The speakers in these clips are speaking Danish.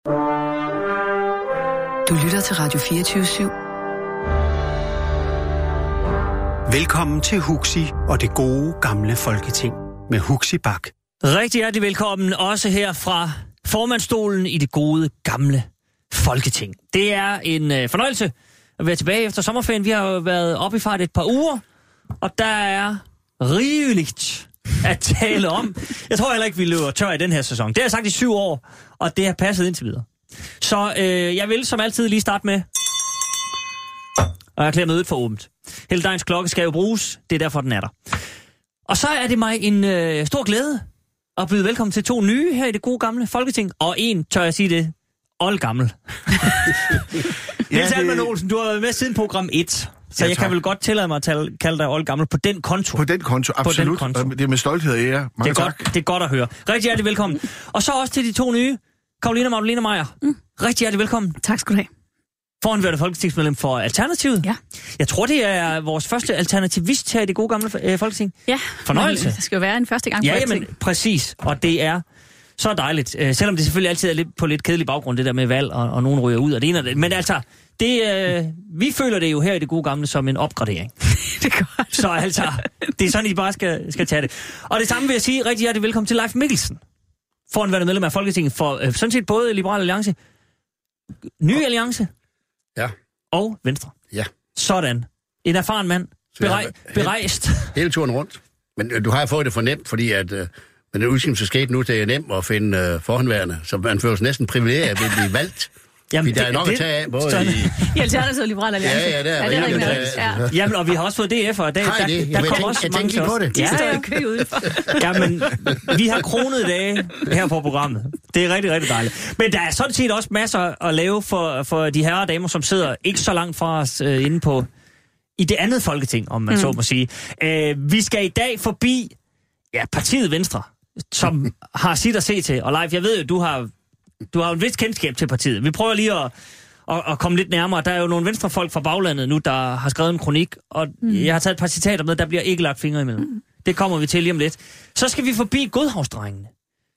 Du lytter til Radio 24/7. Velkommen til Huxi og det gode gamle Folketing med Huxi Bach. Rigtig hjertelig velkommen også her fra formandsstolen i det gode gamle Folketing. Det er en fornøjelse at være tilbage efter sommerferien. Vi har jo været oppe i fart et par uger, og der er rigeligt at tale om. Jeg tror heller ikke, vi løber tør i den her sæson. Det har jeg sagt i 7 år, og det har passet indtil videre. Så jeg vil som altid lige starte med og erklære mødet for åbent. Hele dagens klokke skal jo bruges, det er derfor, den er der. Og så er det mig en stor glæde at byde velkommen til 2 nye her i det gode gamle Folketing, og en, tør jeg sige det, oldgammel. Niels Alman Olsen, du har været med siden program 1, så jeg kan vel godt tillade mig at kalde dig oldgammel på den konto. På den konto, absolut. Den konto. Det er med stolthed og ære. Mange tak. Det er godt at høre. Rigtig hjertelig velkommen. Og så også til de 2 nye, Caroline Magdalene Maier. Rigtig hjertelig velkommen. Tak skal du have. Foranværende folketingsmedlem for Alternativet. Ja. Jeg tror, det er vores første alternativist her i det gode gamle Folketing. Ja. Fornøjelse. Det skal jo være en første gang. Ja, jamen, præcis. Og det er så dejligt. Selvom det selvfølgelig altid er lidt på lidt kedelig baggrund, det der med valg, og nogen ryger ud af det ene og det. Men altså, vi føler det jo her i det gode gamle som en opgradering. Det er godt. Så altså, det er sådan, I bare skal tage det. Og det samme vil jeg sige, rigtig hjertelig velkommen til Leif Mikkelsen. Foranværende medlem af Folketinget for sådan set både Liberal Alliance, Ny Alliance, ja, og Venstre. Ja. Sådan. En erfaren mand. Berejst. Hele turen rundt. Men du har fået det for nemt, fordi at med den udskiftelse skete nu, det er nemt at finde forhåndværende, så man føler sig næsten privilegeret at blive valgt. Jamen, der er nok at tage af, både i Alternativet og Liberal Alliance. Ja, det er rigtigt. Jamen, og vi har også fået DF, og der kommer også mange til os. De står i kø udenfor. Jamen, vi har kronede dage her på programmet. Det er rigtig, rigtig dejligt. Men der er sådan set også masser at lave for de herrer og damer, som sidder ikke så langt fra os inde på i det andet Folketing, om man så må sige. Vi skal i dag forbi partiet Venstre, som har sit at se til. Og Leif, jeg ved jo, du har jo en vis kendskab til partiet. Vi prøver lige at komme lidt nærmere. Der er jo nogle venstrefolk fra baglandet nu, der har skrevet en kronik, og jeg har taget et par citater med, der bliver ikke lagt fingre imellem. Det kommer vi til lige om lidt. Så skal vi forbi Godhavnsdrengene,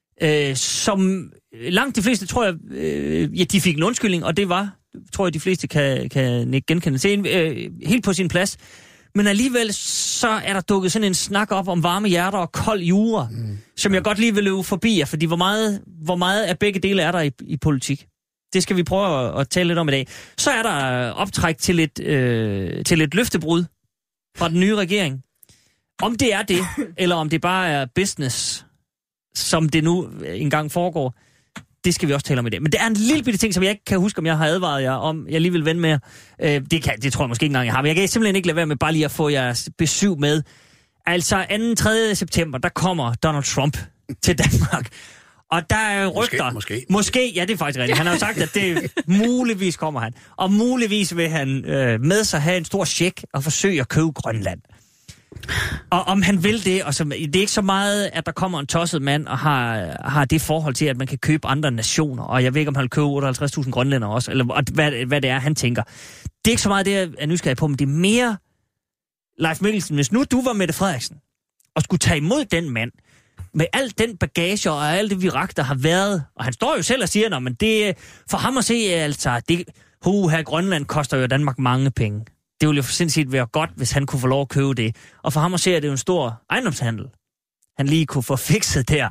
som langt de fleste, tror jeg, de fik en undskyldning, og det var, tror jeg, de fleste kan ikke genkende til, helt på sin plads. Men alligevel så er der dukket sådan en snak op om varme hjerter og kold jura, som jeg godt lige vil løbe forbi, fordi hvor meget af begge dele er der i politik. Det skal vi prøve at tale lidt om i dag. Så er der optræk til et løftebrud fra den nye regering. Om det er det, eller om det bare er business, som det nu engang foregår, det skal vi også tale om i dag. Men der er en lille bitte ting, som jeg ikke kan huske, om jeg har advaret jer om, jeg lige vil vende med. Det tror jeg måske ikke engang, jeg har. Men jeg kan simpelthen ikke lade være med bare lige at få jeres besøg med. Altså 2. 3. september, der kommer Donald Trump til Danmark. Og der er rygter. Måske, ja, det er faktisk rigtigt. Han har jo sagt, at det muligvis kommer han. Og muligvis vil han med sig have en stor check og forsøge at købe Grønland. Og om han vil det, og det er ikke så meget, at der kommer en tosset mand og har det forhold til, at man kan købe andre nationer, og jeg ved ikke, om han vil købe 58.000 grønlænder også, eller hvad det er, han tænker. Det er ikke så meget det, jeg er nysgerrig på, men det er mere, Leif Mikkelsen, hvis nu du var Mette Frederiksen, og skulle tage imod den mand, med al den bagage og alt det virak, der har været, og han står jo selv og siger, men det for ham at se, altså, her Grønland koster jo Danmark mange penge. Det ville jo sindssygt være godt, hvis han kunne få lov at købe det. Og for ham at se, at det er jo en stor ejendomshandel, han lige kunne få fikset der.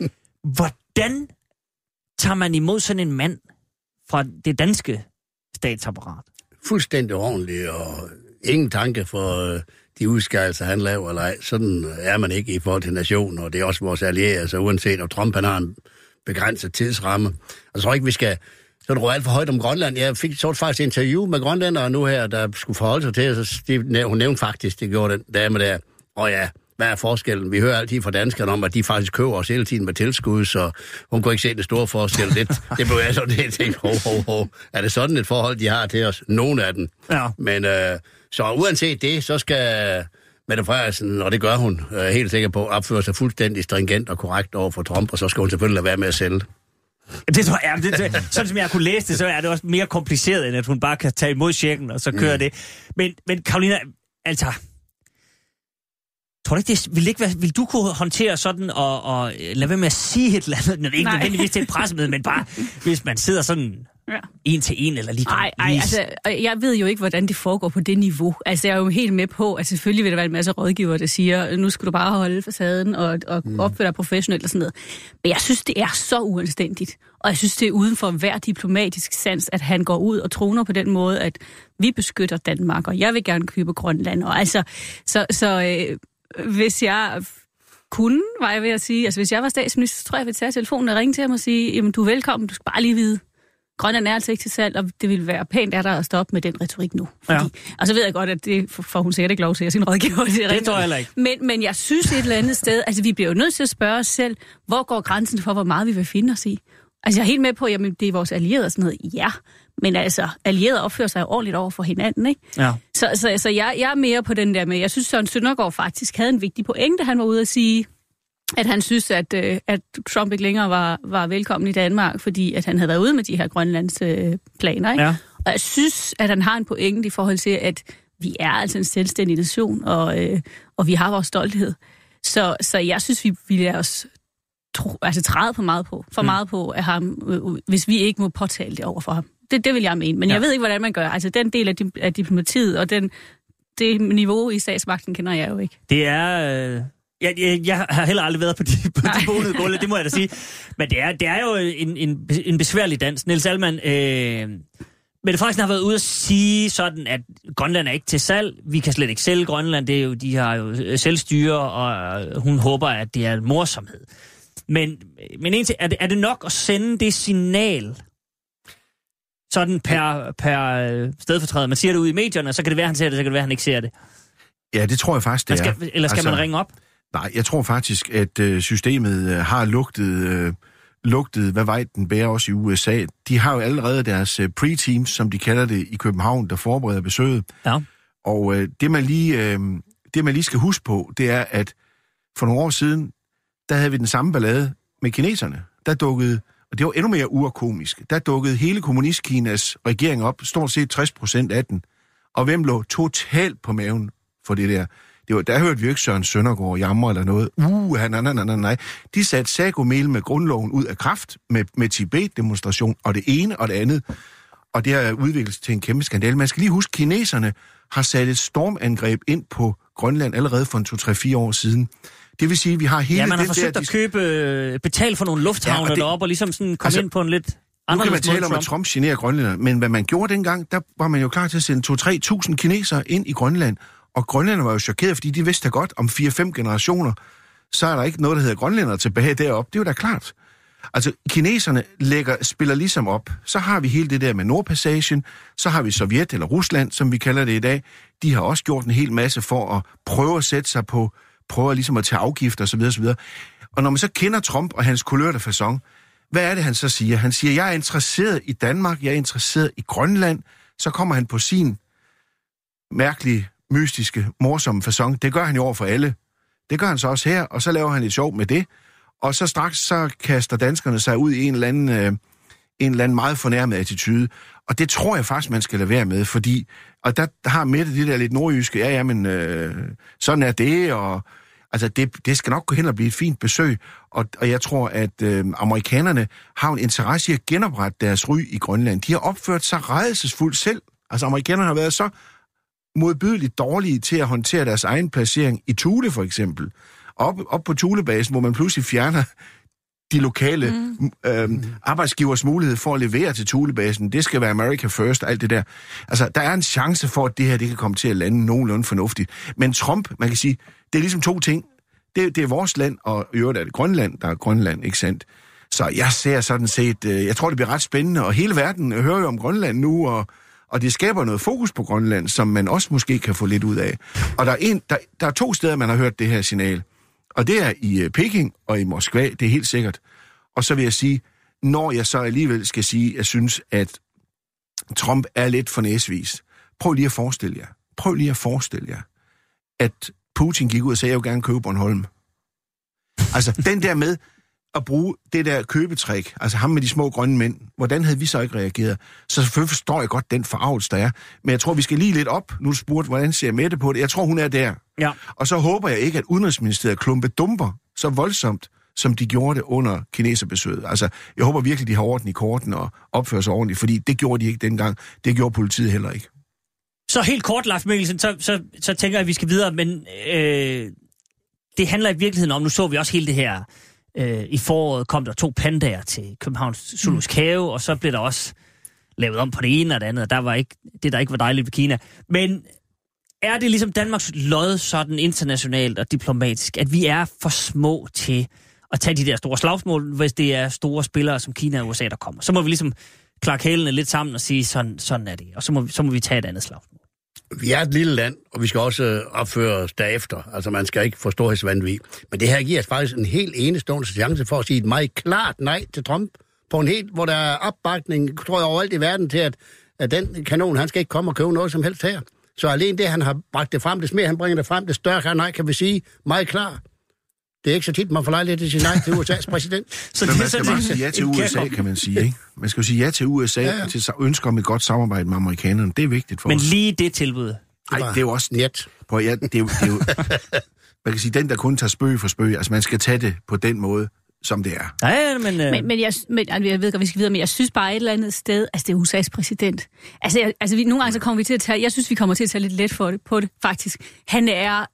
Hvordan tager man imod sådan en mand fra det danske statsapparat? Fuldstændig ordentligt, og ingen tanke for de udskærelser, han laver eller ej. Sådan er man ikke i forhold til nationen, og det er også vores allierede, så uanset om Trump han har en begrænset tidsramme. Jeg tror ikke, vi skal så det røg alt for højt om Grønland. Jeg fik så faktisk et interview med grønlændere nu her, der skulle forholde sig til, så hun nævnte faktisk, det gjorde den dame der, hvad er forskellen? Vi hører altid fra danskerne om, at de faktisk køber os hele tiden med tilskud, så hun kunne ikke se den store forskel. Det blev jeg sådan, jeg tænkte, er det sådan et forhold, de har til os? Nogle af dem. Ja. Men så uanset det, så skal Mette Frederiksen, og det gør hun helt sikkert på, opføre sig fuldstændig stringent og korrekt over for Trump, og så skal hun selvfølgelig lade være med at sælge. Det tror jeg, sådan som jeg kunne læse det, så er det også mere kompliceret, end at hun bare kan tage imod checken, og så køre det. Men Carolina, altså, Tror du ikke, vil du kunne håndtere sådan og lade være med at sige et eller andet, ikke nødvendigvis til et pressemøde, men bare hvis man sidder sådan en til en eller lige. Nej, altså, jeg ved jo ikke, hvordan det foregår på det niveau. Altså, jeg er jo helt med på, at selvfølgelig vil der være en masse rådgiver, der siger, nu skal du bare holde facaden og opføre dig professionelt og sådan noget. Men jeg synes, det er så uanstændigt. Og jeg synes, det er uden for hver diplomatisk sans, at han går ud og troner på den måde, at vi beskytter Danmark, og jeg vil gerne købe Grønland. Og altså, hvis jeg kunne, var jeg ved at sige, altså hvis jeg var statsminister, så tror jeg, jeg ville tage telefonen og ringe til ham og sige, jamen du er velkommen, du skal bare lige vide. Grønland er altså ikke til salg, og det ville være pænt af dig at stoppe med den retorik nu. Fordi, og så ved jeg godt, at det får hun sikkert ikke lov til at sin rådgiver. Det tror jeg heller ikke. Men jeg synes et eller andet sted, altså vi bliver jo nødt til at spørge os selv, hvor går grænsen for, hvor meget vi vil finde os i? Altså jeg er helt med på, jamen det er vores allierede og sådan noget. Ja, men altså allierede opfører sig jo ordentligt over for hinanden, ikke? Ja. Så jeg er mere på den der med, jeg synes Søren Søndergaard faktisk havde en vigtig pointe, han var ude at sige, at han synes, at Trump ikke længere var velkommen i Danmark, fordi at han havde været ude med de her Grønlands planer, ikke? Ja. Og jeg synes, at han har en pointe i forhold til, at vi er altså en selvstændig nation, og vi har vores stolthed. Så jeg synes, vi lader os træde for meget på af ham, hvis vi ikke må påtale det over for ham. Det vil jeg mene, men jeg ved ikke, hvordan man gør. Altså den del af diplomatiet og det niveau i statsmagten kender jeg jo ikke. Det er... Jeg har heller aldrig været på de bonede gulve, det må jeg da sige. Men det er jo en besværlig dans. Niels Alman, Mette Frederiksen har været ude at sige sådan, at Grønland er ikke til salg. Vi kan slet ikke sælge Grønland. Det er jo, de har jo selvstyre, og hun håber, at det er en morsomhed. Men egentlig, er det nok at sende det signal sådan per stedfortræder? Man siger det ud i medierne, så kan det være, han ser det, så kan det være, han ikke ser det. Ja, det tror jeg faktisk, det er. Eller skal man ringe op? Nej, jeg tror faktisk, at systemet har lugtet, hvad vej den bærer også i USA. De har jo allerede deres pre-teams, som de kalder det, i København, der forbereder besøget. Ja. Og det man lige skal huske på, det er, at for nogle år siden, der havde vi den samme ballade med kineserne. Der dukkede, og det var endnu mere urkomisk, der dukkede hele kommunistkinas regering op, stort set 60% af den. Og hvem lå totalt på maven for det der? Der hørte vi jo ikke Søren Søndergaard jamre eller noget. Nej. De satte sagomel med grundloven ud af kraft med Tibet-demonstration og det ene og det andet. Og det har udviklet sig til en kæmpe skandale. Man skal lige huske, at kineserne har sat et stormangreb ind på Grønland allerede for 2-3-4 år siden. Det vil sige, at vi har hele... Ja, man har forsøgt at betale for nogle lufthavne deroppe og ligesom sådan komme ind på en lidt... Nu kan man tale om, at Trump generer Grønlænder, men hvad man gjorde dengang, der var man jo klar til at sende 2-3.000 kinesere ind i Grønland. Og grønlænderne var jo chokeret, fordi de vidste da godt, om 4-5 generationer, så er der ikke noget, der hedder grønlændere tilbage deroppe. Det er jo da klart. Altså, kineserne spiller ligesom op. Så har vi hele det der med Nordpassagen, så har vi Sovjet eller Rusland, som vi kalder det i dag. De har også gjort en hel masse for at prøve at sætte sig på, prøve ligesom at tage afgifter osv. osv. Og når man så kender Trump og hans couleur de facon, hvad er det, han så siger? Han siger, jeg er interesseret i Danmark, jeg er interesseret i Grønland. Så kommer han på sin mærkelige, mystiske, morsomme facon. Det gør han jo over for alle. Det gør han så også her, og så laver han lidt sjov med det. Og så straks så kaster danskerne sig ud i en eller anden meget fornærmet attitude. Og det tror jeg faktisk, man skal lade være med, fordi... Og der har Mette det der lidt nordjyske, men sådan er det, og... Altså, det skal nok gå hen og blive et fint besøg, og jeg tror, at amerikanerne har en interesse i at genoprette deres ry i Grønland. De har opført sig rædselsfuldt selv. Altså, amerikanerne har været så modbydeligt dårlige til at håndtere deres egen placering i Thule, for eksempel. Op på Thulebasen, hvor man pludselig fjerner de lokale arbejdsgivers mulighed for at levere til Thulebasen. Det skal være America First og alt det der. Altså, der er en chance for, at det her det kan komme til at lande nogenlunde fornuftigt. Men Trump, man kan sige, det er ligesom to ting. Det er vores land, og i øvrigt er det Grønland, der er Grønland, ikke sandt? Så jeg ser sådan set, jeg tror, det bliver ret spændende, og hele verden hører jo om Grønland nu, og det skaber noget fokus på Grønland, som man også måske kan få lidt ud af. Og der er 2 steder, man har hørt det her signal. Og det er i Peking og i Moskva, det er helt sikkert. Og så vil jeg sige, når jeg så alligevel skal sige, at jeg synes, at Trump er lidt for næsvis. Prøv lige at forestille jer, at Putin gik ud og sagde, at jeg vil gerne købe Bornholm. Altså, den der med at bruge det der købetræk, altså ham med de små grønne mænd, hvordan havde vi så ikke reageret? Så selvfølgelig forstår jeg godt den forarvelse, der er. Men jeg tror, vi skal lige lidt op. Nu spurgte, hvordan ser Mette på det? Jeg tror, hun er der. Ja. Og så håber jeg ikke, at Udenrigsministeriet klumpedumper så voldsomt, som de gjorde det under kineserbesøget. Altså, jeg håber virkelig, de har orden i korten og opfører sig ordentligt, fordi det gjorde de ikke dengang. Det gjorde politiet heller ikke. Så helt kort, Leif Mikkelsen, så tænker jeg, at vi skal videre, men det handler i virkeligheden om, nu så vi også hele det her, i foråret kom der 2 pandaer til Københavns Zoologisk Have, og så blev der også lavet om på det ene og det andet, og der var ikke, det der ikke var dejligt ved Kina. Men er det ligesom Danmarks lod sådan internationalt og diplomatisk, at vi er for små til at tage de der store slagsmål, hvis det er store spillere som Kina og USA, der kommer? Så må vi ligesom klakke hælene lidt sammen og sige, sådan er det, og så må vi tage et andet slagsmål. Vi er et lille land, og vi skal også opføre os derefter. Altså, man skal ikke få storhedsvanvid. Men det her giver os faktisk en helt enestående chance for at sige et meget klart nej til Trump. På en helt, hvor der er opbakning, tror jeg, overalt i verden til, at den kanon, han skal ikke komme og købe noget som helst her. Så alene det, han har bragt det frem, det mere han bringer det frem, det større nej, kan vi sige, meget klar. Det er ikke så tit, man får lejlighed til at sige nej til USA's præsident. Så man skal bare sige ja til USA, kan man sige, ikke? Man skal jo sige ja til USA, til ønsker om et godt samarbejde med amerikanerne. Det er vigtigt for os. Men lige det tilbud. Nej, det er jo også net. Det er jo man kan sige, den, der kun tager spøg for spøg, altså man skal tage det på den måde, som det er. Ja, men jeg ved godt, vi skal videre, men jeg synes bare et eller andet sted, altså det er USA's præsident. Nogle gange så kommer vi til at tage, jeg synes, vi kommer til at tage lidt let på det, faktisk. Han er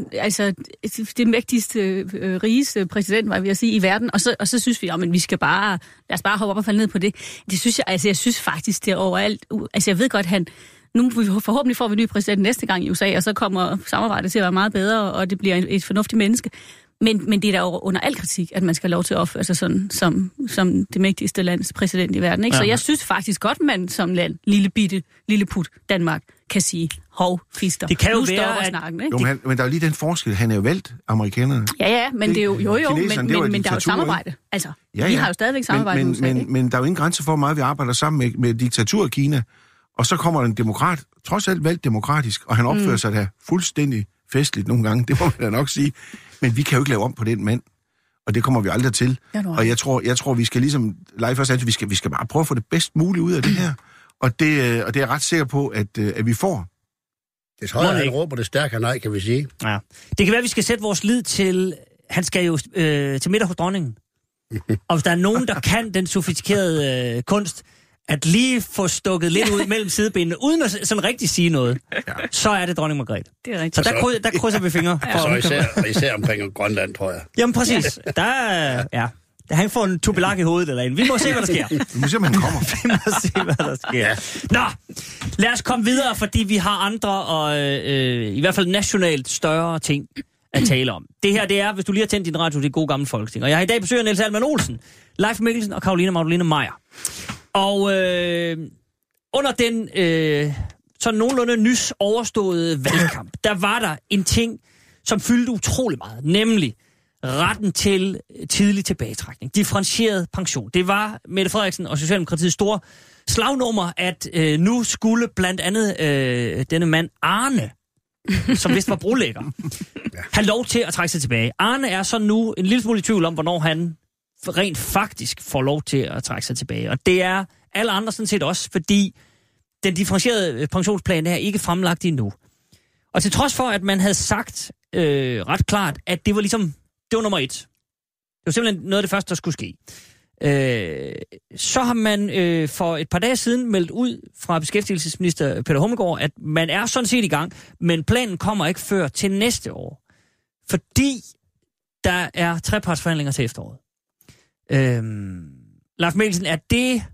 det mægtigste, rigeste præsident, var jeg ved at sige, i verden, og så synes vi, men vi skal bare, lad os bare hoppe op og falde ned på det. Det synes jeg synes faktisk, det er overalt. Altså jeg ved godt, nu forhåbentlig får vi en ny præsident næste gang i USA, og så kommer samarbejdet til at være meget bedre, og det bliver et fornuftigt menneske. Men det er da under al kritik, at man skal have lov til at opføre sig sådan, som det mægtigste lands præsident i verden. Ikke? Så jeg synes faktisk godt, man som land, lille put Danmark, kan sige, fister. Det kan jo være, at snakken, ikke? Jo, men der er jo lige den forskel. Han er jo valgt, amerikanerne. Ja, men det er jo, men der er jo samarbejde. Altså, vi har jo stadigvæk samarbejde med USA. Men der er jo ingen grænse for, hvor meget vi arbejder sammen med diktatur i Kina. Og så kommer en demokrat, trods alt valgt demokratisk, og han opfører sig da fuldstændig festligt nogle gange, det må man da nok sige. Men vi kan jo ikke lave om på den mand, og det kommer vi aldrig til. Og jeg tror vi skal ligesom, Leif også sagde, vi skal bare prøve at få det bedst muligt ud af det her. Og det er jeg ret sikker på, at vi får. Det tror jeg, han råber det stærkere nej, kan vi sige. Ja. Det kan være, at vi skal sætte vores lid til, han skal jo til middag hos dronningen. Og hvis der er nogen, der kan den sofistikerede kunst, at lige få stukket lidt ud mellem sidebenene, uden at sådan rigtig sige noget, så er det dronning Margrethe. Det er rigtigt. Så der krydser vi fingre. Så især omkring Grønland, tror jeg. Jamen præcis. Han får en tubelak i hovedet eller en. Vi må se, hvad der sker. Vi må se, om han kommer. Vi må se, hvad der sker. Nå, lad os komme videre, fordi vi har andre og i hvert fald nationalt større ting at tale om. Det her, det er, hvis du lige har tændt din radio, det er gode gamle folketing. Og jeg har i dag besøgt Niels Alman Olsen, Leif Mikkelsen og Caroline Magdalene Maier. Og under den sådan nogenlunde nys overståede valgkamp, der var der en ting, som fyldte utrolig meget, nemlig retten til tidlig tilbagetrækning, differentieret pension. Det var Mette Frederiksen og Socialdemokratiets store slagnummer, at nu skulle blandt andet denne mand Arne, som vist var brolægger, have lov til at trække sig tilbage. Arne er så nu en lille smule i tvivl om, hvornår han rent faktisk får lov til at trække sig tilbage. Og det er alle andre sådan set også, fordi den differentierede pensionsplan er ikke fremlagt endnu. Og til trods for, at man havde sagt ret klart, at det var ligesom, det var nummer 1. Det var simpelthen noget af det første, der skulle ske. Så har man for et par dage siden meldt ud fra beskæftigelsesminister Peter Hummelgaard, at man er sådan set i gang, men planen kommer ikke før til næste år. Fordi der er trepartsforhandlinger til efteråret. Leif Mikkelsen, er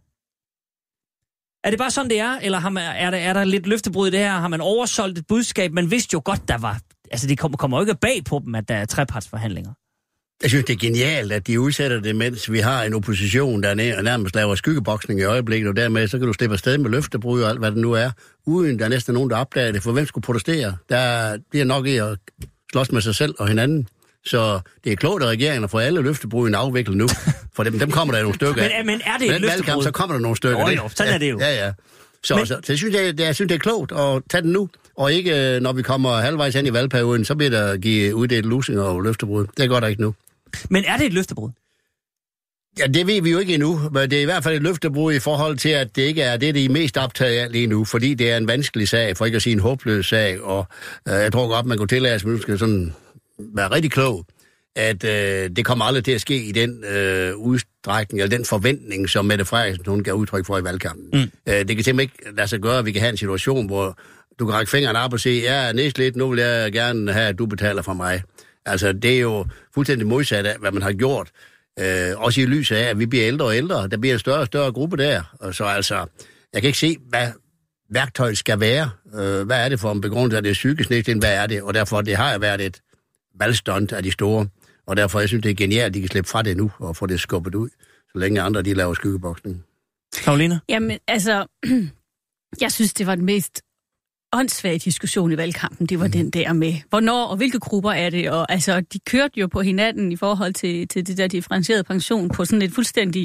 det bare sådan, det er? Eller er der lidt løftebrud i det her? Har man oversolgt et budskab? Man vidste jo godt, der var... Altså, det kommer jo ikke bag på dem, at der er trepartsforhandlinger. Jeg synes, det er genialt, at de udsætter det, mens vi har en opposition, der nærmest laver skyggeboksning i øjeblikket, og dermed så kan du slippe afsted med løftebrud og alt, hvad det nu er, uden der er næsten nogen, der opdager det. For hvem skulle protestere? Der bliver nok i at slås med sig selv og hinanden. Så det er klogt af regeringen at få alle løftebrudene afviklet nu. For dem kommer der nogle stykker af. Men er det et løftebrud? Så kommer der nogle stykker. Jo, sådan er det jo. Ja. Så jeg synes, det er klogt at tage den nu. Og ikke, når vi kommer halvvejs hen i valgperioden, så bliver der givet uddelt lusinger og løftebrud. Det går der ikke nu. Men er det et løftebrud? Ja, det ved vi jo ikke endnu, men det er i hvert fald et løftebrud i forhold til, at det ikke er det, de er mest optaget af lige nu, fordi det er en vanskelig sag, for ikke at sige en håbløs sag, og jeg tror godt, man kunne tillade sig, at man skal sådan være rigtig klog, at det kommer aldrig til at ske i den udstrækning, eller den forventning, som Mette Frederiksen, hun gav udtryk for i valgkampen. Det kan simpelthen ikke lade sig gøre, at vi kan have en situation, hvor du kan række fingeren op og sige, jeg er nedslidt, nu vil jeg gerne have, at du betaler for mig. Altså, det er jo fuldstændig modsat af, hvad man har gjort. Også i lyset af, at vi bliver ældre og ældre. Der bliver en større og større gruppe der. Og så altså, jeg kan ikke se, hvad værktøjet skal være. Hvad er det for en begrundelse, at det er psykisk nedslidning? Hvad er det? Og derfor, det har været et valgstunt af de store. Og derfor, jeg synes, det er genialt, at de kan slippe fra det nu og få det skubbet ud, så længe andre, de laver skyggeboksning. Karoline? Jamen, altså, jeg synes, det var den mest åndssvage diskussion i valgkampen. Det var den der med, hvornår og hvilke grupper er det. Og altså, de kørte jo på hinanden i forhold til det der differentierede pension på sådan et fuldstændig,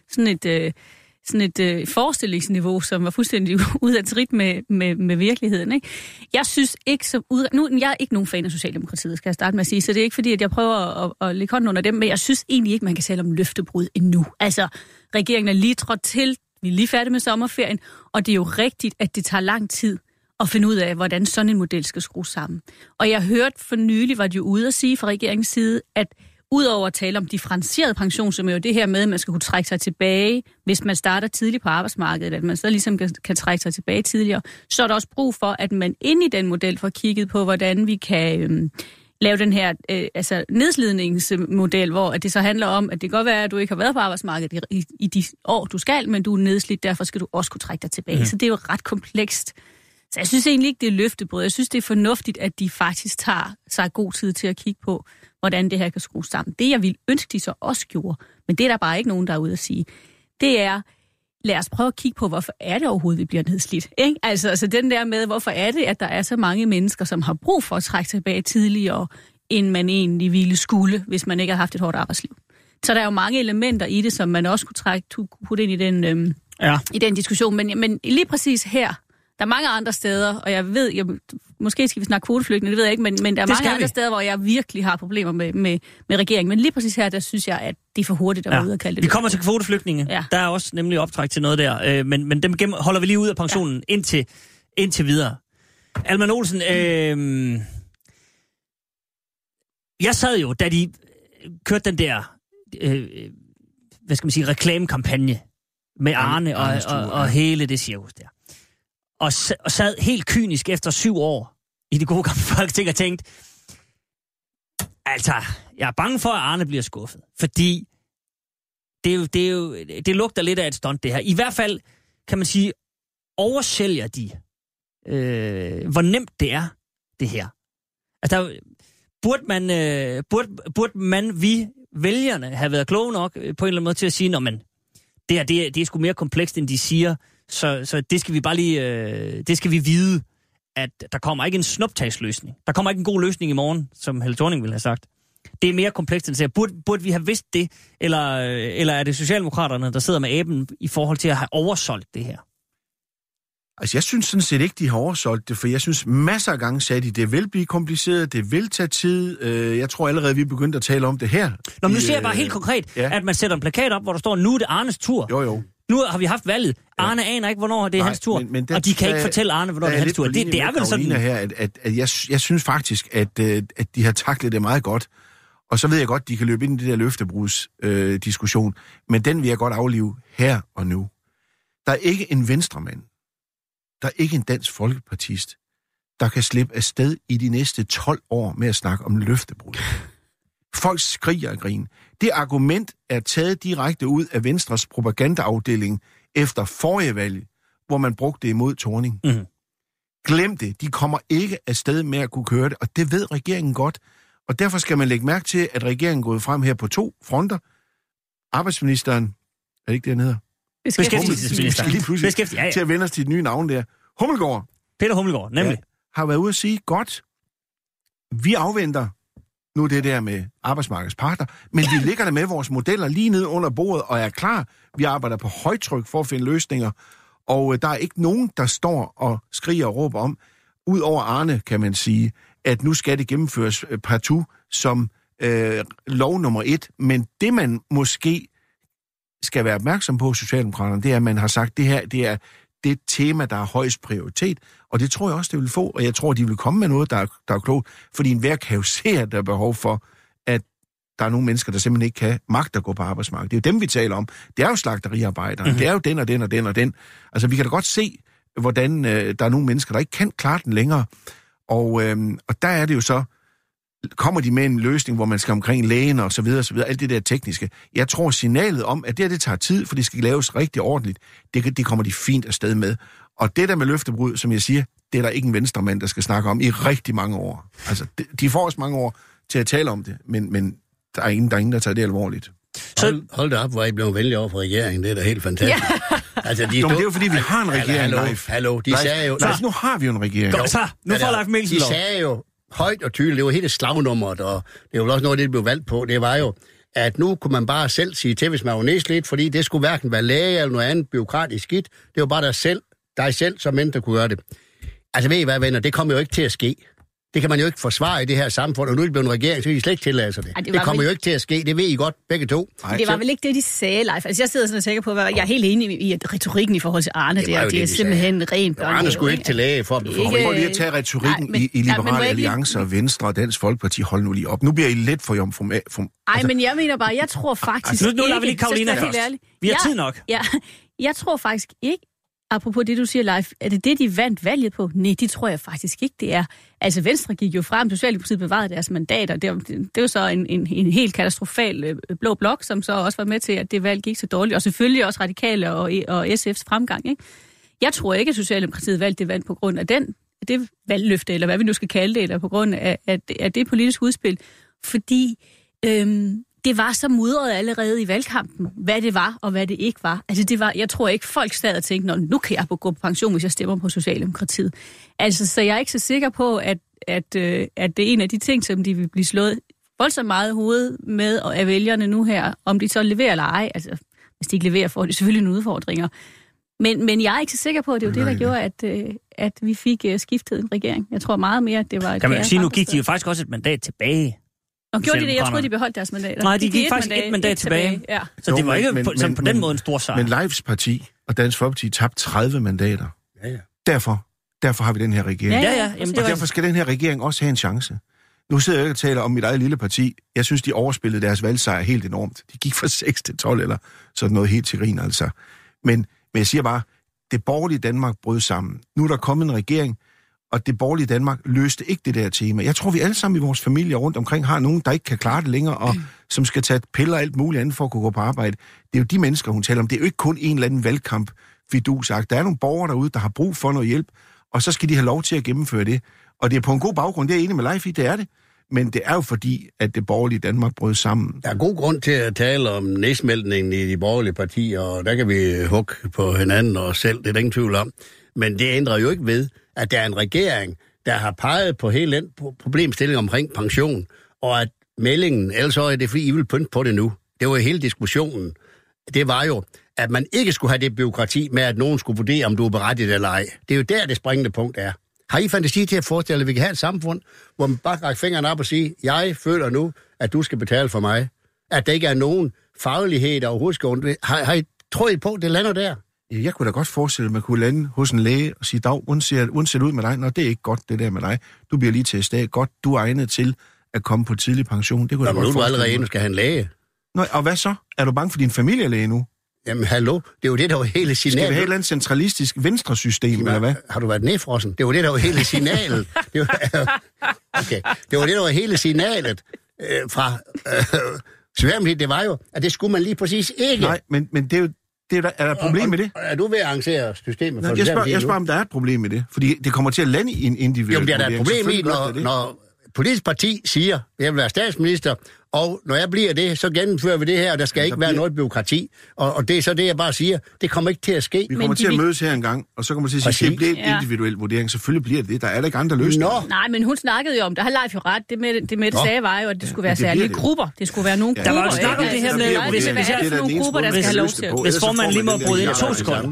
sådan et forestillingsniveau, som var fuldstændig ude af trit med virkeligheden. Ikke? Jeg synes ikke, jeg er ikke nogen fan af Socialdemokratiet, skal jeg starte med at sige, så det er ikke fordi, at jeg prøver at lægge hånden under dem, men jeg synes egentlig ikke, man kan tale om løftebrud endnu. Altså, regeringen er lige trådt til, vi er lige færdige med sommerferien, og det er jo rigtigt, at det tager lang tid at finde ud af, hvordan sådan en model skal skrues sammen. Og jeg hørte for nylig, var de jo ude at sige fra regeringens side, at udover at tale om differentieret pension, som er jo det her med, at man skal kunne trække sig tilbage, hvis man starter tidligt på arbejdsmarkedet, at man så ligesom kan trække sig tilbage tidligere, så er der også brug for, at man inde i den model får kigget på, hvordan vi kan lave den her nedslidningsmodel, hvor det så handler om, at det kan godt være, at du ikke har været på arbejdsmarkedet i de år, du skal, men du er nedslidt, derfor skal du også kunne trække dig tilbage. Så det er jo ret komplekst. Så jeg synes egentlig ikke, det er løftebrud. Jeg synes, det er fornuftigt, at de faktisk tager sig god tid til at kigge på, hvordan det her kan skrues sammen. Det, jeg ville ønske, de så også gjorde, men det er der bare ikke nogen, der er ude at sige, det er, lad os prøve at kigge på, hvorfor er det overhovedet, vi bliver nedslidt. Ikke? Altså den der med, hvorfor er det, at der er så mange mennesker, som har brug for at trække tilbage tidligere, end man egentlig ville skulle, hvis man ikke har haft et hårdt arbejdsliv. Så der er jo mange elementer i det, som man også kunne putte ind i den diskussion. Men lige præcis her, der er mange andre steder, og jeg ved, måske skal vi snakke kvoteflygtninge, det ved jeg ikke, men der er mange andre steder, hvor jeg virkelig har problemer med regeringen. Men lige præcis her, der synes jeg, at det er for hurtigt at være ude og kalde det. Vi kommer til kvoteflygtninge. Ja. Der er også nemlig optræk til noget der, men dem holder vi lige ud af pensionen indtil videre. Alman Olsen, jeg sad jo, da de kørte den der, hvad skal man sige, reklamekampagne med Arne og hele det cirkus der. Og sad helt kynisk efter 7 år i det gode gamle Folketing og tænkte, altså, jeg er bange for, at Arne bliver skuffet. Fordi det lugter lidt af et stunt, det her. I hvert fald, kan man sige, oversælger de, hvor nemt det er, det her. Altså, burde man, vi vælgerne, have været kloge nok på en eller anden måde til at sige, nå, men det her, det er sgu mere komplekst, end de siger. Så det skal vi bare lige, det skal vi vide, at der kommer ikke en snuptagsløsning. Der kommer ikke en god løsning i morgen, som Helle Thorning ville have sagt. Det er mere komplekst end det. Burde vi have vidst det, eller er det Socialdemokraterne, der sidder med aben i forhold til at have oversolgt det her? Altså, jeg synes sådan set ikke, de har oversolgt det, for jeg synes masser af gange sagde de, det vil blive kompliceret, det vil tage tid. Jeg tror allerede, vi er begyndt at tale om det her. Nå, men nu ser jeg bare helt konkret, at man sætter en plakat op, hvor der står, nu er det Arnes tur. Jo. Nu har vi haft valget. Arne aner ikke, hvornår det er hans tur. Men og de kan ikke fortælle Arne, hvornår det er hans tur. Det er vel sådan. Her, at jeg synes faktisk, at de har taklet det meget godt. Og så ved jeg godt, de kan løbe ind i det der løftebrugsdiskussion. Men den vil jeg godt aflive her og nu. Der er ikke en venstremand. Der er ikke en dansk folkepartist, der kan slippe afsted i de næste 12 år med at snakke om løftebrud. Folk skriger af grin. Det argument er taget direkte ud af Venstres propagandaafdeling efter forrige valg, hvor man brugte det imod Thorning. Mm-hmm. Glem det. De kommer ikke afsted med at kunne køre det, og det ved regeringen godt. Og derfor skal man lægge mærke til, at regeringen er gået frem her på 2 fronter. Arbejdsministeren, er det ikke det, han hedder? Beskæftigelsesministeren. Til at vende os til et nye navn der. Hummelgaard. Peter Hummelgaard, nemlig. Har været ude at sige, godt, vi afventer nu det der med arbejdsmarkedets parter, men vi ligger der med vores modeller lige nede under bordet og er klar. Vi arbejder på højtryk for at finde løsninger, og der er ikke nogen, der står og skriger og råber om, ud over Arne, kan man sige, at nu skal det gennemføres partout som lov nummer 1, men det man måske skal være opmærksom på, Socialdemokraterne, det er, at man har sagt, det her, det er det tema, der er højst prioritet, og det tror jeg også, det vil få, og jeg tror, de vil komme med noget, der er klogt, fordi enhver kan jo se, at der er behov for, at der er nogle mennesker, der simpelthen ikke kan magte at gå på arbejdsmarkedet. Det er jo dem, vi taler om. Det er jo slagteriarbejdere. Det er jo den og den og den og den. Altså, vi kan da godt se, hvordan der er nogle mennesker, der ikke kan klare den længere. Og der er det jo så, kommer de med en løsning, hvor man skal omkring lægen og så videre, alt det der tekniske. Jeg tror, signalet om, at det tager tid, for det skal laves rigtig ordentligt, det kommer de fint afsted med. Og det der med løftebrud, som jeg siger, det er der ikke en venstremand, der skal snakke om i rigtig mange år. Altså, de får også mange år til at tale om det, men der er ingen, der tager det alvorligt. Hold da op, hvor I blev venlige over for regeringen. Det er da helt fantastisk. Ja. Altså, det er jo fordi, vi har en regering, Hallo, de sagde jo... Nej, nu har vi jo en regering. Nu får Leif Mikkelsen lov. De sagde jo højt og tydeligt, det var hele slagnummeret, og det var også noget, det blev valgt på, det var jo, at nu kunne man bare selv sige til, hvis man var nedslidt, fordi det skulle hverken være læge eller noget andet byråkratisk skidt. Det var bare dig selv som mennesker kunne gøre det. Altså ved I hvad, venner, det kommer jo ikke til at ske. Det kan man jo ikke forsvare i det her samfund, og nu er det blevet en regering, så kan I slet ikke tillade sig det. Ej, det kommer jo ikke til at ske, det ved I godt, begge to. Det var vel ikke det, de sagde, Leif. Altså jeg sidder sådan og tænker på, jeg er helt enig i at retorikken i forhold til Arne, det er simpelthen rent børn. Arne skulle ikke til læge for at blive forholdt. Prøv lige at tage retorikken i Liberale Alliance og Venstre og Dansk Folkeparti. Hold nu lige op. Nu bliver I lidt for jomfrum. Ej, men jeg mener bare, jeg tror faktisk nu lader vi lige Karolina først. Vi har tid nok. Ja, jeg tror faktisk ikke, apropos det, du siger, Leif, er det de vandt valget på? Nej, det tror jeg faktisk ikke, det er. Altså, Venstre gik jo frem, Socialdemokratiet bevarede deres mandater. Det var så en helt katastrofal blå blok, som så også var med til, at det valg gik så dårligt. Og selvfølgelig også Radikale og SF's fremgang, ikke? Jeg tror ikke, at Socialdemokratiet valgte det valg på grund af det valgløfte, eller hvad vi nu skal kalde det, eller på grund af det politiske udspil. Fordi det var så mudret allerede i valgkampen, hvad det var og hvad det ikke var. Altså jeg tror ikke, folk sad og tænkte, nu kan jeg gå på pension, hvis jeg stemmer på Socialdemokratiet. Altså, så jeg er ikke så sikker på, at det er en af de ting, som de vil blive slået voldsomt meget i hovedet med af vælgerne nu her, om de så leverer eller ej. Altså, hvis de ikke leverer, får de selvfølgelig nogle udfordringer. Men jeg er ikke så sikker på, at det var det, der gjorde, at vi fik skiftet en regering. Jeg tror meget mere, at det var... Kan man sige, nu gik de jo faktisk også et mandat tilbage. Og gjorde de det? Jeg troede, de beholdt deres mandater. Nej, de gik faktisk et mandat tilbage. Ja. Så det var ikke på den måde en stor sejr. Men Leifs parti og Dansk Folkeparti tabte 30 mandater. Ja. Derfor har vi den her regering. Ja. Jamen, og derfor skal den her regering også have en chance. Nu sidder jeg ikke og taler om mit eget lille parti. Jeg synes, de overspillede deres valgsejr helt enormt. De gik fra 6 til 12 eller sådan noget helt til grin, altså. Men jeg siger bare, det borgerlige Danmark brød sammen. Nu er der kommet en regering, og det borgerlige Danmark løste ikke det der tema. Jeg tror, vi alle sammen i vores familie rundt omkring har nogen, der ikke kan klare det længere, og som skal tage piller og alt muligt andet for at kunne gå på arbejde. Det er jo de mennesker, hun taler om. Det er jo ikke kun en eller anden valgkamp, fidusagt. Der er nogle borgere derude, der har brug for noget hjælp, og så skal de have lov til at gennemføre det. Og det er på en god baggrund, det er jeg enig med Leif i, det er det. Men det er jo fordi, at det borgerlige Danmark brød sammen. Der er god grund til at tale om nedsmeltningen i de borgerlige partier, og der kan vi hugge på hinanden og selv, det er der ingen tvivl om. Men det ændrer jo ikke ved, at der er en regering, der har peget på hele den problemstilling omkring pension, og at meldingen, ellers er det fordi, I vil pynte på det nu. Det var jo hele diskussionen. Det var jo, at man ikke skulle have det bureaukrati med, at nogen skulle vurdere, om du er berettiget eller ej. Det er jo der, det springende punkt er. Har I fantasi til at forestille, at vi kan have et samfund, hvor man bare rækker fingrene op og siger, jeg føler nu, at du skal betale for mig. At der ikke er nogen faglighed overhovedet skal undre. Har I troet på, det lander der? Jeg kunne da godt forestille, at man kunne lande hos en læge og sige, Dag, undset ud med dig. Nå, det er ikke godt, det der med dig. Du bliver lige til stedet. Godt, du er egnet til at komme på tidlig pension. Det kunne jeg godt forestille. Nu er du allerede inde, skal have en læge. Nå, og hvad så? Er du bange for din familielæge nu? Jamen, hallo. Det er jo det, der var hele signalet. Skal vi have et eller andet centralistisk venstresystem, eller hvad? Har du været nedfrossen? Det var det, der var hele signalet. Det var det, der var hele signalet fra Sværmligt. Det var jo, at det skulle man lige præcis ikke. Nej, men det er jo... Er der et problem med det? Er du ved at arrangere systemet? Nej, jeg spørger, om der er et problem med det. Fordi det kommer til at lande i en individuel vurdering. Jo, der er et problem i, når politisk parti siger, jeg vil være statsminister, og når jeg bliver det, så gennemfører vi det her, og der skal ikke være noget bureaukrati. Og det er så det, jeg bare siger, det kommer ikke til at ske. Vi kommer til at mødes her en gang, og så kommer man til at sige, at det bliver en individuel vurdering. Selvfølgelig bliver det. Der er der ikke andre løsninger. Nej, men hun snakkede jo om, der har Leif jo ret, det med det sagde var jo, at det skulle være særlige grupper. Det skulle være nogle grupper. Der var jo snak om det her med, hvis nogle grupper, der skal have lov til. Hvis formanden lige må bryde ind 2 sekunder.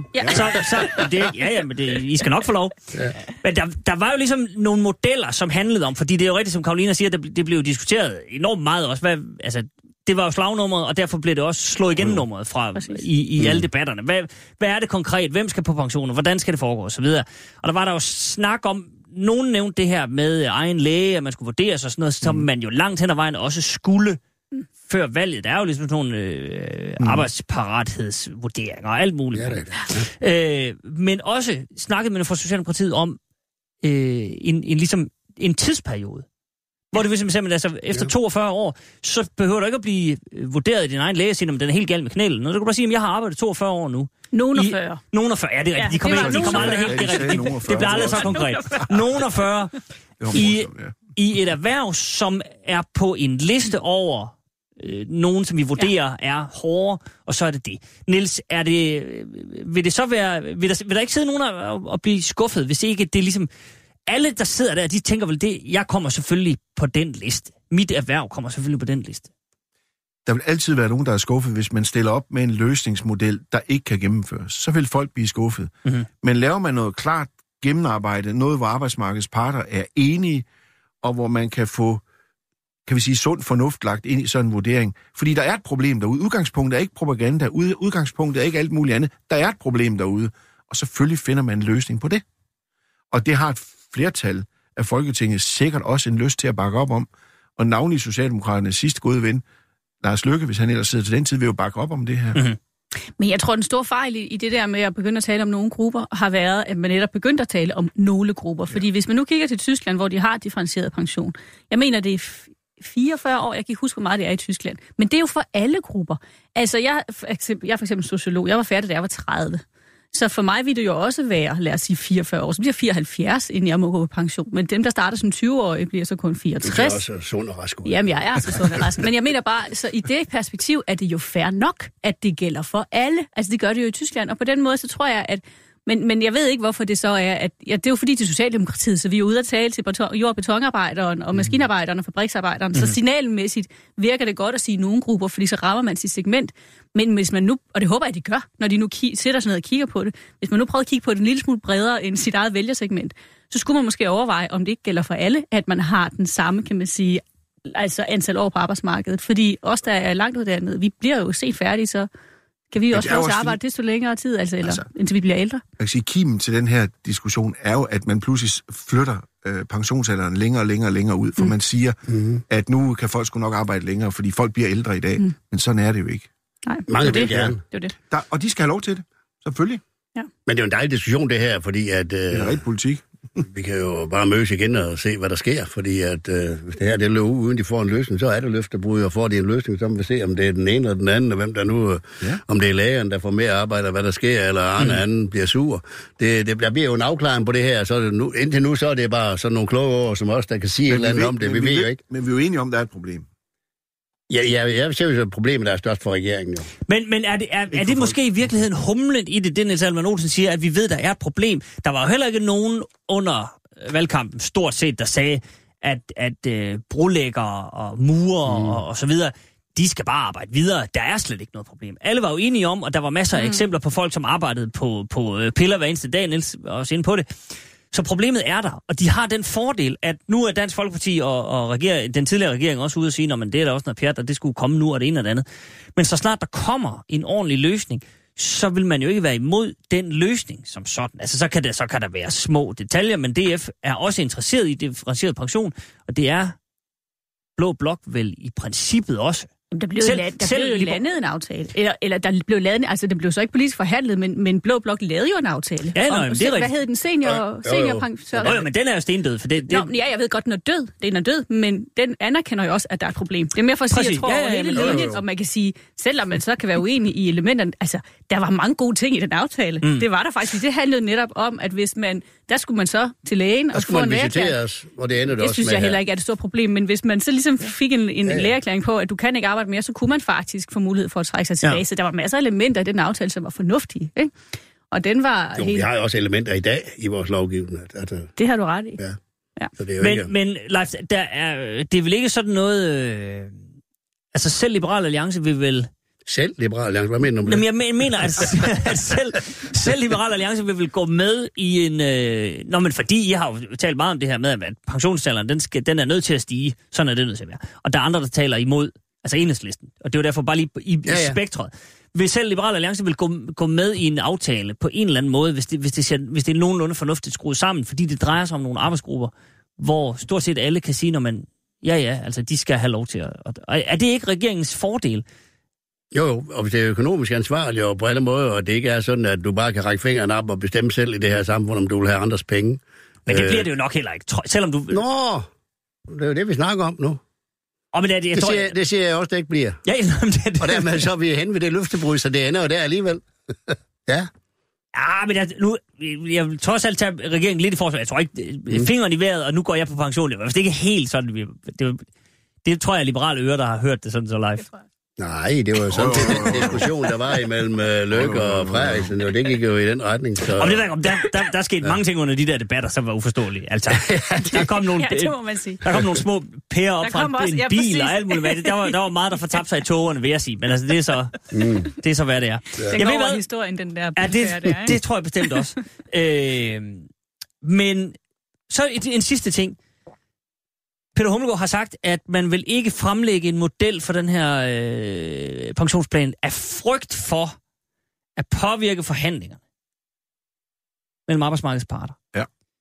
Så I skal nok få lov. Men der var jo ligesom nogle modeller, som handlede om, fordi det er jo rigtigt, som Karolina siger, det blev jo diskuteret enormt meget også, det var jo slagnummeret, og derfor blev det også slå igen nummeret fra i alle debatterne. Hvad er det konkret? Hvem skal på pension? Hvordan skal det foregå? Og så videre. Og der var der jo snak om, nogen nævnte det her med egen læge, at man skulle vurderes og sådan noget, som man jo langt hen ad vejen også skulle før valget. Der er jo ligesom sådan nogle arbejdsparathedsvurderinger og alt muligt. Ja. Men også snakkede man fra Socialdemokratiet om en tidsperiode. Hvor det vil simpelthen, altså efter 42 år, så behøver du ikke at blive vurderet i din egen læge, og sige, om den er helt galt med knælen. Nu kan du bare sige, at jeg har arbejdet 42 år nu. Nogen af 40. Nogen af 40, ja, det er rigtigt. De kommer aldrig helt rigtigt. Det bliver aldrig så konkret. Nogen af 40 i et erhverv, som er på en liste over nogen, som vi vurderer er hårde, og så er det det. Niels, vil det så være, vil der ikke sidde nogen og blive skuffet, hvis ikke det er ligesom, alle der sidder der, de tænker vel det, jeg kommer selvfølgelig på den liste. Mit erhverv kommer selvfølgelig på den liste. Der vil altid være nogen, der er skuffet, hvis man stiller op med en løsningsmodel, der ikke kan gennemføres. Så vil folk blive skuffet. Mm-hmm. Men laver man noget klart gennemarbejde, noget hvor arbejdsmarkedets parter er enige, og hvor man kan få, kan vi sige, sund fornuft lagt ind i sådan en vurdering. Fordi der er et problem derude. Udgangspunktet er ikke propaganda. Udgangspunktet er ikke alt muligt andet. Der er et problem derude. Og selvfølgelig finder man en løsning på det. Og det har et flertal af Folketinget sikkert også en lyst til at bakke op om. Og navnlig Socialdemokraternes sidste gode ven, Lars Løkke, hvis han ellers sidder til den tid, vil jo bakke op om det her. Mm-hmm. Men jeg tror, den store fejl i det der med at begynde at tale om nogle grupper, har været, at man netop begyndte at tale om nogle grupper. Fordi hvis man nu kigger til Tyskland, hvor de har differentieret pension, jeg mener, det er 44 år, jeg kan ikke huske, hvor meget det er i Tyskland, men det er jo for alle grupper. Altså, jeg er for eksempel sociolog, jeg var færdig, da jeg var 30. Så for mig vil det jo også være, lad os sige, 44 år. Så bliver jeg 74, inden jeg må gå på pension. Men dem, der starter som 20-årige, bliver så kun 64. Du er også sund og rask. Jamen, jeg er så sund og rask. Men jeg mener bare, så i det perspektiv er det jo fair nok, at det gælder for alle. Altså, det gør det jo i Tyskland. Og på den måde, så tror jeg, at... Men jeg ved ikke, hvorfor det så er, at... Ja, det er jo fordi til Socialdemokratiet, så vi er ude at tale til jord- og betonarbejderen og maskinarbejderen og fabriksarbejderen. Så signalmæssigt virker det godt at sige nogle grupper, fordi så rammer man sit segment. Men hvis man nu, og det håber jeg, de gør, når de nu sætter sig ned og kigger på det, hvis man nu prøver at kigge på det en lille smule bredere end sit eget vælgersegment, så skulle man måske overveje, om det ikke gælder for alle, at man har den samme, kan man sige, altså antal år på arbejdsmarkedet. Fordi os, der er langt uddannet, vi bliver jo set færdige, så kan vi jo også få os arbejde desto længere tid, altså indtil vi bliver ældre. Jeg kan sige, kimen til den her diskussion er jo, at man pludselig flytter pensionsalderen længere ud, for man siger, at nu kan folk sgu nok arbejde længere, fordi folk bliver ældre i dag, men sådan er det jo ikke. Nej, mange vil gerne. Det. Og de skal have lov til det, selvfølgelig. Ja. Men det er jo en dejlig diskussion, det her, fordi at... det er rigtig politik. Vi kan jo bare mødes igen og se, hvad der sker, fordi at hvis det her det løber uden de får en løsning, så er det løftebrud, og får de en løsning, så må vi se, om det er den ene eller den anden, og hvem der nu, om det er lægeren, der får mere arbejde, hvad der sker, eller anden bliver sur. Der bliver jo en afklaring på det her, så nu, indtil nu, så er det bare sådan nogle kloge ord, som også der kan sige et eller andet om det, vi ved jo ikke. Men vi er jo enige om, der er et problem. Ja, jeg ser jo et problem, der er størst for regeringen. Jo. Men er det måske i virkeligheden humlen i det Niels Alman Olsen siger, at vi ved, der er et problem? Der var jo heller ikke nogen under valgkampen, stort set, der sagde, at brolæggere og murer og så videre, de skal bare arbejde videre. Der er slet ikke noget problem. Alle var jo enige om, og der var masser af eksempler på folk, som arbejdede på piller hver eneste dag. Niels var også inde på det. Så problemet er der, og de har den fordel, at nu er Dansk Folkeparti og den tidligere regering også ude at sige, at det er der også noget pjat, og det skulle komme nu, og det ene og det andet. Men så snart der kommer en ordentlig løsning, så vil man jo ikke være imod den løsning som sådan. Altså, så kan der være små detaljer, men DF er også interesseret i differentieret pension, og det er Blå Blok vel i princippet også. Der blev landet en aftale. Eller der blev lavet, altså det blev så ikke politisk forhandlet, men Blå Blok lavede jo en aftale. Ja, nej, det er hvad hed den? Seniorpension? Jo, men den er jo stendød. For det... Ja, jeg ved godt, den er død. Den er død, men den anerkender jo også, at der er et problem. Det er mere for at sige, jeg tror hele linjen, og man kan sige, selvom man så kan være uenig i elementerne, altså, der var mange gode ting i den aftale. Det var der faktisk. Det handlede netop om, at hvis man, der skulle man så til lægen og få en lægeerklæring. Og det endte det også synes jeg heller ikke er et stort problem, men hvis man så ligesom fik en lægeerklæring på, at du kan ikke arbejde mere, så kunne man faktisk få mulighed for at trække sig tilbage. Så der var masser af elementer i den aftale, som var fornuftige, ikke? Og den var vi har jo også elementer i dag i vores lovgivning. Altså, det har du ret i. Ja. Så det er jo ikke... Men Leif, det er vel ikke sådan noget... altså selv Liberal Alliance vil vel... Selv Liberal Alliance? Hvad mener du om det? Jamen, jeg mener, at selv Liberal Alliance vil gå med i en... men fordi I har jo talt meget om det her med, at pensionsalderen, den er nødt til at stige. Sådan er det nødt til at være. Og der er andre, der taler imod. Altså Enhedslisten. Og det er jo derfor bare lige i spektret. Hvis selv Liberal Alliance vil gå med i en aftale på en eller anden måde, hvis det er nogenlunde fornuftigt skruet sammen, fordi det drejer sig om nogle arbejdsgrupper, hvor stort set alle kan sige, når man, altså de skal have lov til at... Er det ikke regeringens fordel? Jo, og hvis det er økonomisk ansvarligt og på alle måder, og det ikke er sådan, at du bare kan række fingeren op og bestemme selv i det her samfund, om du vil have andres penge. Men det bliver det jo nok heller ikke, selvom du... Nå, det er jo det, vi snakker om nu. Men det siger jeg også, det ikke bliver. Ja, det. Og dermed så er vi hen ved det løftebrud, så det ender jo der alligevel. Ja. Ja, men jeg vil trods alt tage regeringen lidt i forsvar. Jeg tror ikke, fingeren i vejret, og nu går jeg på pension. Det er ikke helt sådan. Det tror jeg, liberale ører, der har hørt det sådan så live. Nej, det var sådan den diskussion, der var imellem Løkke og Frederiksen, og det gik jo i den retning. Så... Og der skete mange ting under de der debatter, som var uforståelige. Altså, der kom nogle, der kom nogle små pærer op fra en bil og alt muligt. Der var meget, der fortabte sig i togerne, vil jeg sige. Men altså, det er så, hvad det er. Den går over historien, den der bilfærd, det tror jeg bestemt også. Men så en sidste ting. Peter Hummelgaard har sagt, at man vil ikke fremlægge en model for den her pensionsplan af frygt for at påvirke forhandlingerne mellem arbejdsmarkedets parter. Ja.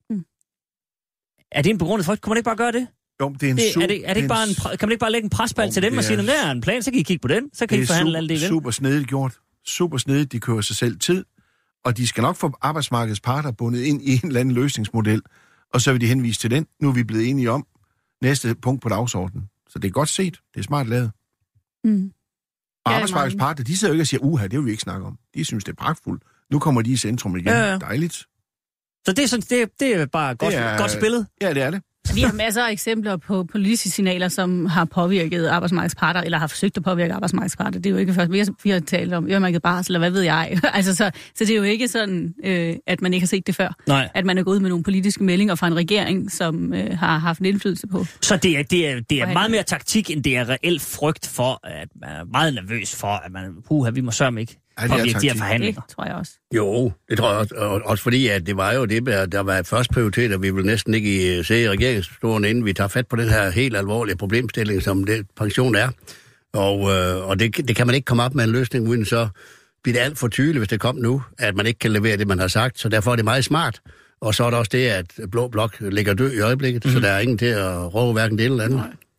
Er det en begrundet frygt? Kunne man ikke bare gøre det? Jo, det er en kan man ikke bare lægge en presbald til dem og sige, at der er en plan, så kan I kigge på den, så kan I forhandle alt det igen? Super snedigt gjort. Super snedigt. De kører sig selv tid, og de skal nok få arbejdsmarkedets parter bundet ind i en eller anden løsningsmodel, og så vil de henvise til den. Nu er vi blevet enige om næste punkt på dagsordenen. Så det er godt set. Det er smart lavet. Og arbejdsmarkedets parter, de sidder jo ikke og siger, det vil vi ikke snakke om. De synes, det er pragtfuldt. Nu kommer de i centrum igen. Ja. Dejligt. Så det er, sådan, det er bare godt spillet? Ja, det er det. Vi har masser af eksempler på politiske signaler, som har påvirket arbejdsmarkedets parter, eller har forsøgt at påvirke arbejdsmarkedets parter. Det er jo ikke først, vi har talt om øremærket barsel, eller hvad ved jeg. Altså, så det er jo ikke sådan, at man ikke har set det før. Nej. At man er gået med nogle politiske meldinger fra en regering, som har haft en indflydelse på. Så det er meget mere taktik, end det er reelt frygt for, at man er meget nervøs for, at man, vi må sørge ikke påvirke de her forhandlinger. Det tror jeg også. Jo, det tror jeg også. Også fordi, at det var jo det, der var først prioritet, og vi vil næsten ikke se i regeringsstolen, inden vi tager fat på den her helt alvorlige problemstilling, som det pension er. Og det kan man ikke komme op med en løsning, uden så bliver det alt for tydeligt, hvis det kom nu, at man ikke kan levere det, man har sagt. Så derfor er det meget smart. Og så er der også det, at Blå Blok ligger død i øjeblikket, så der er ingen til at råbe hverken det eller andet.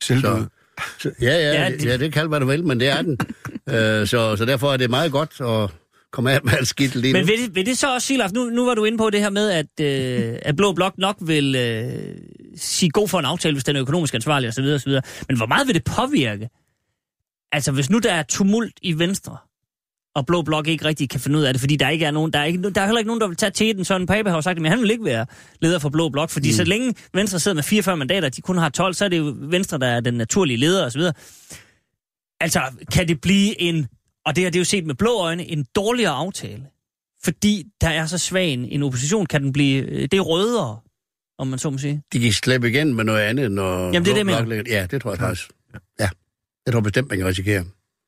Ja, det kan hvad du vil, men det er den. Så derfor er det meget godt at komme af med alt skidt lige nu. Men vil det så også sige, Lars, nu var du inde på det her med, at Blå Blok nok vil sige god for en aftale, hvis den er økonomisk ansvarlig osv. Men hvor meget vil det påvirke? Altså, hvis nu der er tumult i Venstre, og Blå Blok ikke rigtig kan finde ud af det, fordi der ikke er nogen, der er heller ikke nogen, der vil tage til den. Søren Pape har jo sagt, at han vil ikke være leder for Blå Blok, fordi så længe Venstre sidder med 44 mandater, de kun har 12, så er det jo Venstre, der er den naturlige leder osv. Altså, kan det blive og det har det jo set med blå øjne, en dårligere aftale? Fordi der er så svag en opposition, kan den blive, det er rødere, om man så må sige. De kan slippe igen med noget andet, når... Jamen, det er det, jeg mener. Ja, det tror jeg faktisk. Ja, det tror jeg bestemt, man kan risikere.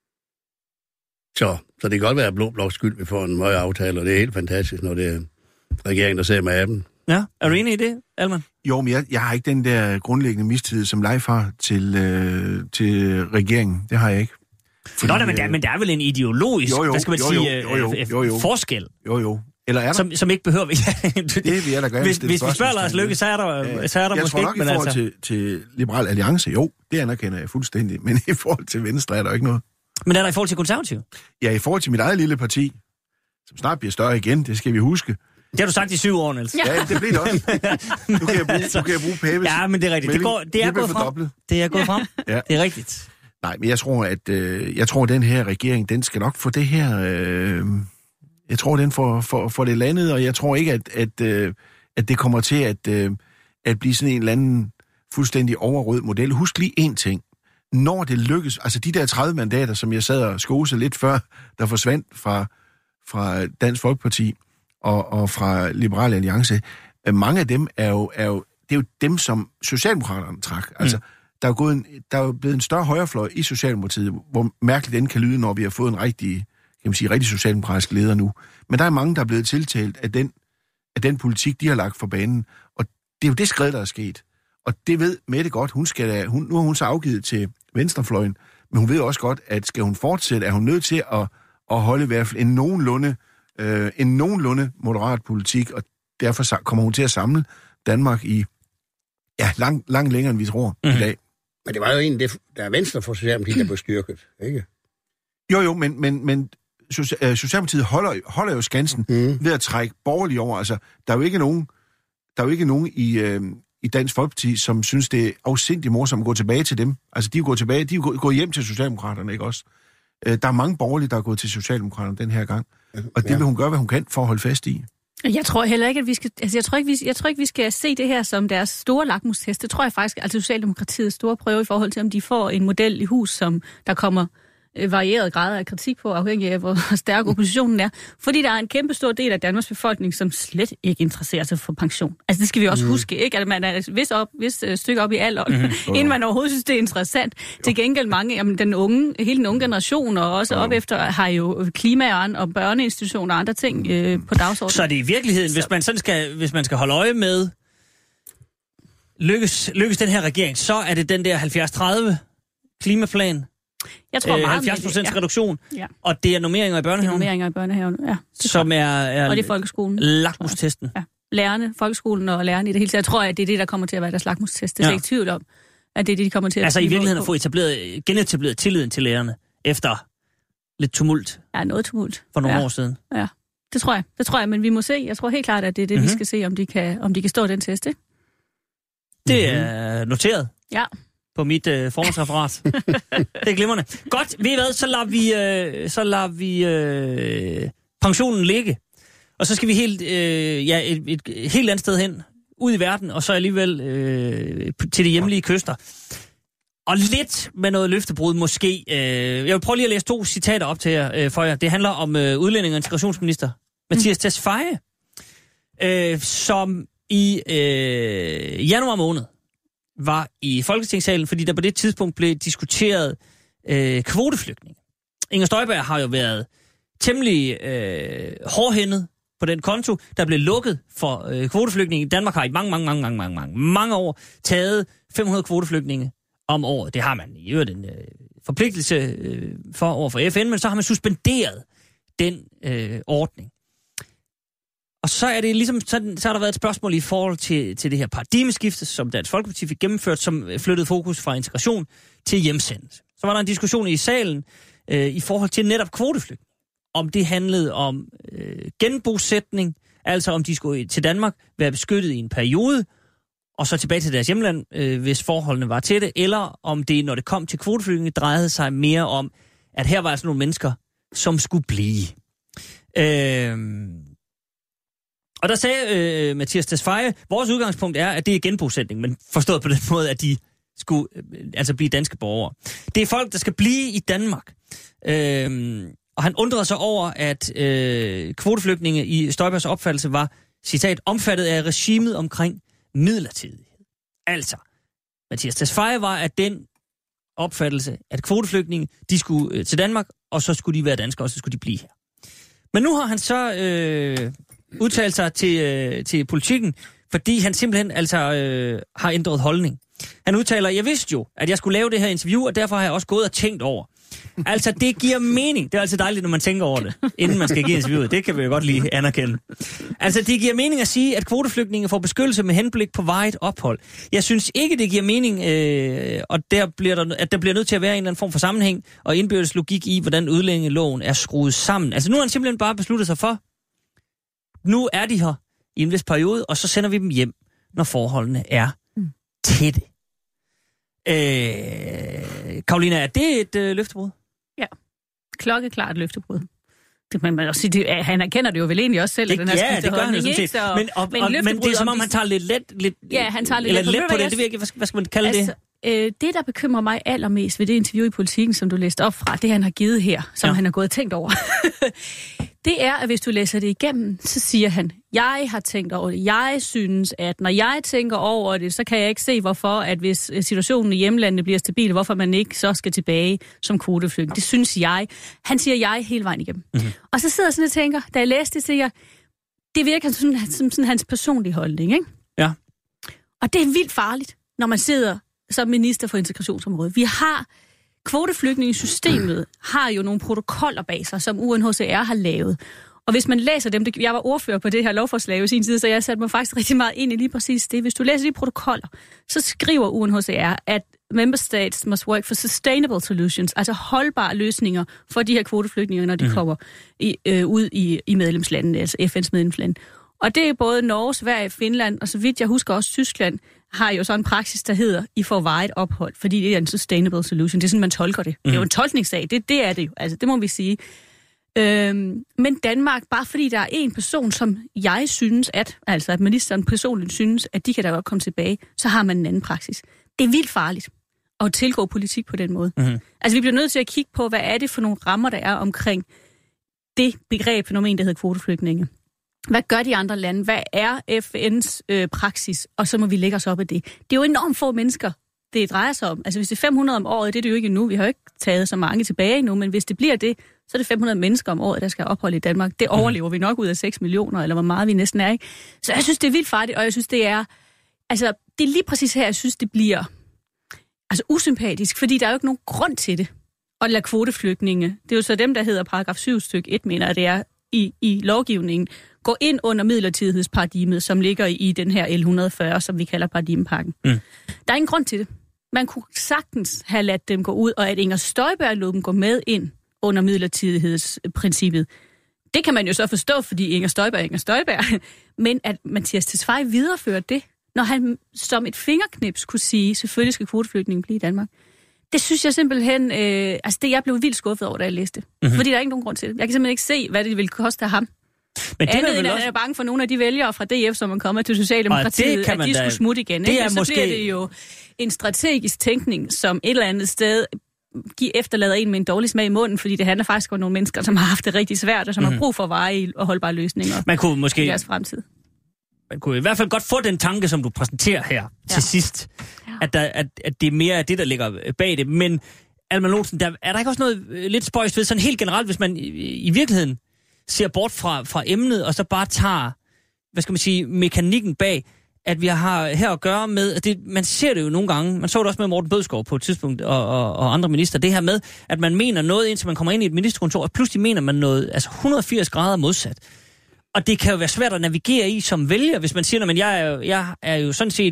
Så det kan godt være Blå Bloks skyld, vi får en højere aftale, og det er helt fantastisk, når det er regeringen, der ser med appen. Ja, er du enig i det, Alman? Jo, men jeg har ikke den der grundlæggende mistillid, som Leif har til regeringen. Det har jeg ikke. Fordi, men der er vel en ideologisk, hvad skal man sige, forskel? Jo. Eller er der? Som ikke behøver... det vil jeg da gøre. Hvis vi spørger Lars Løkke, så er der jeg måske tror nok, ikke... i forhold til Liberal Alliance, jo, det anerkender jeg fuldstændig. Men i forhold til Venstre er der ikke noget. Men er der i forhold til Konservative? Ja, i forhold til mit eget lille parti, som snart bliver større igen, det skal vi huske. Det har du sagt i 7 år, Niels. Ja, det bliver det også. Nu kan jeg bruge Pæbes. Ja, men det er rigtigt. Det er gået frem. Det er gået frem. Ja. Det er rigtigt. Nej, men jeg tror, at den her regering, den skal nok få det her... jeg tror, den får det landet, og jeg tror ikke, at det kommer til at blive sådan en eller anden fuldstændig overrød model. Husk lige én ting. Når det lykkes, altså de der 30 mandater, som jeg sad og skose lidt før, der forsvandt fra Dansk Folkeparti og fra Liberal Alliance, mange af dem er jo dem, som Socialdemokraterne trak. Altså, der er jo blevet en større højrefløj i Socialdemokratiet, hvor mærkeligt den kan lyde, når vi har fået en rigtig socialdemokratisk leder nu. Men der er mange, der er blevet tiltalt af den politik, de har lagt for banen. Og det er jo det skred, der er sket. Og det ved Mette godt. Nu har hun så afgivet til venstrefløjen. Men hun ved også godt, at skal hun fortsætte, er hun nødt til at holde i hvert fald en nogenlunde moderat politik, og derfor kommer hun til at samle Danmark i langt længere, end vi tror i dag. Men det var jo egentlig det, der er Venstre for Socialdemokratiet, der blev styrket, ikke? Jo, men Socialdemokratiet holder jo skansen ved at trække borgerlige over. Altså, der er jo ikke nogen i Dansk Folkeparti, som synes, det er afsindigt morsomt at gå tilbage til dem. Altså, de er gået hjem til Socialdemokraterne, ikke også? Der er mange borgerlige, der er gået til Socialdemokraterne den her gang. Og det vil hun gøre, hvad hun kan for at holde fast i. Jeg tror heller ikke, at vi skal... Altså, jeg tror ikke, vi skal se det her som deres store lakmustest. Det tror jeg faktisk, altså Socialdemokratiets store prøve i forhold til, om de får en model i hus, som der kommer varierede grader af kritik på, afhængig af, hvor stærk oppositionen er. Fordi der er en kæmpe stor del af Danmarks befolkning, som slet ikke interesserer sig for pension. Altså det skal vi også huske, ikke? At man er vist stykke op i alderen, inden man overhovedet synes, det er interessant. Til gengæld mange, hele den unge generation, og også op efter, har jo klima og børneinstitutioner og andre ting på dagsordenen. Så er det i virkeligheden, hvis man skal holde øje med lykkes den her regering, så er det den der 70-30 klimaplan, jeg tror meget 70% reduktion, og det er normeringer i børnehaven. Ja. Som er og det er folkeskolen. Lakmustesten. Ja. Lærerne, folkeskolen og lærerne i det hele taget. Jeg tror, at det er det, der kommer til at være deres lakmustest. Det er ikke tvivl om, at det er det, de kommer til at... Altså i virkeligheden at få genetableret tilliden til lærerne efter lidt tumult. Ja, noget tumult. For nogle år siden. Ja, det tror jeg, men vi må se. Jeg tror helt klart, at det er det, vi skal se, om de kan stå den test, ikke? Det er noteret. Ja. På mit formålsreferat. Det er glimrende. Godt, ved I hvad, så lader vi pensionen ligge. Og så skal vi et helt andet sted hen, ud i verden, og så alligevel til de hjemlige kyster. Og lidt med noget løftebrud måske. Jeg vil prøve lige at læse 2 citater op til jer, for jer. Det handler om udlænding- og integrationsminister Mattias Tesfaye, som i januar måned var i Folketingssalen, fordi der på det tidspunkt blev diskuteret kvoteflygtninge. Inger Støjberg har jo været temmelig hårdhændet på den konto, der blev lukket for kvoteflygtninge. Danmark har i mange år taget 500 kvoteflygtninge om året. Det har man i øvrigt en forpligtelse for over for FN, men så har man suspenderet den ordning. Og så er det ligesom, så har der været et spørgsmål i forhold til det her paradigmeskifte, som Dansk Folkeparti fik gennemført, som flyttede fokus fra integration til hjemsendelse. Så var der en diskussion i salen i forhold til netop kvoteflygtninge. Om det handlede om genbosætning, altså om de skulle til Danmark være beskyttet i en periode, og så tilbage til deres hjemland, hvis forholdene var til det, eller om det, når det kom til kvoteflygtninge, drejede sig mere om, at her var altså nogle mennesker, som skulle blive. Og der sagde Mattias Tesfaye, vores udgangspunkt er, at det er genbosætning, men forstået på den måde, at de skulle altså blive danske borgere. Det er folk, der skal blive i Danmark. Og han undrede sig over, at kvoteflygtninge i Støjbergs opfattelse var, citat, omfattet af regimet omkring midlertidighed. Altså, Mattias Tesfaye var af den opfattelse, at kvoteflygtninge, de skulle til Danmark, og så skulle de være danskere, og så skulle de blive her. Men nu har han så udtalt sig til Politikken, fordi han simpelthen har ændret holdning. Han udtaler, jeg vidste jo, at jeg skulle lave det her interview, og derfor har jeg også gået og tænkt over. Altså, det giver mening. Det er altså dejligt, når man tænker over det, inden man skal give interviewet. Det kan vi jo godt lige anerkende. Altså, det giver mening at sige, at kvoteflygtninge får beskyttelse med henblik på varigt ophold. Jeg synes ikke, det giver mening, og at der bliver nødt til at være en eller anden form for sammenhæng og indbyrdes logik i, hvordan udlændingeloven er skruet sammen. Altså, nu har han simpelthen bare besluttet sig for, nu er de her i en vis periode, og så sender vi dem hjem, når forholdene er tætte. Karolina, er det et løftebrud? Ja, klokkeklart løftebrud. Det må man også sige, han erkender det jo vel egentlig også selv, at den her skiftet holdning, ikke? Så, men det er som om, han tager lidt let han tager lidt let på det. Det ved jeg ikke, hvad skal man kalde det? Det, der bekymrer mig allermest ved det interview i Politikken, som du læste op fra, det han har givet her, som han har gået og tænkt over, det er, at hvis du læser det igennem, så siger han, jeg har tænkt over det. Jeg synes, at når jeg tænker over det, så kan jeg ikke se, hvorfor, at hvis situationen i hjemlandet bliver stabil, hvorfor man ikke så skal tilbage som kvoteflygtning. Det synes jeg. Han siger jeg hele vejen igennem. Mm-hmm. Og så sidder jeg sådan og tænker, da jeg læste det, siger jeg, det virker som sådan hans personlige holdning, ikke? Ja. Og det er vildt farligt, når man sidder som minister for integrationsområdet. Vi har kvoteflygtningesystemet har jo nogle protokoller bag sig, som UNHCR har lavet. Og hvis man læser dem, jeg var ordfører på det her lovforslag i sin tid, så jeg satte mig faktisk rigtig meget ind i lige præcis det. Hvis du læser de protokoller, så skriver UNHCR, at member states must work for sustainable solutions, altså holdbare løsninger for de her kvoteflygtninge, når de kommer ud i medlemslandene, altså FN's medlemslande. Og det er både Norge, Sverige, Finland, og så vidt jeg husker også Tyskland, har jo sådan en praksis, der hedder, I får varigt ophold, fordi det er en sustainable solution. Det er sådan, man tolker det. Det er jo en tolkningssag, det er det jo, altså det må vi sige. Men Danmark, bare fordi der er en person, som jeg synes, at ministeren personligt synes, at de kan da godt komme tilbage, så har man en anden praksis. Det er vildt farligt at tilgå politik på den måde. Mm-hmm. Altså vi bliver nødt til at kigge på, hvad er det for nogle rammer, der er omkring det begreb, fænomen, der hedder kvoteflygtninge. Hvad gør de andre lande? Hvad er FN's praksis? Og så må vi lægge os op af det. Det er jo enormt få mennesker, det drejer sig om. Altså hvis det er 500 om året, det er det jo ikke nu. Vi har jo ikke taget så mange tilbage endnu, men hvis det bliver det, så er det 500 mennesker om året, der skal opholde i Danmark. Det overlever vi nok ud af 6 millioner, eller hvor meget vi næsten er, ikke? Så jeg synes, det er vildt farligt, og jeg synes, det er lige præcis her, jeg synes, det bliver usympatisk, fordi der er jo ikke nogen grund til det at lade kvoteflygtninge. Det er jo så dem, der hedder paragraf 7 stykke 1, mener det er i lovgivningen, gå ind under midlertidighedsparadigmet, som ligger i den her L140, som vi kalder paradigmepakken. Der er ingen grund til det. Man kunne sagtens have ladt dem gå ud, og at Inger Støjberg lod dem gå med ind under midlertidighedsprincippet. Det kan man jo så forstå, fordi Inger Støjberg, men at Mattias Tesfaye viderefører det, når han som et fingerknips kunne sige, selvfølgelig skal kvoteflygtningen blive i Danmark. Det synes jeg simpelthen, jeg blev vildt skuffet over, da jeg læste det. Mm-hmm. Fordi der er ikke nogen grund til det. Jeg kan simpelthen ikke se, hvad det ville koste af ham. Men det andet end, at jeg er bange for nogle af de vælgere fra DF, som er kommet til Socialdemokratiet, at de skulle smutte igen. Det er så måske... bliver det jo en strategisk tænkning, som et eller andet sted efterlader en med en dårlig smag i munden, fordi det handler faktisk om nogle mennesker, som har haft det rigtig svært, og som har brug for varige og holdbare løsninger i deres fremtid. Man kunne i hvert fald godt få den tanke, som du præsenterer her til sidst, at det er mere det, der ligger bag det. Men Alma Lorentzen, er der ikke også noget lidt spøjst ved, sådan helt generelt, hvis man i virkeligheden ser bort fra emnet, og så bare tager, mekanikken bag, at vi har her at gøre med, at man ser det jo nogle gange, man så det også med Morten Bødskov på et tidspunkt, og andre minister, det her med, at man mener noget, indtil man kommer ind i et ministerkontor, og pludselig mener man noget, 180 grader modsat. Og det kan jo være svært at navigere i som vælger, hvis man siger, men jeg er jo sådan set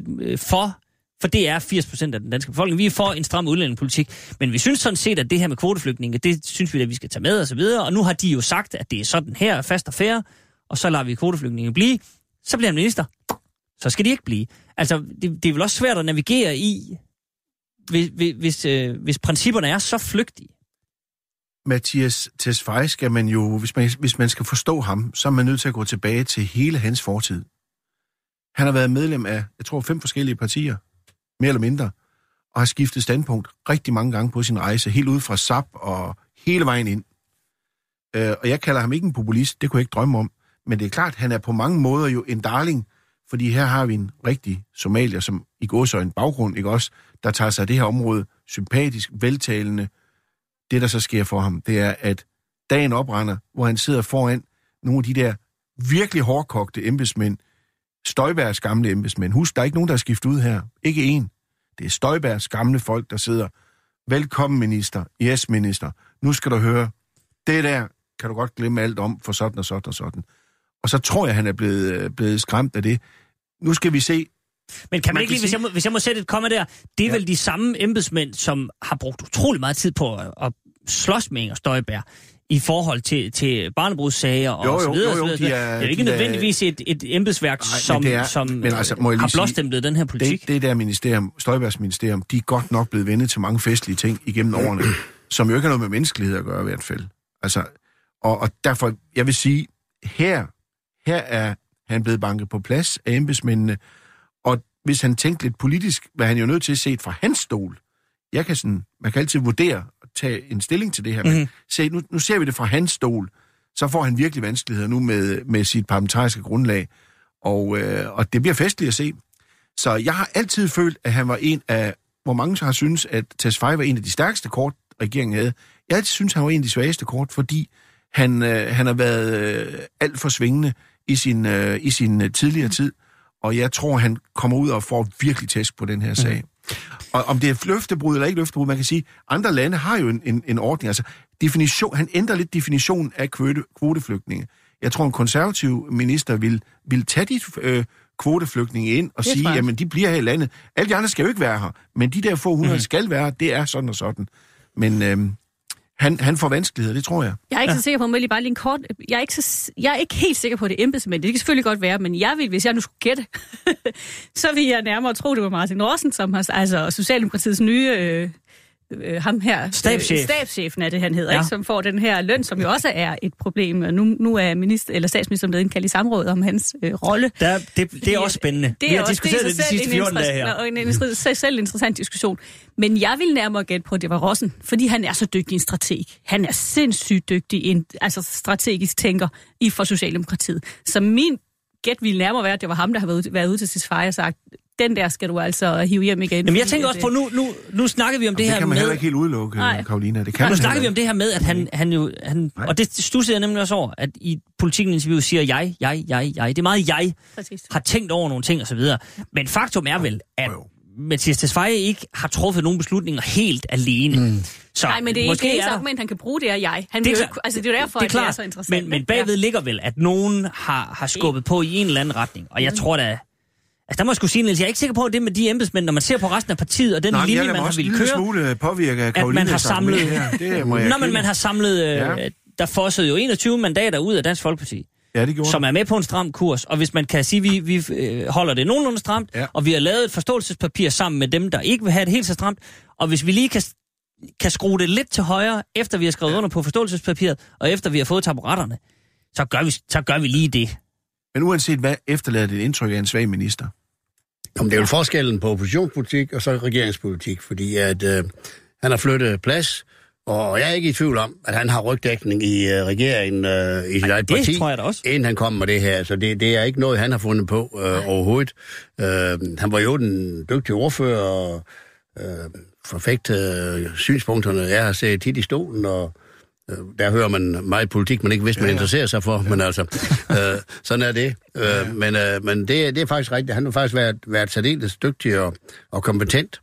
for det er 80% af den danske befolkning. Vi er for en stram udlændingepolitik, men vi synes sådan set, at det her med kvoteflygtninge, det synes vi, at vi skal tage med og så videre. Og nu har de jo sagt, at det er sådan her, fast og fair, og så lader vi kvoteflygtninge blive. Så bliver han minister. Så skal de ikke blive. Altså, det er vel også svært at navigere i, hvis principperne er så flygtige. Mattias Tesfaye skal man jo, hvis man skal forstå ham, så er man nødt til at gå tilbage til hele hans fortid. Han har været medlem af, 5 forskellige partier, mere eller mindre, og har skiftet standpunkt rigtig mange gange på sin rejse, helt ud fra SAP og hele vejen ind. Og jeg kalder ham ikke en populist, det kunne jeg ikke drømme om, men det er klart, han er på mange måder jo en darling, fordi her har vi en rigtig somalier, som i gåseøjne baggrund, ikke også, der tager sig af det her område sympatisk, veltalende. Det, der så sker for ham, det er, at dagen oprender, hvor han sidder foran nogle af de der virkelig hårdkogte embedsmænd, Støjbergs gamle embedsmænd. Husk, der er ikke nogen, der er skiftet ud her. Ikke én. Det er Støjbergs gamle folk, der sidder. Velkommen, minister. Yes, minister. Nu skal du høre. Det der kan du godt glemme alt om, for sådan og sådan og sådan. Og så tror jeg, han er blevet skræmt af det. Nu skal vi se. Men kan man ikke lige, hvis jeg må sætte et komma der, det er vel de samme embedsmænd, som har brugt utrolig meget tid på at slås med Inger Støjberg i forhold til barnebrudssager og så videre. Det er jo ikke nødvendigvis et embedsværk, som har blåstemplet den her politik. Det der ministerium, Støjbergs ministerium, de er godt nok blevet vendet til mange festlige ting igennem årene, som jo ikke har noget med menneskelighed at gøre i hvert fald. Altså, og derfor, jeg vil sige, her er han blevet banket på plads af embedsmændene, og hvis han tænkte lidt politisk, var han jo nødt til at se fra hans stol. Man kan altid vurdere og tage en stilling til det her, men se, nu ser vi det fra hans stol, så får han virkelig vanskeligheder nu med sit parlamentariske grundlag, og det bliver festligt at se. Så jeg har altid følt, at han var en af, hvor mange har synes, at Tesfaye var en af de stærkeste kort, regeringen havde. Jeg altid synes, han var en af de svageste kort, fordi han har været alt for svingende i sin tidligere tid, og jeg tror, han kommer ud og får virkelig tæsk på den her sag. Og om det er løftebrud eller ikke løftebrud, man kan sige, andre lande har jo en ordning. Altså, han ændrer lidt definitionen af kvoteflygtninge. Jeg tror, en konservativ minister vil tage de kvoteflygtninge ind og sige, jamen, de bliver her i landet. Alle de andre skal jo ikke være her, men de der få 100 skal være, det er sådan og sådan. Men han får vanskeligheder, det tror jeg. Jeg er ikke så sikker på, bare lige en kort... Jeg er ikke helt sikker på, det embedsmænd. Det kan selvfølgelig godt være, men jeg vil, hvis jeg nu skulle gætte, så vil jeg nærmere tro, det var Martin Rossen, som har altså Socialdemokratiets nye... ham her, stabschefen er det, han hedder, ikke, som får den her løn, som jo også er et problem. Nu er statsministeren blevet indkaldt i samrådet om hans rolle. Det er også spændende. Vi har diskuteret det de sidste 14 dage her. En selv interessant diskussion. Men jeg vil nærmere gætte på, at det var Rossen, fordi han er så dygtig en strateg. Han er sindssygt dygtig strategisk tænker for Socialdemokratiet. Så min gæt ville nærmere være, at det var ham, der har været ude til sit far og sagt, den der skal du altså hive hjem igen. Men jeg tænker også på, nu snakker vi om det her med... Det kan man heller ikke helt udelukke, Karolina. Det kan nu snakker vi om det her med, at han og det studser jeg nemlig også over, at i politikken-interviewet siger jeg. Det er meget jeg. Præcis. Har tænkt over nogle ting og så videre. Men faktum er vel, at Mattias Tesfaye ikke har truffet nogle beslutninger helt alene. Så nej, men det er ikke det argument, han kan bruge, det er jeg. Det er jo derfor, det er så interessant. Men bagved ligger vel, at nogen har skubbet på i en eller anden retning. Og jeg tror da... Altså, der må jeg sgu sige, Niels, jeg er ikke sikker på, at det med de embedsmænd, når man ser på resten af partiet, og den linje, man har ville køre... Smule påvirke af Karolina, at man har samlet... man har samlet... Der fossede jo 21 mandater ud af Dansk Folkeparti. Ja, det gjorde. Som er med på en stram kurs. Og hvis man kan sige, at vi holder det nogenlunde stramt, og vi har lavet et forståelsespapir sammen med dem, der ikke vil have det helt så stramt, og hvis vi lige kan skrue det lidt til højre, efter vi har skrevet under på forståelsespapiret, og efter vi har fået taburetterne, så gør vi lige det. Men uanset hvad, efterlader det et indtryk af en svag minister? Jamen, det er jo forskellen på oppositionspolitik og så regeringspolitik, fordi at han har flyttet plads, og jeg er ikke i tvivl om, at han har rygdækning i regeringen i sit eget parti, tror jeg da også, inden han kommer med det her. Så det er ikke noget, han har fundet på overhovedet. Han var jo den dygtige ordfører og forfægtede synspunkterne. Jeg har set tit i stolen, og der hører man meget politik, man ikke vidste, man interesserer sig for, men altså, sådan er det. Men det er faktisk rigtigt. Han har faktisk været særdeles dygtig og kompetent.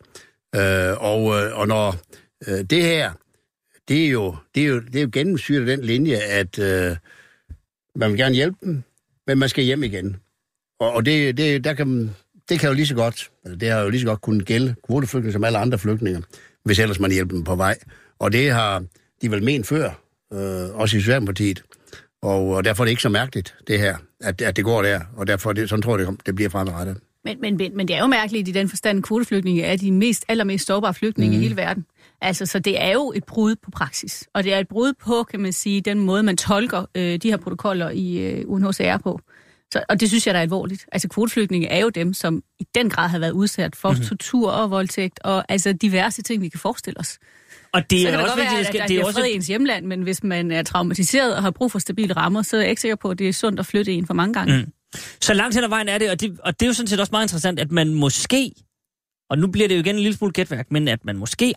Og når det her, det er jo gennemsyret den linje, at man vil gerne hjælpe dem, men man skal hjem igen. Og det kan jo lige så godt, det har jo lige så godt kunnet gælde kvoteflygtninge som alle andre flygtninge, hvis ellers man hjælper dem på vej. Og det har de vel ment før, også i Socialdemokratiet. Og derfor er det ikke så mærkeligt, det her, at det går der. Og derfor sådan tror jeg, det bliver fremadrettet. Men det er jo mærkeligt i den forstand, at kvoteflygtninge er de allermest sårbare flygtninge i hele verden. Altså, så det er jo et brud på praksis. Og det er et brud på, kan man sige, den måde, man tolker de her protokoller i UNHCR på. Og det synes jeg, der er alvorligt. Altså, kvoteflygtninge er jo dem, som i den grad har været udsat for tortur og voldtægt, og altså diverse ting, vi kan forestille os. Og det så er kan det også godt være, at det er fred i ens hjemland, men hvis man er traumatiseret og har brug for stabile rammer, så er jeg ikke sikker på, at det er sundt at flytte en for mange gange. Så langt hen ad vejen er det, og det er jo sådan set også meget interessant, at man måske, og nu bliver det jo igen en lille smule gætværk, men at man måske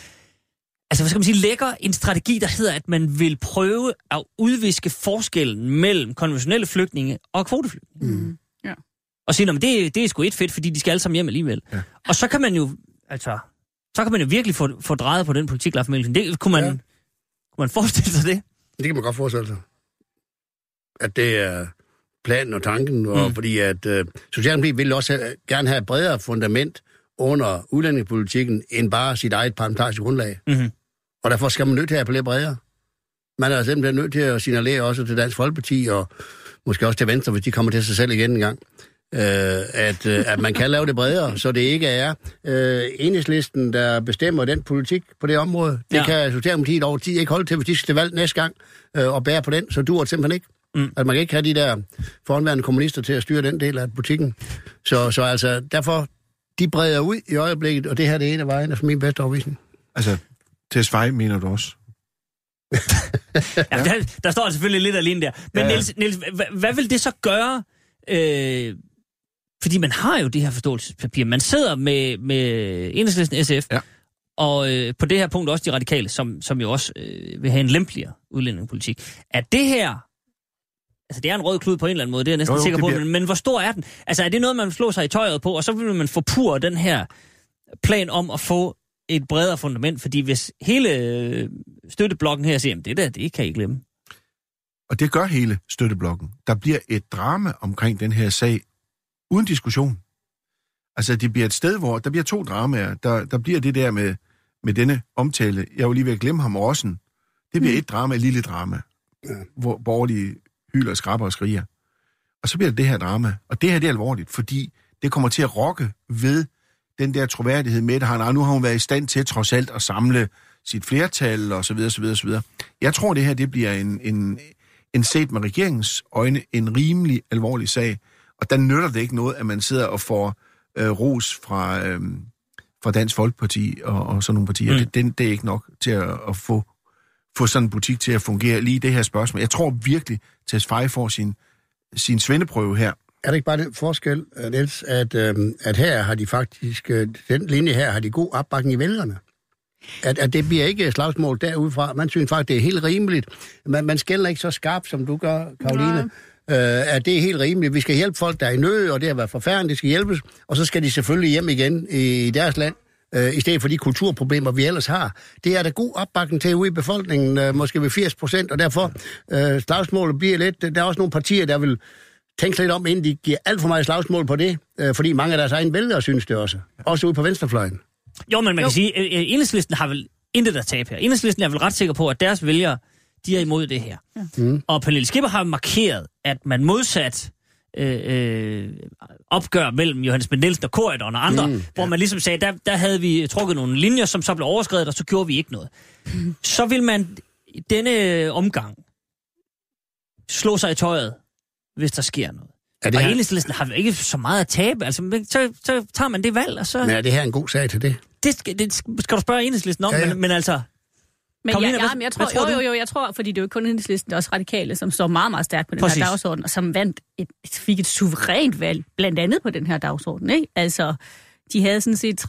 lægger en strategi, der hedder, at man vil prøve at udviske forskellen mellem konventionelle flygtninge og kvoteflygtninge. Ja. Og sige, at det er sgu et fedt, fordi de skal alle sammen hjem alligevel. Ja. Og så kan man jo, virkelig få drejet på den politik, Leif Mikkelsen. Det kunne man forestille sig det? Det kan man godt forestille sig. At det er planen og tanken, og fordi at Socialdemokratiet vil også gerne have et bredere fundament under udlændingepolitikken, end bare sit eget parlamentariske grundlag. Mm-hmm. Og derfor skal man nødt til at appellere bredere. Man er simpelthen nødt til at signalere også til Dansk Folkeparti, og måske også til Venstre, hvis de kommer til sig selv igen en gang, at man kan lave det bredere, så det ikke er Enhedslisten, der bestemmer den politik på det område. Det kan Socialdemokratiet over tid ikke holde til, hvis de skal valge næste gang og bære på den, så duer det simpelthen ikke. At man kan ikke have de der foranværende kommunister til at styre den del af politikken. Så altså, derfor, de breder ud i øjeblikket, og det her er det ene af vejen, af min bedste overvisning. Altså, Tesfaye mener du også? Der står selvfølgelig lidt alene der. Men Niels, hvad vil det så gøre? Fordi man har jo det her forståelsespapir. Man sidder med Enhedslisten SF, og på det her punkt også de radikale, som jo også vil have en lempeligere udlændingepolitik. Er det her... Altså, det er en rød klud på en eller anden måde, det er jeg næsten sikker på, men hvor stor er den? Altså, er det noget, man slår sig i tøjet på, og så vil man forpurre den her plan om at få et bredere fundament, fordi hvis hele støtteblokken her siger, det kan I glemme. Og det gør hele støtteblokken. Der bliver et drama omkring den her sag, uden diskussion. Altså, det bliver et sted, hvor der bliver 2 dramaer. Der bliver det der med denne omtale. Jeg var lige ved at glemme ham også. Det bliver et drama, et lille drama, hvor borgerlige hyler, skrabber og skriger. Og så bliver det her drama. Og det her, det er alvorligt, fordi det kommer til at rokke ved den der troværdighed med, at nu har hun været i stand til trods alt at samle sit flertal, og så videre, så videre, så videre. Jeg tror, det her, det bliver en set med regeringens øjne, en rimelig alvorlig sag. Og der nytter det ikke noget, at man sidder og får ros fra Dansk Folkeparti og sådan nogle partier. Det er ikke nok til at få sådan en butik til at fungere lige det her spørgsmål. Jeg tror virkelig, at Tesfaye får sin svendeprøve her. Er det ikke bare den forskel, Niels, at her har de faktisk, den linje her, har de god opbakning i vælgerne? At det bliver ikke slagsmål derudfra. Man synes faktisk, det er helt rimeligt. Man skælder ikke så skarpt, som du gør, Karoline. At det er helt rimeligt. Vi skal hjælpe folk, der er i nød, og det har været forfærdeligt, de skal hjælpes. Og så skal de selvfølgelig hjem igen i deres land, i stedet for de kulturproblemer, vi ellers har. Det er der god opbakning til ude i befolkningen, måske ved 80%, og derfor slagsmålet bliver lidt. Der er også nogle partier, der vil tænke lidt om, inden de giver alt for meget slagsmål på det, fordi mange af deres egne vælgere synes det også. Også ude på venstrefløjen. Jo, men man kan sige, at Enhedslisten har vel intet at tabe her. Enhedslisten er vel ret sikker på, at deres vælgere, de er imod det her. Ja. Og Pernille Skipper har markeret, at man modsat opgør mellem Johannes Schmidt Nielsen og Corydon og andre, hvor man ligesom sagde, der havde vi trukket nogle linjer, som så blev overskredet, og så gjorde vi ikke noget. Så vil man denne omgang slå sig i tøjet, hvis der sker noget. Og Enhedslisten har ikke så meget at tabe, altså så tager man det valg, og så... Men er det her en god sag til det? Det skal du spørge Enhedslisten om, ja. Men altså... Men jeg tror, jeg tror, fordi det er jo ikke kun Enhedslisten, det er også Radikale, som står meget, meget stærkt på den her dagsorden, og som fik et suverænt valg, blandt andet på den her dagsorden, ikke? Altså, de havde sådan set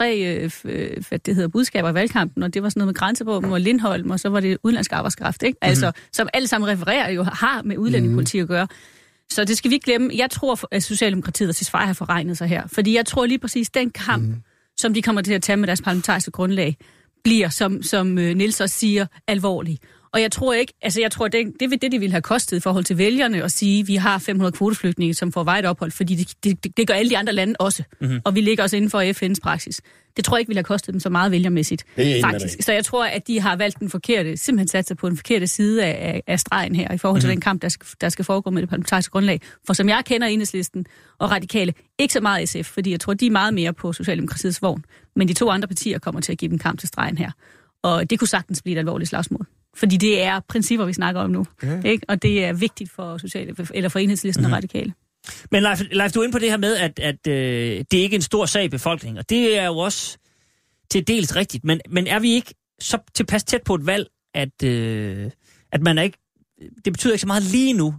3 budskaber i valgkampen, og det var sådan noget med grænsevåben og Lindholm, og så var det udenlandsk arbejdskraft, ikke? Altså, som alle sammen refererer jo har med udlændingepolitik at gøre. Så det skal vi ikke glemme. Jeg tror, at Socialdemokratiet og Tesfaye har forregnet sig her, fordi jeg tror lige præcis, den kamp, som de kommer til at tage med deres parlamentariske grundlag, bliver, som Niels også siger, alvorlig. Og jeg tror ikke, altså jeg tror, det er det, de ville have kostet i forhold til vælgerne at sige, at vi har 500 kvoteflygtninge, som får vejet ophold, fordi det gør alle de andre lande også. Og vi ligger også inden for FN's praksis. Det tror jeg ikke ville have kostet dem så meget vælgermæssigt, faktisk. Så jeg tror, at de har valgt den forkerte, simpelthen sat sig på den forkerte side af stregen her, i forhold til den kamp, der skal foregå med det parlamentariske grundlag. For som jeg kender Enhedslisten og Radikale, ikke så meget SF, fordi jeg tror, de er meget mere på Socialdemokratiets vogn. Men de 2 andre partier kommer til at give dem kamp til stregen her. Og det kunne sagtens blive et alvorligt slagsmål. Fordi det er principper, vi snakker om nu. Ikke? Og det er vigtigt for Enhedslisten og Radikale. Men Leif, du er inde på det her med, at det ikke er en stor sag i befolkningen. Og det er jo også til dels rigtigt. Men er vi ikke så tilpas tæt på et valg, at man er ikke... Det betyder ikke så meget lige nu,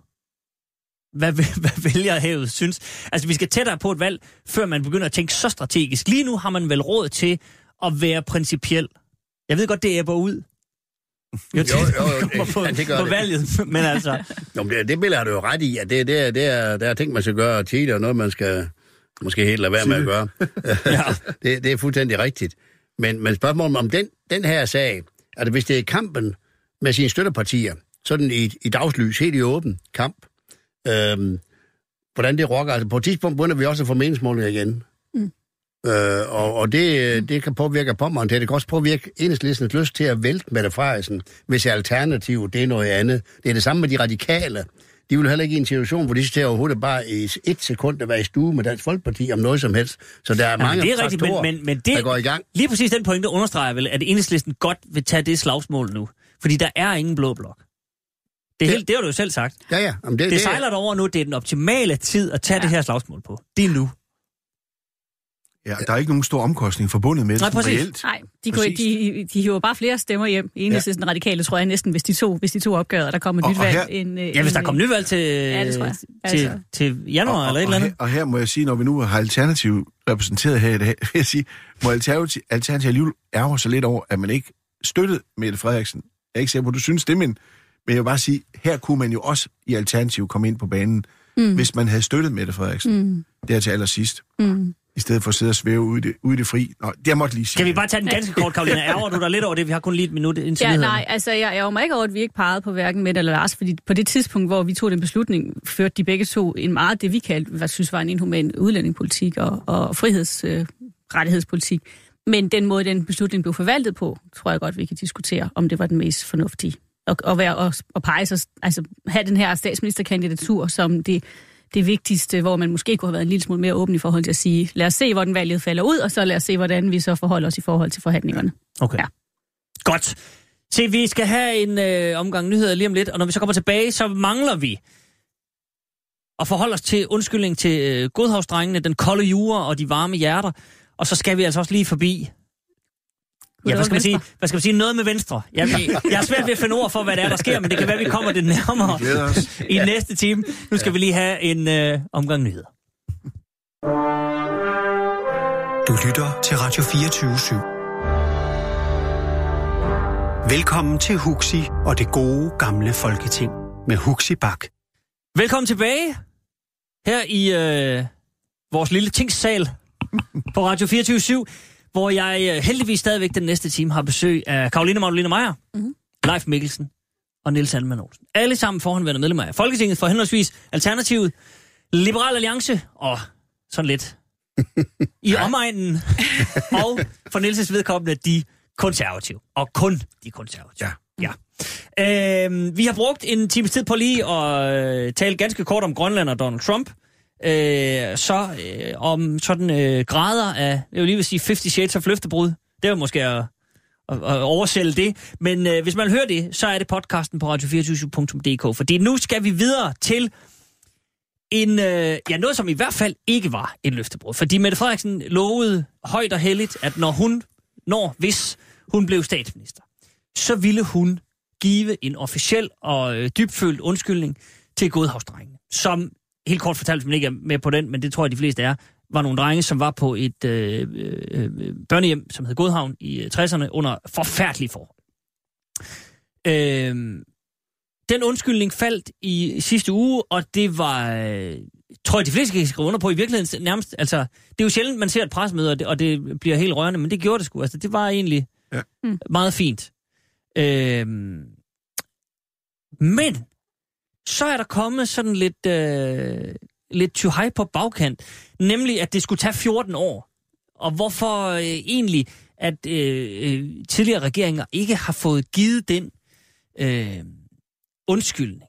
hvad vælgerhavet synes. Altså, vi skal tættere på et valg, før man begynder at tænke så strategisk. Lige nu har man vel råd til at være principiel. Jeg ved godt, det æbber ud. Jo, det gør på valget, men altså... Jo, det billede har du jo ret i, at det er ting, man skal gøre tit, og noget, man skal måske helt lade være med at gøre. Ja. det er fuldstændig rigtigt. Men spørgsmålet om den her sag, altså hvis det er kampen med sine støttepartier, sådan i dagslys, helt i åben kamp, hvordan det rokker. Altså på et tidspunkt begynder vi også at få meningsmålinger igen. Og det kan påvirke Pommern til. Det kan også påvirke Enhedslistens lyst til at vælte Mette Frederiksen, hvis alternativet det er noget andet. Det er det samme med de radikale. De vil heller ikke i en situation, hvor de skal overhovedet bare i 1 sekund at være i stue med Dansk Folkeparti om noget som helst. Så der er mange faktorer, der går i gang. Lige præcis den pointe understreger vel, at Enhedslisten godt vil tage det slagsmål nu. Fordi der er ingen blå blok. Det har du jo selv sagt. Ja. Det sejler derover nu. Det er den optimale tid at tage det her slagsmål på. Det er nu. Ja, der er ikke nogen stor omkostning forbundet med det. Nej, præcis. Nej, de hiver bare flere stemmer hjem. Enhedslisten Radikale, tror jeg næsten, hvis de to opgør, og der kommer et nyt valg. Hvis der kommer nyt valg til januar eller et eller andet. Og her må jeg sige, når vi nu har Alternativ repræsenteret her i dag, vil jeg sige, må Alternativ alligevel ærger sig lidt over, at man ikke støttede Mette Frederiksen. Jeg er ikke sikker på, at du synes det, men jeg vil bare sige, her kunne man jo også i Alternativ komme ind på banen, hvis man havde støttet Mette Frederiksen. Det er til allersidst. i stedet for at sidde og svæve ude i det fri. Nå, det jeg måtte lige sige. Kan vi bare tage den ganske kort, Karolina? Ærger du dig lidt over det? Vi har kun lige et minut indtil Ja, nyhederne. nej, altså jeg ærger mig ikke over, at vi ikke pegede på hverken Mette eller Lars, fordi på det tidspunkt, hvor vi tog den beslutning, førte de begge to en meget, det vi kaldte, hvad synes var en inhuman udlændingepolitik og frihedsrettighedspolitik. Men den måde, den beslutning blev forvaltet på, tror jeg godt, vi kan diskutere, om det var den mest fornuftige. At pege sig, altså have den her statsministerkandidatur som det vigtigste, hvor man måske kunne have været en lille smule mere åben i forhold til at sige, lad os se, hvordan valget falder ud, og så lad os se, hvordan vi så forholder os i forhold til forhandlingerne. Okay. Ja. Godt. Se, vi skal have en omgang nyheder lige om lidt, og når vi så kommer tilbage, så mangler vi at forholde os til undskyldning til Godhavnsdrengene, den kolde jura og de varme hjerter, og så skal vi altså også lige forbi... Ja, hvad skal man sige? Noget med Venstre. Jeg er svært ved at finde ord for, hvad det er, der sker, men det kan være, vi kommer det nærmere i næste time. Nu skal vi lige have en omgang nyheder. Du lytter til Radio 24/7. Velkommen til Huxi og det gode gamle folketing med Huxi Bak. Velkommen tilbage her i vores lille tingssal på Radio 24/7. Hvor jeg heldigvis stadigvæk den næste time har besøg af Carolina Magdalene Maier, Leif Mikkelsen og Niels Hannemann Olsen. Alle sammen forhåndværende medlemmer af Folketinget for henholdsvis Alternativet, Liberal Alliance og sådan lidt i omegnen, og for Niels' vedkommende de konservative. Og kun de konservative. Ja. Vi har brugt en times tid på lige at tale ganske kort om Grønland og Donald Trump. Om sådan grader af, jeg vil lige vil sige 50 Shades of løftebrud. Det er måske at oversælge det. Men hvis man hører det, så er det podcasten på radio247.dk. Fordi nu skal vi videre til noget, som i hvert fald ikke var et løftebrud. Fordi Mette Frederiksen lovede højt og heldigt, at hvis hun blev statsminister, så ville hun give en officiel og dybfølt undskyldning til Godhavnsdrengene, som helt kort fortalt, hvis man ikke er med på den, men det tror jeg, de fleste var nogle drenge, som var på et børnehjem, som hed Godhavn i 60'erne, under forfærdelige forhold. Den undskyldning faldt i sidste uge, og det var, tror jeg, de fleste kan skrive under på i virkeligheden nærmest, altså, det er jo sjældent, man ser et pressemøde, og det bliver helt rørende, men det gjorde det sgu, altså, det var egentlig meget fint. Men så er der kommet sådan lidt tjuhej på bagkant, nemlig at det skulle tage 14 år. Og hvorfor egentlig, at tidligere regeringer ikke har fået givet den undskyldning.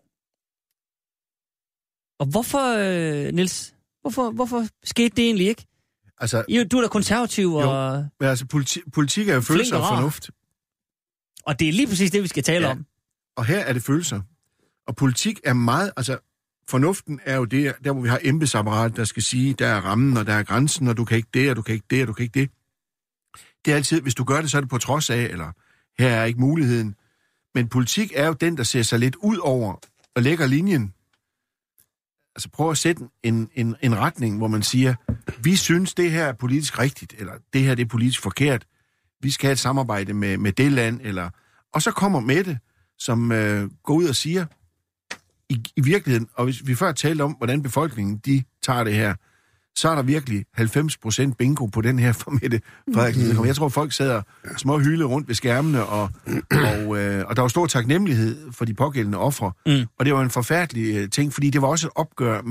Og hvorfor, Niels, hvorfor skete det egentlig ikke? Altså, du er da konservativ og... Men altså, politik er jo følelser og fornuft. Og det er lige præcis det, vi skal tale om. Og her er det følelser. Og politik er meget, altså fornuften er jo det, der hvor vi har embedsapparatet, der skal sige, der er rammen, og der er grænsen, og du kan ikke det, og du kan ikke det, og du kan ikke det. Det er altid, hvis du gør det, så er det på trods af, eller her er ikke muligheden. Men politik er jo den, der ser sig lidt ud over og lægger linjen. Altså prøv at sætte en retning, hvor man siger, vi synes, det her er politisk rigtigt, eller det her det er politisk forkert. Vi skal have et samarbejde med det land, eller... Og så kommer Mette, som går ud og siger, i virkeligheden, og hvis vi før talte om, hvordan befolkningen, de tager det her, så er der virkelig 90% bingo på den her for Mette Frederiksen. Jeg tror, folk sad og små hylede rundt ved skærmene, og der var stor taknemmelighed for de pågældende ofre. Og det var en forfærdelig ting, fordi det var også et opgør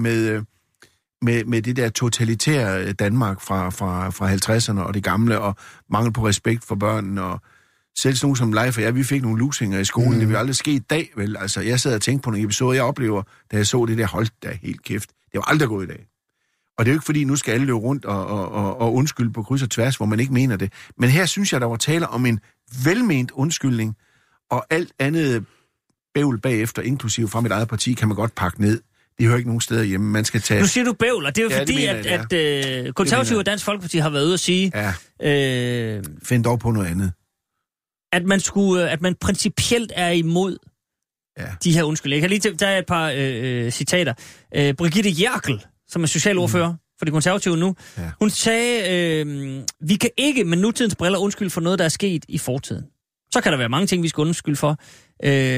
med det der totalitære Danmark fra 50'erne og det gamle, og mangel på respekt for børnene, og selv sådan nogen som Leif og jeg, vi fik nogle lusinger i skolen. Det vil aldrig ske i dag, vel? Altså, jeg sad og tænkte på nogle episoder, jeg oplever, da jeg så det der, holdt der helt kæft. Det var aldrig gået i dag. Og det er jo ikke fordi, nu skal alle løbe rundt og undskylde på kryds og tværs, hvor man ikke mener det. Men her synes jeg, der var tale om en velment undskyldning, og alt andet bævl bagefter, inklusive fra mit eget parti, kan man godt pakke ned. Det hører ikke nogen steder hjemme. Man skal tage... Nu siger du bævl, og det er jo fordi, at Konservative og Dansk Folkeparti har været ude at sige... Ja. Find dog på noget andet. At man principielt er imod de her undskyldninger. Jeg kan lige tage et par citater. Brigitte Jerkel, som er socialordfører for de konservative nu, hun sagde, vi kan ikke med nutidens briller undskylde for noget, der er sket i fortiden. Så kan der være mange ting, vi skal undskylde for.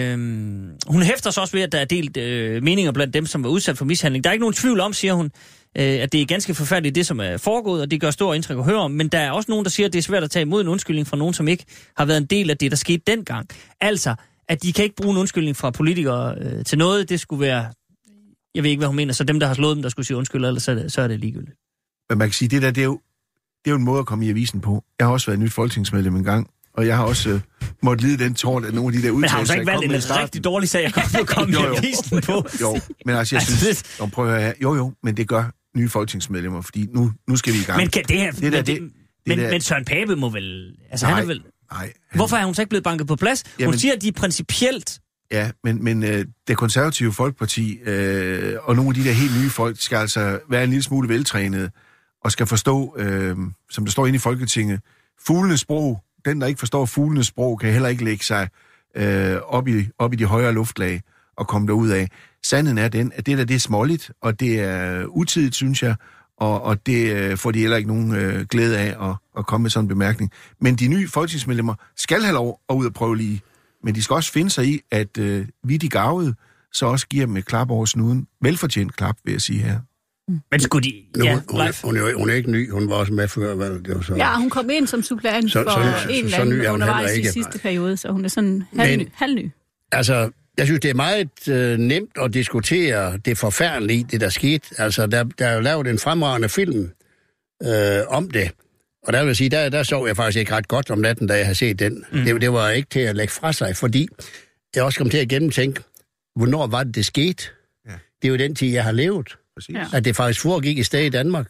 Hun hæfter sig også ved, at der er delt meninger blandt dem, som var udsat for mishandling. Der er ikke nogen tvivl om, siger hun, at det er ganske forfærdeligt, det som er foregået, og det gør stor indtryk at høre om, men der er også nogen, der siger, at det er svært at tage imod en undskyldning fra nogen, som ikke har været en del af det, der skete dengang. Altså, at de kan ikke bruge en undskyldning fra politikere til noget, det skulle være, jeg ved ikke, hvad hun mener, så dem, der har slået dem, der skulle sige undskyld, ellers så er det ligegyldigt. Men man kan sige, det er jo en måde at komme i avisen på. Jeg har også været nyt folketingsmedlem en gang, og jeg har også måttet lide den tårt af nogle af de der udtalelser. Men har du så ikke valgt en rigtig dårlig sag at komme i avisen på? Jo, men altså, jeg synes, prøv at høre, jo, men det gør nye folketingsmedlemmer, fordi nu skal vi i gang. Men kan det her, men Søren Pape må vel, altså nej, han er vel... Nej. Hvorfor er hun så ikke blevet banket på plads? Hun siger, at de er principielt... Ja, men det konservative folkeparti og nogle af de der helt nye folk skal altså være en lille smule veltrænede og skal forstå, som der står inde i Folketinget, fuglenes sprog. Den, der ikke forstår fuglenes sprog, kan heller ikke lægge sig op i de højere luftlag og komme derud af. Sandheden er den, at det er småligt, og det er utidigt, synes jeg, og det får de heller ikke nogen glæde af at komme med sådan en bemærkning. Men de nye folketingsmedlemmer skal have lov at ud og prøve lige. Men de skal også finde sig i, at vi de gavede, så også giver dem et klap over snuden. Velfortjent klap, vil jeg sige her. Men skulle de... Ja, hun er ikke ny, hun var også med før. Det var så... Ja, hun kom ind som suppleant for en eller anden undervejs i sidste periode, så hun er sådan halvny. Altså, jeg synes, det er meget nemt at diskutere det forfærdelige, det der skete. Altså, der er jo lavet en fremragende film om det. Og der vil jeg sige, der sov jeg faktisk ikke ret godt om natten, da jeg havde set den. Det var ikke til at lægge fra sig, fordi jeg også kom til at gennemtænke, hvornår var det skete? Ja. Det er jo den tid, jeg har levet. Ja. At det faktisk foregik i sted i Danmark.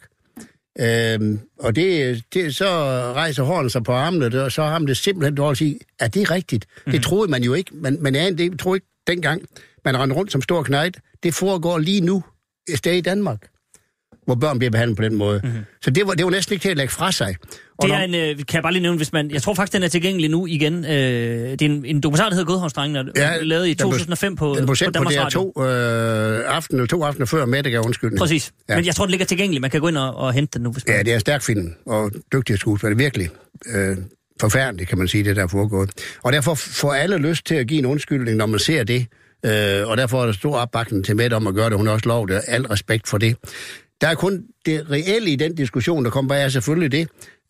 Og det så rejser hårene sig på armene, og så har man det simpelthen dårligt at sige, er det rigtigt? Det troede man jo ikke, men det troede ikke dengang. Man rendte rundt som stor knejt. Det foregår lige nu i sted i Danmark, hvor børn bliver behandlet på den måde. Så det var næsten ikke til at lægge fra sig. Og det er kan jeg bare lige nævne, hvis man... Jeg tror faktisk, den er tilgængelig nu igen. Det er en dokumentar, der hedder Godhavnsdrengene, lavet i 2005 på Danmarks Radio. Den 2 aftener før Mette gav undskyldning. Præcis. Ja. Men jeg tror, den ligger tilgængelig. Man kan gå ind og hente den nu, hvis man... Ja, det er en stærk film, og dygtig skuespiller. Det er virkelig forfærdeligt, kan man sige, det der er foregået. Og derfor får alle lyst til at give en undskyldning, når man ser det. Og derfor er der stor opbakning til Mette om at gøre det. Hun har også lov det. Al respekt for det. Der er kun det reelle i den diskussion, der kommer bare, er selvfølgelig det.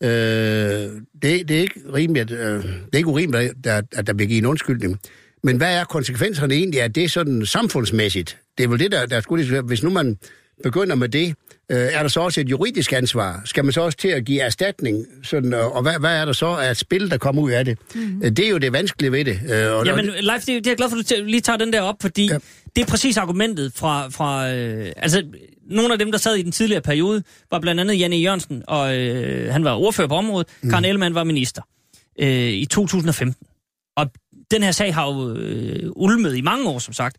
Det er ikke rimeligt, det er ikke urimeligt, at der bliver givet en undskyldning. Men hvad er konsekvenserne egentlig af det sådan samfundsmæssigt? Det er vel det, der skulle... Hvis nu man begynder med det, er der så også et juridisk ansvar? Skal man så også til at give erstatning? Sådan, og hvad er der så af spil, der kommer ud af det? Det er jo det vanskelige ved det. Jamen, Leif, det er jeg glad for, at du lige tager den der op, fordi det er præcis argumentet fra altså, nogle af dem, der sad i den tidligere periode, var blandt andet Janne Jørgensen, og han var ordfører på området. Karen Ellemann var minister i 2015. Og den her sag har jo ulmet i mange år, som sagt.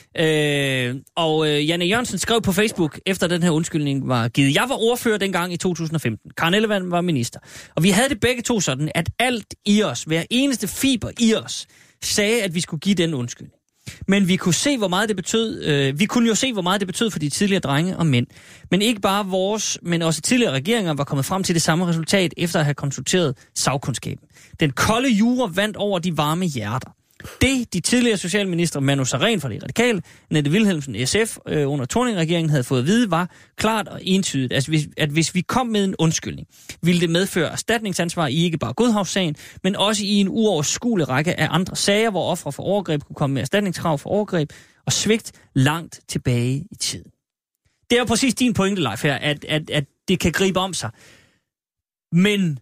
Og Janne Jørgensen skrev på Facebook, efter den her undskyldning var givet. Jeg var ordfører dengang i 2015. Karen Ellemann var minister. Og vi havde det begge to sådan, at alt i os, hver eneste fiber i os, sagde, at vi skulle give den undskyldning. Men vi kunne se, hvor meget det betød. Vi kunne jo se, hvor meget det betød for de tidligere drenge og mænd. Men ikke bare vores, men også tidligere regeringer var kommet frem til det samme resultat, efter at have konsulteret sagkundskaben. Den kolde jura vandt over de varme hjerter. Det, de tidligere socialministre Manu Sareen fra De Radikale, Annette Wilhelmsen SF under Thorning-regeringen havde fået at vide, var klart og entydigt, at hvis vi kom med en undskyldning, ville det medføre erstatningsansvar i ikke bare Godhavnssagen, men også i en uoverskuelig række af andre sager, hvor ofre for overgreb kunne komme med erstatningskrav for overgreb og svigt langt tilbage i tiden. Det er jo præcis din pointe, Leif, her, at det kan gribe om sig. Men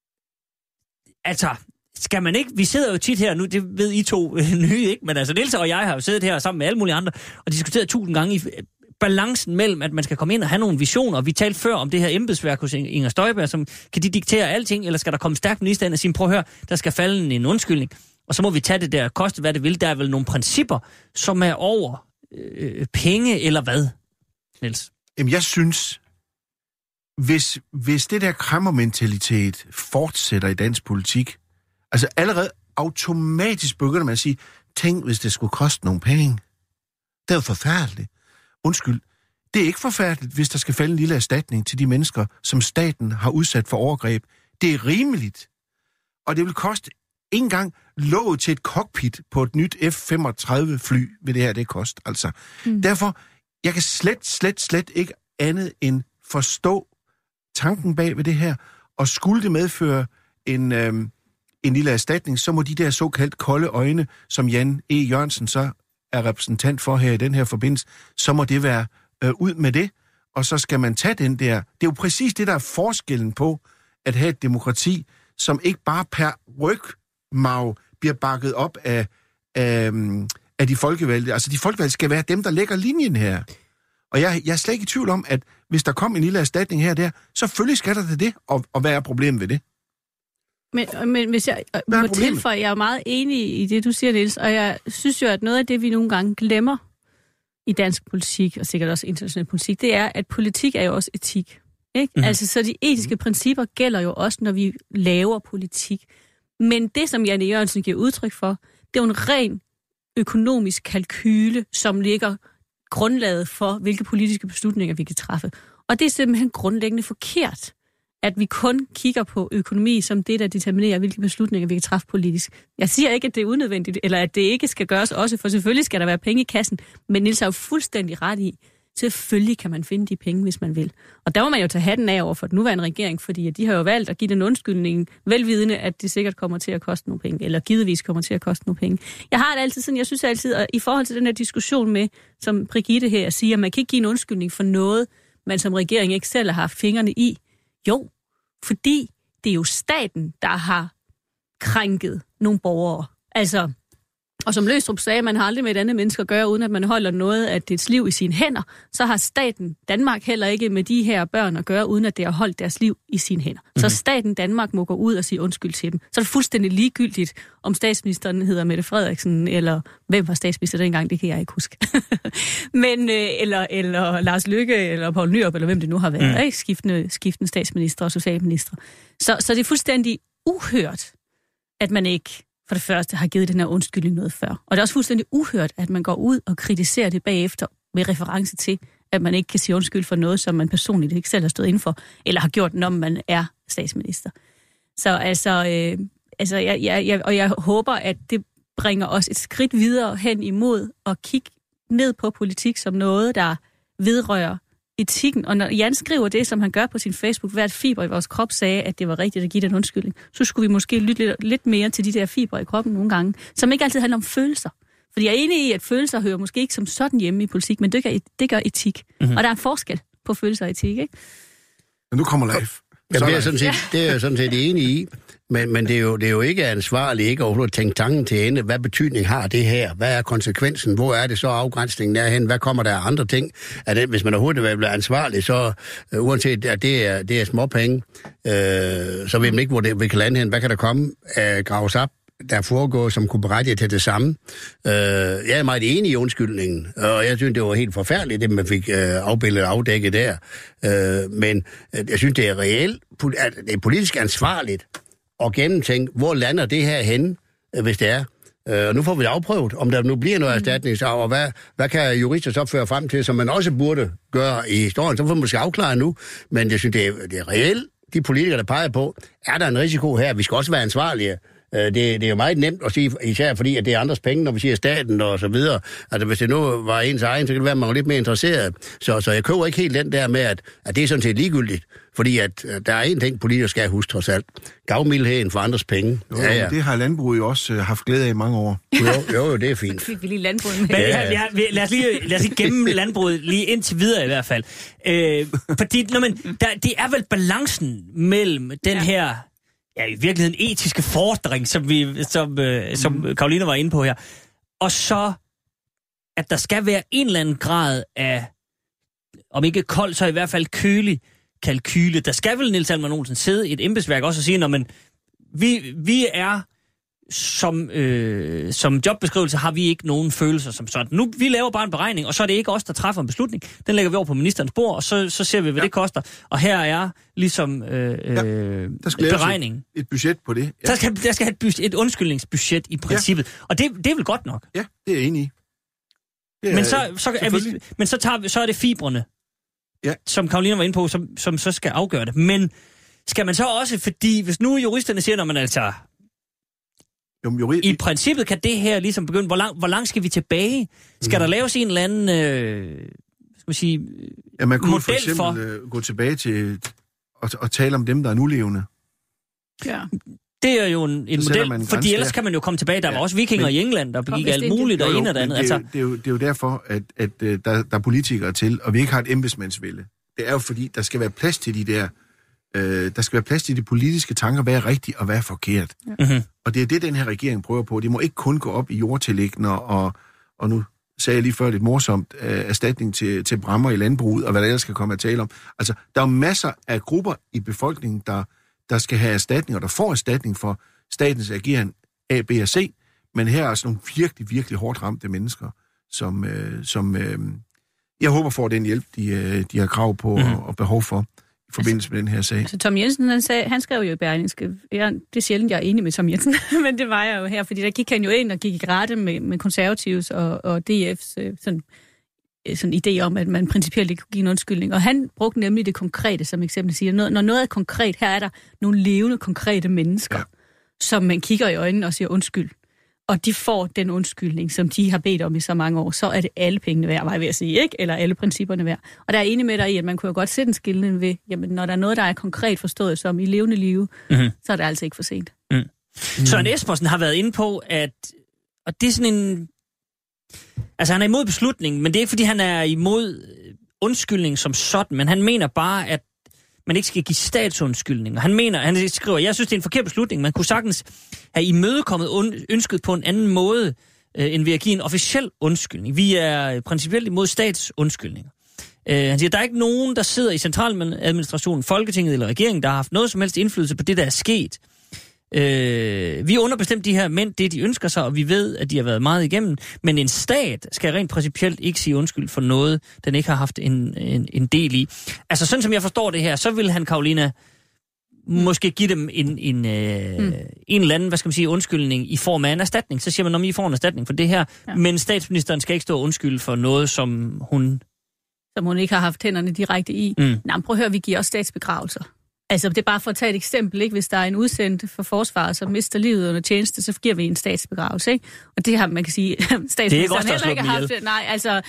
altså... Skal man ikke... Vi sidder jo tit her nu, det ved I to nye, ikke? Men altså, Niels og jeg har jo siddet her sammen med alle mulige andre og diskuteret 1000 gange i balancen mellem, at man skal komme ind og have nogle visioner. Vi talte før om det her embedsværk hos Inger Støjberg, som kan de diktere alting, eller skal der komme stærkt minister ind og sige, prøv at høre, der skal falde en undskyldning, og så må vi tage det der, koste hvad det vil. Der er vel nogle principper, som er over penge, eller hvad, Niels? Jamen, jeg synes, hvis det der kræmmermentalitet fortsætter i dansk politik, altså allerede automatisk begynder man at sige, tænk, hvis det skulle koste nogle penge. Det er jo forfærdeligt. Undskyld, det er ikke forfærdeligt, hvis der skal falde en lille erstatning til de mennesker, som staten har udsat for overgreb. Det er rimeligt. Og det vil koste ikke engang låget til et cockpit på et nyt F-35-fly, vil det her det koste. Altså. Derfor, jeg kan slet ikke andet end forstå tanken bag ved det her, og skulle det medføre en lille erstatning, så må de der såkaldt kolde øjne, som Jan E. Jørgensen så er repræsentant for her i den her forbindelse, så må det være ud med det, og så skal man tage den der. Det er jo præcis det, der er forskellen på at have et demokrati, som ikke bare per rygmarv bliver bakket op af de folkevalgte. Altså de folkevalgte skal være dem, der lægger linjen her. Og jeg er slet ikke i tvivl om, at hvis der kom en lille erstatning her og der, selvfølgelig skal der det, og hvad er problemet ved det? Men hvis jeg må tilføje, jeg er meget enig i det, du siger, Niels, og jeg synes jo, at noget af det, vi nogle gange glemmer i dansk politik, og sikkert også international politik, det er, at politik er jo også etik. Ikke? Mm-hmm. Altså, så de etiske principper gælder jo også, når vi laver politik. Men det, som Jan E. Jørgensen giver udtryk for, det er jo en ren økonomisk kalkyle, som ligger grundlaget for, hvilke politiske beslutninger vi kan træffe. Og det er simpelthen grundlæggende forkert, at vi kun kigger på økonomi som det, der determinerer, hvilke beslutninger vi kan træffe politisk. Jeg siger ikke, at det er unødvendigt, eller at det ikke skal gøres også, for selvfølgelig skal der være penge i kassen, men Niels har jo fuldstændig ret i, selvfølgelig kan man finde de penge, hvis man vil. Og der må man jo tage hatten af over for den nuværende regering, fordi de har jo valgt at give den undskyldning, velvidende, at det sikkert kommer til at koste nogle penge, eller givetvis kommer til at koste nogle penge. Jeg har det altid sådan, jeg synes altid, at i forhold til den her diskussion med, som Brigitte her siger, at man kan ikke give en undskyldning for noget, man som regering ikke selv har haft fingrene i. Jo, fordi det er jo staten, der har krænket nogle borgere. Altså, og som Løgstrup sagde, man har aldrig med et andet menneske at gøre, uden at man holder noget af dets liv i sine hænder, så har staten Danmark heller ikke med de her børn at gøre, uden at det har holdt deres liv i sine hænder. Mm-hmm. Så staten Danmark må gå ud og sige undskyld til dem. Så er det fuldstændig ligegyldigt, om statsministeren hedder Mette Frederiksen, eller hvem var statsminister dengang, det kan jeg ikke huske. Men, eller Lars Løkke, eller Poul Nyrup, eller hvem det nu har været, ikke? Skiftende statsminister og socialminister. Så det er fuldstændig uhørt, at man ikke for det første har givet den her undskyldning noget før. Og det er også fuldstændig uhørt, at man går ud og kritiserer det bagefter med reference til, at man ikke kan sige undskyld for noget, som man personligt ikke selv har stået inden for, eller har gjort, når man er statsminister. Så jeg håber, at det bringer os et skridt videre hen imod at kigge ned på politik som noget, der vedrører etikken. Og når Jan skriver det, som han gør på sin Facebook, hvert fiber i vores krop sagde, at det var rigtigt at give den undskyldning, så skulle vi måske lytte lidt mere til de der fibre i kroppen nogle gange, som ikke altid handler om følelser. Fordi jeg er enig i, at følelser hører måske ikke som sådan hjemme i politik, men det gør etik. Mm-hmm. Og der er en forskel på følelser og etik, ikke? Men nu kommer live. Jamen, det er jeg sådan set enig i. Men det er jo ikke ansvarligt ikke overhovedet at tænke tanken til ende. Hvad betydning har det her? Hvad er konsekvensen? Hvor er det så afgrænsningen derhen? Hvad kommer der af andre ting? Hvis man overhovedet vil blive ansvarlig, så uanset at det er småpenge, så ved man ikke, hvor det kan lande hen. Hvad kan der komme graves op, der foregår, som kunne berettige til det samme? Jeg er meget enig i undskyldningen, og jeg synes, det var helt forfærdeligt, det man fik afbildet og afdækket der. Men jeg synes, det er reelt, det er politisk ansvarligt og gennemtænke, hvor lander det her henne, hvis det er. Og nu får vi det afprøvet, om der nu bliver noget erstatning, og hvad kan jurister så føre frem til, som man også burde gøre i historien. Så får man måske afklare nu, men jeg synes, det er reelt. De politikere, der peger på, er der en risiko her? Vi skal også være ansvarlige. Det er jo meget nemt at sige, især fordi, at det er andres penge, når vi siger staten og så videre. Altså, hvis det nu var ens egen, så kan det være, at man var lidt mere interesseret. Så jeg køber ikke helt den der med, at det er sådan set ligegyldigt. Fordi at der er en ting, politikere skal huske trods alt. Gavmildheden for andres penge. Jo, ja. Det har landbruget jo også haft glæde af i mange år. Jo, det er fint. Fik vi lige landbruget med. Lad os lige gemme landbruget lige indtil videre i hvert fald. Fordi det er vel balancen mellem den her i virkeligheden etiske fordring, som Karoline var inde på her, og så, at der skal være en eller anden grad af, om ikke kold, så i hvert fald kølig kalkyle. Der skal vel Niels Alman Olsen sidde i et embedsværk også og sige, når vi er som jobbeskrivelse har vi ikke nogen følelser som sådan. Nu, vi laver bare en beregning, og så er det ikke os, der træffer en beslutning. Den lægger vi over på ministerens bord, og så ser vi, hvad det koster. Og her er ligesom der skal beregningen. Et budget på det. Ja. Der skal have et undskyldningsbudget i princippet. Ja. Og det er vel godt nok? Ja, det er jeg enig i. Men så er det fibrene, som Karoline var inde på, som så skal afgøre det. Men skal man så også, fordi hvis nu juristerne siger, når man altså i princippet kan det her ligesom begynde, hvor langt skal vi tilbage? Skal der laves en eller anden man sige, Ja, man kunne model for eksempel for. Gå tilbage til at tale om dem, der er nulevende. Ja. Det er jo en model, fordi ellers kan man jo komme tilbage. Der var også vikinger i England, der begik alt muligt, og en og det andet. Det er jo derfor, at der er politikere til, og vi ikke har et embedsmandsvælde. Det er jo fordi, der skal være plads til de der... der skal være plads til de politiske tanker, hvad er rigtigt og hvad er forkert. Ja. Mm-hmm. Og det er det, den her regering prøver på. Det må ikke kun gå op i jordtillæggende, og nu sagde jeg lige før lidt morsomt, erstatning til bræmmer i landbruget, og hvad der ellers skal komme at tale om. Altså, der er masser af grupper i befolkningen, der skal have erstatning, og der får erstatning for statens ageren A, B og C, men her er altså nogle virkelig, virkelig hårdt ramte mennesker, som jeg håber får den hjælp, de har krav på og behov for i forbindelse med den her sag. Altså Tom Jensen, han skrev jo i Berlingske, det er sjældent, jeg er enig med Tom Jensen, men det var jeg jo her, fordi der gik han jo ind og gik i rette med konservatives og DF's sådan idé om, at man principielt ikke kunne give en undskyldning. Og han brugte nemlig det konkrete som eksempel, siger, når noget er konkret, her er der nogle levende, konkrete mennesker, som man kigger i øjnene og siger undskyld. Og de får den undskyldning, som de har bedt om i så mange år, så er det alle pengene værd, var jeg ved at sige, ikke? Eller alle principperne værd. Og der er enig med dig i, at man kunne jo godt sætte en skillen ved, jamen når der er noget, der er konkret forstået som i levende liv, så er det altså ikke for sent. Søren Espersen har været inde på, og det er sådan en... Altså han er imod beslutningen, men det er ikke fordi han er imod undskyldning som sådan, men han mener bare, at man ikke skal give statsundskyldninger. Han skriver, jeg synes, det er en forkert beslutning. Man kunne sagtens have imødekommet ønsket på en anden måde, end ved at give en officiel undskyldning. Vi er principielt imod statsundskyldninger. Han siger, der er ikke nogen, der sidder i centraladministrationen, Folketinget eller regeringen, der har haft noget som helst indflydelse på det, der er sket. Vi underbestemt de her mænd, det de ønsker sig, og vi ved, at de har været meget igennem. Men en stat skal rent principielt ikke sige undskyld for noget, den ikke har haft en del i. Altså sådan som jeg forstår det her, så vil han, Carolina, måske give dem en eller anden, hvad skal man sige, undskyldning i form af en erstatning. Så siger man, om I får en erstatning for det her, men statsministeren skal ikke stå undskyld for noget, som hun ikke har haft hænderne direkte i. Nå, prøv at høre, vi giver også statsbegravelser. Altså, det er bare for at tage et eksempel, ikke? Hvis der er en udsendt for forsvaret, som mister livet under tjeneste, så giver vi en statsbegravelse, ikke? Og det har man kan sige, statsministeren heller ikke haft. Nej, altså,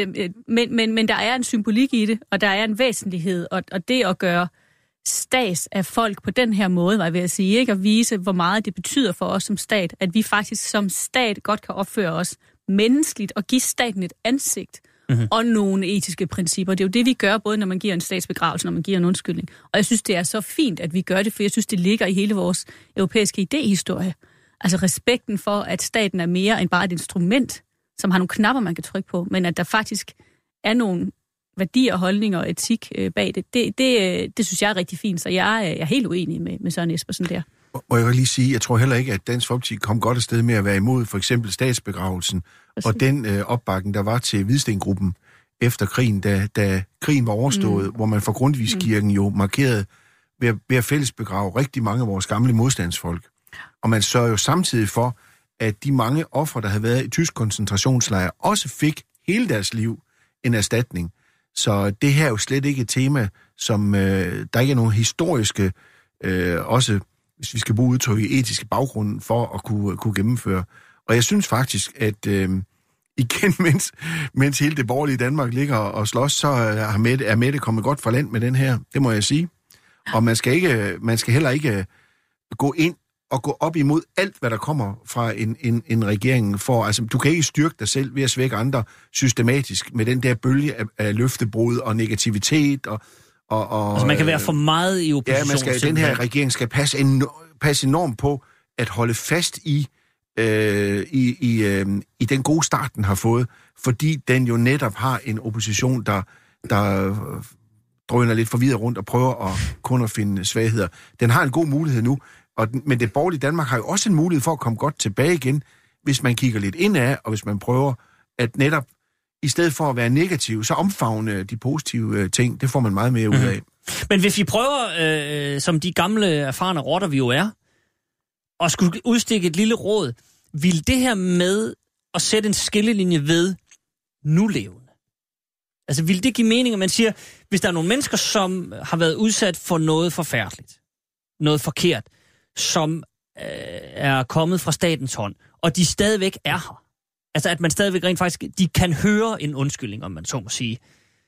men der er en symbolik i det, og der er en væsentlighed, og det at gøre stats af folk på den her måde, var jeg ved at sige, ikke? At vise, hvor meget det betyder for os som stat, at vi faktisk som stat godt kan opføre os menneskeligt og give staten et ansigt. Og nogle etiske principper. Det er jo det, vi gør, både når man giver en statsbegravelse, når man giver en undskyldning. Og jeg synes, det er så fint, at vi gør det, for jeg synes, det ligger i hele vores europæiske idéhistorie. Altså respekten for, at staten er mere end bare et instrument, som har nogle knapper, man kan trykke på, men at der faktisk er nogle værdier, holdninger og etik bag det. Det synes jeg er rigtig fint, så jeg er helt uenig med Søren Espersen der. Og jeg vil lige sige, jeg tror heller ikke, at Dansk Folkeparti kom godt afsted med at være imod for eksempel statsbegravelsen og den opbakning, der var til Hvidstengruppen efter krigen, da krigen var overstået, hvor man fra Grundtvigskirken jo markerede ved at fællesbegrave rigtig mange af vores gamle modstandsfolk. Og man sørger jo samtidig for, at de mange ofre, der havde været i tysk koncentrationslejr, også fik hele deres liv en erstatning. Så det her er jo slet ikke et tema, som der ikke er nogen historiske, også hvis vi skal bruge udtryk i etiske baggrund for at kunne gennemføre. Og jeg synes faktisk, at igen, mens hele det borgerlige Danmark ligger og slås, så er Mette kommet godt fra land med den her. Det må jeg sige. Og man skal heller ikke gå ind og gå op imod alt, hvad der kommer fra en regering. For altså, du kan ikke styrke dig selv ved at svække andre systematisk med den der bølge af løftebrud og negativitet og altså man kan være for meget i opposition. Ja, den her regering skal passe enormt på at holde fast i den gode start, den har fået, fordi den jo netop har en opposition, der drøner lidt forvirret rundt og prøver kun at finde svagheder. Den har en god mulighed nu, men det borgerlige Danmark har jo også en mulighed for at komme godt tilbage igen, hvis man kigger lidt indad, og hvis man prøver at netop i stedet for at være negativ, så omfavne de positive ting. Det får man meget mere ud af. Men hvis vi prøver, som de gamle erfarne rotter vi jo er, og skulle udstikke et lille råd, vil det her med at sætte en skillelinje ved nulevende? Altså vil det give mening, at man siger, hvis der er nogle mennesker, som har været udsat for noget forfærdeligt, noget forkert, som er kommet fra statens hånd, og de stadigvæk er her, altså at man stadigvæk rent faktisk, de kan høre en undskyldning, om man så må sige.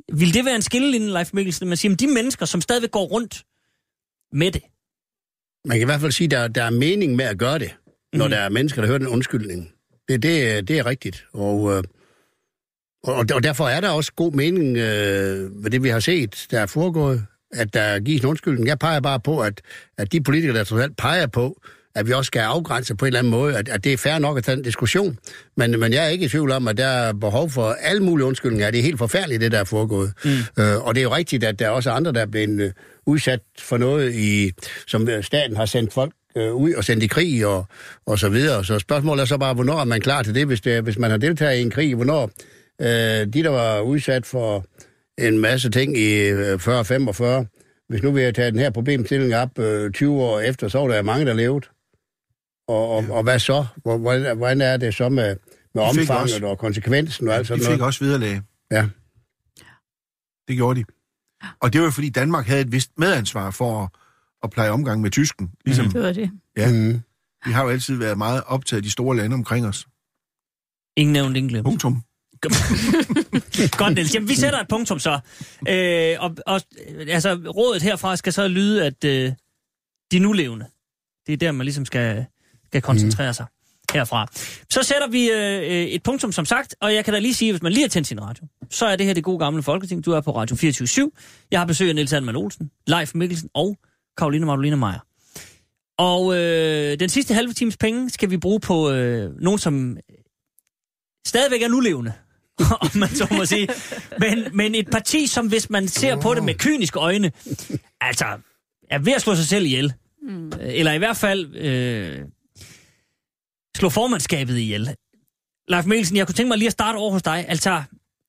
Vil det være en skillelinje, Leif Mikkelsen, man siger, om de mennesker, som stadigvæk går rundt med det? Man kan i hvert fald sige, at der er mening med at gøre det, når der er mennesker, der hører den undskyldning. Det er rigtigt. Og derfor er der også god mening med det, vi har set, der er foregået, at der gives en undskyldning. Jeg peger bare på, at de politikere, der trods alt peger på, at vi også skal afgrænse på en eller anden måde, at det er fair nok at tage en diskussion. Men jeg er ikke i tvivl om, at der er behov for alle mulige undskyldninger. Det er helt forfærdeligt, det der er foregået. Og det er jo rigtigt, at der er også andre, der er blevet udsat for noget, som staten har sendt folk ud og sendt i krig og så videre. Så spørgsmålet er så bare, hvornår er man klar til det, hvis man har deltaget i en krig? Hvornår de, der var udsat for en masse ting i 40-45, hvis nu vi har taget den her problemstilling op 20 år efter, så var der mange, der levede. Og hvad så? Hvordan er det så med omfanget og konsekvensen og alt sådan noget? De fik også vederlag. Ja. Det gjorde de. Og det var jo fordi Danmark havde et vist medansvar for at pleje omgang med tysken. Ligesom, Det var det. Ja. Vi har jo altid været meget optaget af de store lande omkring os. Ingen nævnt, ingen glemt. Punktum. Godt, Niels. Jamen, vi sætter et punktum så. Altså, rådet herfra skal så lyde, at de nulevende, det er der, man ligesom skal koncentrere sig herfra. Så sætter vi et punktum, som sagt, og jeg kan da lige sige, hvis man lige har tændt sin radio, så er det her det gode gamle Folketing. Du er på Radio 24/7. Jeg har besøg af Niels Anman Olsen, Leif Mikkelsen og Caroline Magdalene Maier. Og den sidste halve times penge skal vi bruge på nogen, som stadigvæk er nulevende, om man så må sige. Men et parti, som hvis man ser på det med kyniske øjne, altså er ved at slå sig selv ihjel. Eller i hvert fald slå formandskabet ihjel. Leif Mikkelsen, jeg kunne tænke mig lige at starte over hos dig. Altså,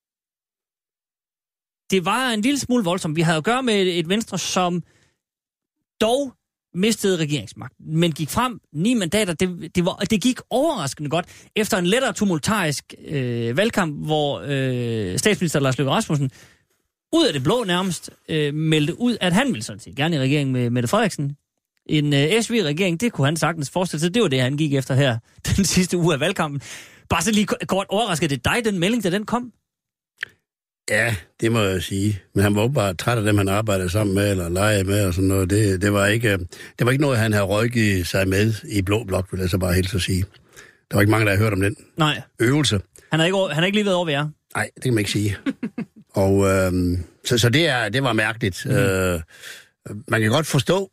det var en lille smule voldsomt. Vi havde at gøre med et Venstre, som dog mistede regeringsmagten, men gik frem 9 mandater. Det gik overraskende godt efter en lettere tumultarisk valgkamp, hvor statsminister Lars Løkke Rasmussen ud af det blå nærmest meldte ud, at han ville sådan set gerne i regering med Mette Frederiksen. En SV-regering, det kunne han sagtens forestille sig. Det var det, han gik efter her den sidste uge af valgkampen. Bare så lige kort overrasket det dig, den melding, da den kom? Ja, det må jeg sige. Men han var bare træt af dem, han arbejdede sammen med, eller legede med, og sådan noget. Det var ikke noget, han havde røgget sig med i Blå Blok, vil jeg så bare helt at sige. Der var ikke mange, der havde hørt om den øvelse. Han har ikke lige været over ved jer? Nej, det kan man ikke sige. Og så det var mærkeligt. Man kan godt forstå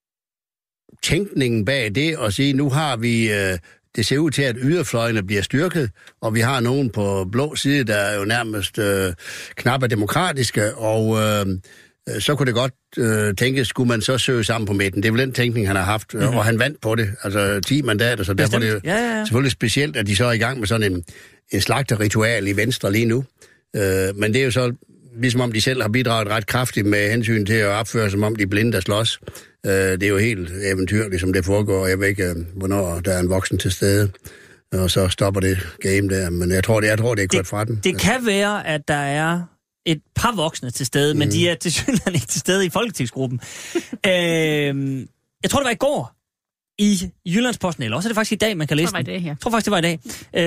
tænkningen bag det, og sige, nu har vi... Det ser ud til, at yderfløjene bliver styrket, og vi har nogen på blå side, der er jo nærmest knap er demokratiske, og så kunne det godt tænkes, skulle man så søge sammen på midten. Det er vel den tænkning, han har haft, og han vandt på det. Altså 10 mandater, så derfor er det jo selvfølgelig specielt, at de så er i gang med sådan en slagteritual i Venstre lige nu. Men det er jo så ligesom om de selv har bidraget ret kraftigt med hensyn til at opføre, som om de blinde, der slås. Det er jo helt eventyrligt, som det foregår. Jeg ved ikke, hvornår der er en voksen til stede, og så stopper det game der. Men jeg tror, det er kørt fra den. Det kan være, at der er et par voksne til stede, men de er tilsyneladende ikke til stede i folketingsgruppen. Jeg tror, det var i går i Jyllandsposten, eller også er det faktisk i dag, man kan læse den. Jeg tror faktisk, det var i dag.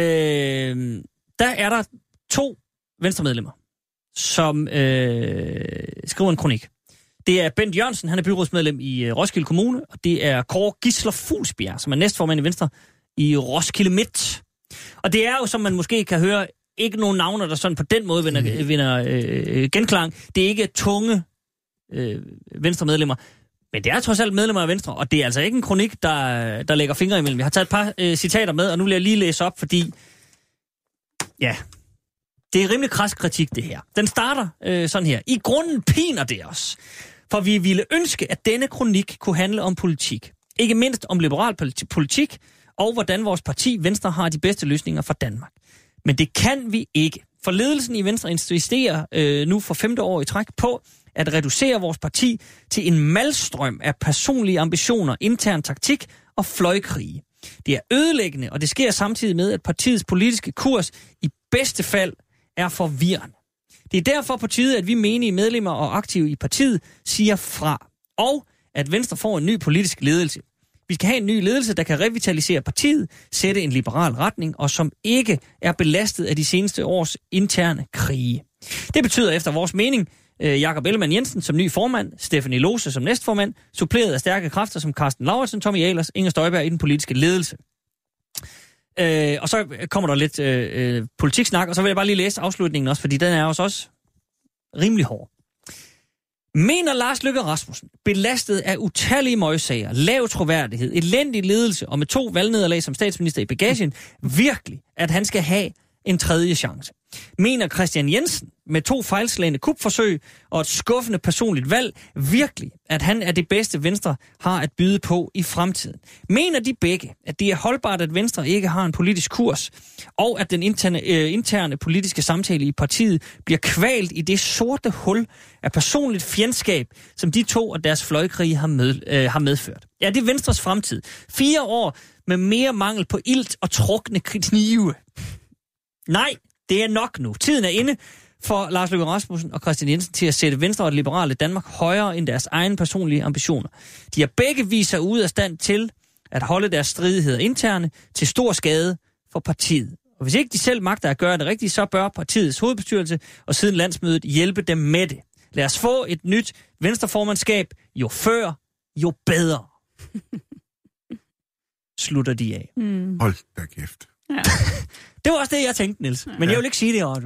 Der er der 2 venstremedlemmer, som skriver en kronik. Det er Bent Jørgensen, han er byrådsmedlem i Roskilde Kommune, og det er Kåre Gisler Fuglsbjerg, som er næstformand i Venstre i Roskilde Midt. Og det er jo, som man måske kan høre, ikke nogen navne, der sådan på den måde vinder genklang. Det er ikke tunge venstremedlemmer, men det er trods alt medlemmer af Venstre, og det er altså ikke en kronik, der lægger fingre imellem. Jeg har taget et par citater med, og nu vil jeg lige læse op, fordi ja, det er rimelig krads kritik, det her. Den starter sådan her. I grunden piner det os, for vi ville ønske, at denne kronik kunne handle om politik. Ikke mindst om liberal politik, og hvordan vores parti Venstre har de bedste løsninger for Danmark. Men det kan vi ikke. For ledelsen i Venstre insisterer nu for 5. år i træk på at reducere vores parti til en malstrøm af personlige ambitioner, intern taktik og fløjkrige. Det er ødelæggende, og det sker samtidig med, at partiets politiske kurs i bedste fald er forvirrende. Det er derfor på tide, at vi menige medlemmer og aktive i partiet siger fra, og at Venstre får en ny politisk ledelse. Vi skal have en ny ledelse, der kan revitalisere partiet, sætte en liberal retning, og som ikke er belastet af de seneste års interne krige. Det betyder efter vores mening, Jakob Ellemann-Jensen som ny formand, Stephanie Lose som næstformand, suppleret af stærke kræfter som Carsten Lauritsen, Tommy Ahlers, Inger Støjberg i den politiske ledelse. Og så kommer der lidt politiksnak, og så vil jeg bare lige læse afslutningen også, fordi den er også rimelig hård. Mener Lars Løkke Rasmussen, belastet af utallige møgsager, lav troværdighed, elendig ledelse og med 2 valgnederlag som statsminister i bagagen, virkelig, at han skal have en tredje chance? Mener Kristian Jensen med 2 fejlslagne kupforsøg og et skuffende personligt valg virkelig, at han er det bedste Venstre har at byde på i fremtiden? Mener de begge, at det er holdbart, at Venstre ikke har en politisk kurs, og at den interne politiske samtale i partiet bliver kvalt i det sorte hul af personligt fjendskab, som de 2 og deres fløjkrige har medført? Ja, det er Venstres fremtid. 4 år med mere mangel på ilt og trukne knive. Nej, det er nok nu. Tiden er inde for Lars Løkke Rasmussen og Kristian Jensen til at sætte Venstre og liberale Danmark højere end deres egne personlige ambitioner. De har begge vist sig ude af stand til at holde deres stridigheder interne til stor skade for partiet. Og hvis ikke de selv magter at gøre det rigtigt, så bør partiets hovedbestyrelse og siden landsmødet hjælpe dem med det. Lad os få et nyt venstreformandskab, jo før, jo bedre. Slutter de af. Hold da kæft. Ja. Det var også det, jeg tænkte, Niels. Men jeg vil ikke sige det over.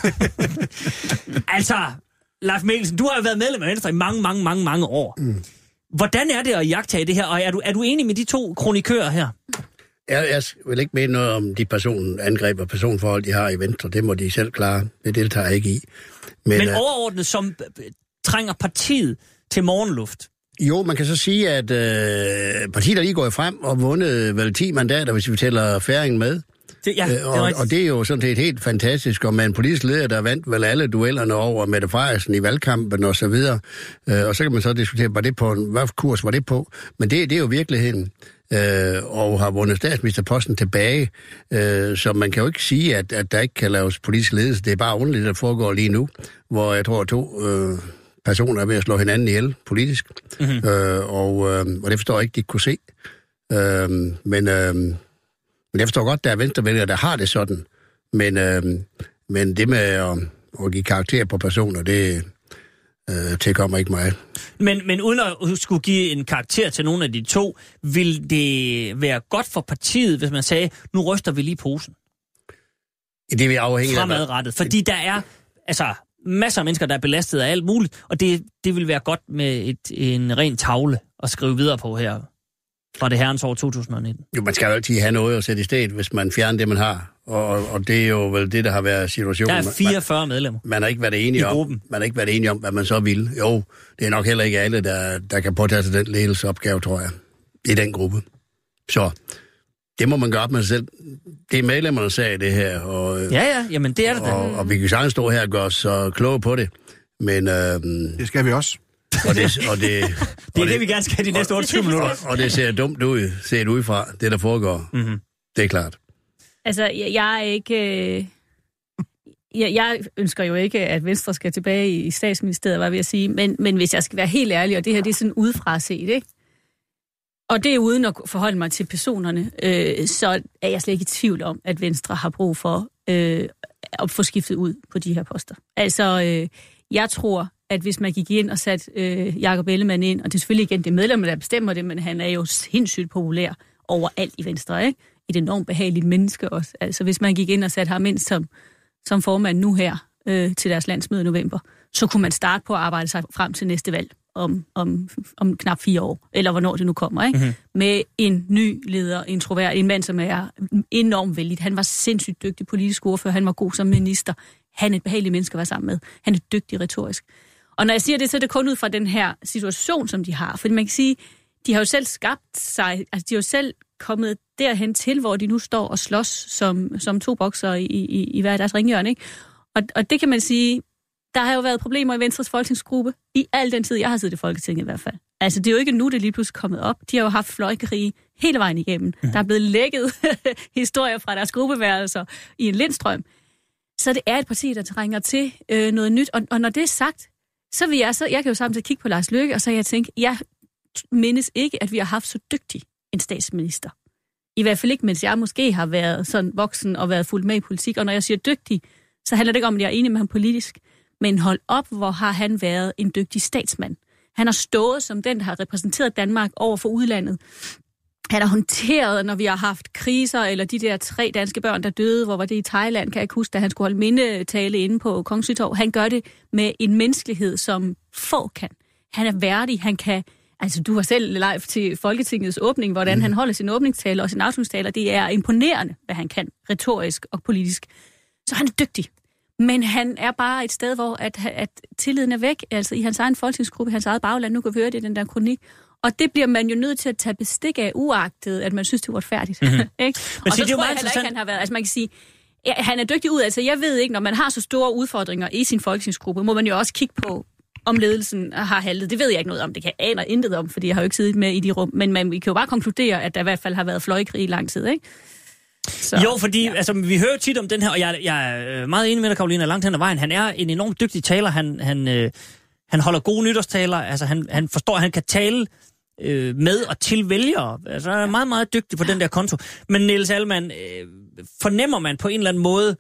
Altså, Leif Mikkelsen, du har jo været medlem af Venstre i mange år. Hvordan er det at iagttage det her? Og er du enig med de 2 kronikører her? Jeg vil ikke mene noget om de personangreb og personforhold, de har i Venstre. Det må de selv klare. Det deltager jeg ikke i. Men overordnet, som trænger partiet til morgenluft? Jo, man kan så sige, at partiet er lige gået frem og vundet vel 10 mandater, hvis vi tæller færingen med. Og det er jo sådan set helt fantastisk, og med en politisk leder, der vandt vel alle duellerne over Mette Frederiksen i valgkampen og så videre. Og så kan man så diskutere, hvad kurs var det på? Men det er jo virkeligheden. Og har vundet statsministerposten tilbage. Så man kan jo ikke sige, at der ikke kan laves politisk ledelse. Det er bare underligt, der foregår lige nu, hvor jeg tror, 2 personer er ved at slå hinanden ihjel politisk. Mm-hmm. Og det forstår jeg ikke, de kunne se. Men jeg forstår godt, der er venstrevælgere, der har det sådan. Men det med at give karakter på personer, det tilkommer ikke mig. Men uden at skulle give en karakter til nogle af de 2, vil det være godt for partiet, hvis man sagde, nu ryster vi lige posen? Det vil afhænge fremadrettet. Fordi der er masser af mennesker, der er belastet af alt muligt, og det vil være godt med en ren tavle at skrive videre på her fra det herrens år 2019. Jo, man skal jo altid have noget at sætte i stedet, hvis man fjerner det, man har. Og det er jo vel det, der har været situationen. Der er 44 medlemmer. Man har ikke været enige om. Man har ikke været enige om, hvad man så vil. Jo, det er nok heller ikke alle, der kan påtage sig den ledelsesopgave, tror jeg, i den gruppe. Så det må man gøre op med sig selv. Det er medlemmerne, der sagde det her. Og, jamen det er det da. Og vi kan sagtens stå her og gøre os så kloge på det. Men det skal vi også. Det er det, vi gerne skal have de næste 28 minutter. Og det ser dumt ud, set udefra, det der foregår. Mm-hmm. Det er klart. Altså, jeg er ikke... Jeg ønsker jo ikke, at Venstre skal tilbage i statsministeriet, hvad vil jeg sige. Men hvis jeg skal være helt ærlig, og det her det er sådan udefra set, ikke? Og det er uden at forholde mig til personerne, så er jeg slet ikke i tvivl om, at Venstre har brug for at få skiftet ud på de her poster. Altså, jeg tror, at hvis man gik ind og satte Jakob Ellemann ind, og det er selvfølgelig igen det medlemmer, der bestemmer det, men han er jo sindssygt populær overalt i Venstre, ikke? Et enormt behageligt menneske også. Altså, hvis man gik ind og satte ham ind som formand nu her til deres landsmøde i november, så kunne man starte på at arbejde sig frem til næste valg om knap 4 år, eller hvornår det nu kommer, ikke? Mm-hmm. Med en ny leder, en mand, som er enormt vældig. Han var sindssygt dygtig politisk ordfører, han var god som minister. Han er et behageligt menneske at være sammen med. Han er dygtig retorisk. Og når jeg siger det, så er det kun ud fra den her situation, som de har. Fordi man kan sige, de har jo selv skabt sig, altså de har jo selv kommet derhen til, hvor de nu står og slås som 2 boksere i hver deres ringhjørne, ikke? Og det kan man sige, der har jo været problemer i Venstres folketingsgruppe i al den tid, jeg har siddet i Folketinget i hvert fald. Altså, det er jo ikke nu, det lige pludselig kommet op. De har jo haft fløjkerige hele vejen igennem. Mm. Der er blevet lækket historier fra deres gruppeværelser i en lindstrøm. Så det er et parti, der trænger til noget nyt. Og når det er sagt, så vil jeg kan jo samtidig kigge på Lars Løkke, og så jeg tænke, jeg mindes ikke, at vi har haft så dygtig en statsminister. I hvert fald ikke, mens jeg måske har været sådan voksen og været fuldt med i politik. Og når jeg siger dygtig, så handler det ikke om, at jeg er enig med ham politisk. Men hold op, hvor har han været en dygtig statsmand. Han har stået som den, der har repræsenteret Danmark over for udlandet. Han har håndteret, når vi har haft kriser, eller de der 3 danske børn, der døde, hvor var det i Thailand, kan jeg ikke huske, da han skulle holde mindetale inde på Kongens Nytorv. Han gør det med en menneskelighed, som få kan. Han er værdig, han kan... Altså, du var selv live til Folketingets åbning, hvordan han holder sin åbningstale og sin afslutningstale. Det er imponerende, hvad han kan, retorisk og politisk. Så han er dygtig. Men han er bare et sted, hvor at tilliden er væk, altså i hans egen folketingsgruppe, i hans eget bagland. Nu kan vi høre det i den der kronik. Og det bliver man jo nødt til at tage bestik af, uagtet, at man synes, det er uretfærdigt. Mm-hmm. Ikke? Men og så tror jeg heller ikke, han har været... Altså man kan sige, ja, han er dygtig ud. Altså jeg ved ikke, når man har så store udfordringer i sin folketingsgruppe, må man jo også kigge på, om ledelsen har haltet. Det ved jeg ikke noget om. Det kan jeg aner intet om, fordi jeg har jo ikke siddet med i de rum. Men man kan jo bare konkludere, at der i hvert fald har været fløjkrig i lang tid, ikke? Så, jo, fordi altså, vi hører tit om den her, og jeg er meget enig med dig, Caroline, langt hen ad vejen. Han er en enormt dygtig taler. Han holder gode nytårstaler. Altså, han forstår, at han kan tale med og til vælgere. Altså, han er meget, meget dygtig på den der konto. Men Niels Alemann, fornemmer man på en eller anden måde,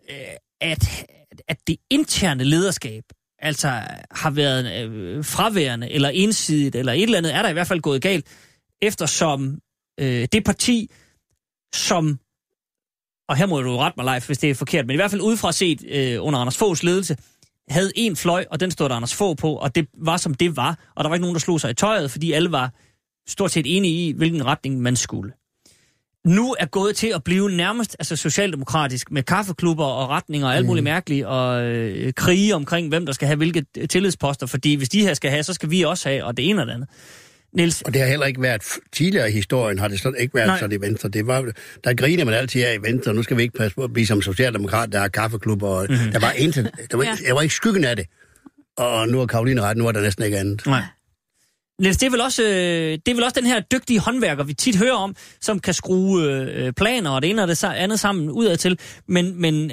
at det interne lederskab altså har været fraværende, eller ensidigt, eller et eller andet, er der i hvert fald gået galt, eftersom det parti, som, og her må du rette mig, Leif, hvis det er forkert, men i hvert fald udefra set under Anders Foghs ledelse, havde en fløj, og den stod der Anders Fogh på, og det var som det var, og der var ikke nogen, der slog sig i tøjet, fordi alle var stort set enige i, hvilken retning man skulle. Nu er gået til at blive nærmest altså socialdemokratisk med kaffeklubber og retninger og alt muligt mærkeligt, og krige omkring, hvem der skal have hvilke tillidsposter, fordi hvis de her skal have, så skal vi også have, og det ene og det andet. Niels? Og det har heller ikke været tidligere i historien, har det slet ikke været sådan i Venstre. Det var, der griner man altid af i Venstre, nu skal vi ikke passe på at blive som socialdemokrat, der har kaffeklubber, og der var intet, der var ikke skyggen af det. Og nu er Caroline ret, nu er der næsten ikke andet. Nej. Niels, det er vel også den her dygtige håndværker, vi tit hører om, som kan skrue planer og det ene og det andet sammen udadtil. Men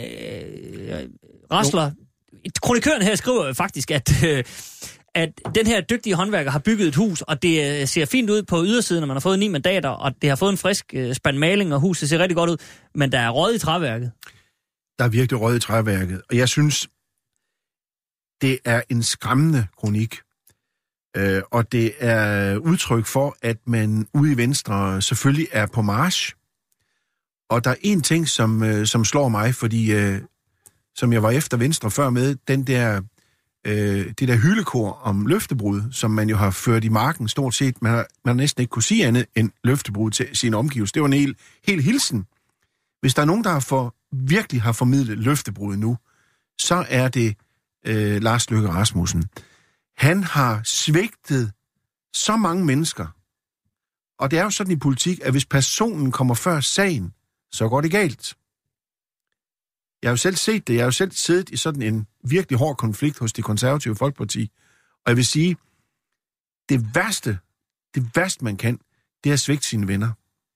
Rasler, kronikøren her skriver faktisk, at den her dygtige håndværker har bygget et hus, og det ser fint ud på ydersiden, når man har fået 9 mandater, og det har fået en frisk spand maling, og huset ser rigtig godt ud, men der er rød i træværket. Der er virkelig rød i træværket, og jeg synes, det er en skræmmende kronik. Og det er udtryk for, at man ude i Venstre selvfølgelig er på march. Og der er en ting, som slår mig, fordi som jeg var efter Venstre før med, det der hyldekor om løftebrud, som man jo har ført i marken stort set. Man har næsten ikke kunne sige andet end løftebrud til sine omgivelser. Det var en hel hilsen. Hvis der er nogen, der virkelig har formidlet løftebrud nu, så er det Lars Løkke Rasmussen. Han har svigtet så mange mennesker. Og det er jo sådan i politik, at hvis personen kommer før sagen, så går det galt. Jeg har jo selv set det. Jeg har jo selv siddet i sådan en virkelig hård konflikt hos Det Konservative Folkeparti. Og jeg vil sige, det værste man kan, det er at svigte sine venner.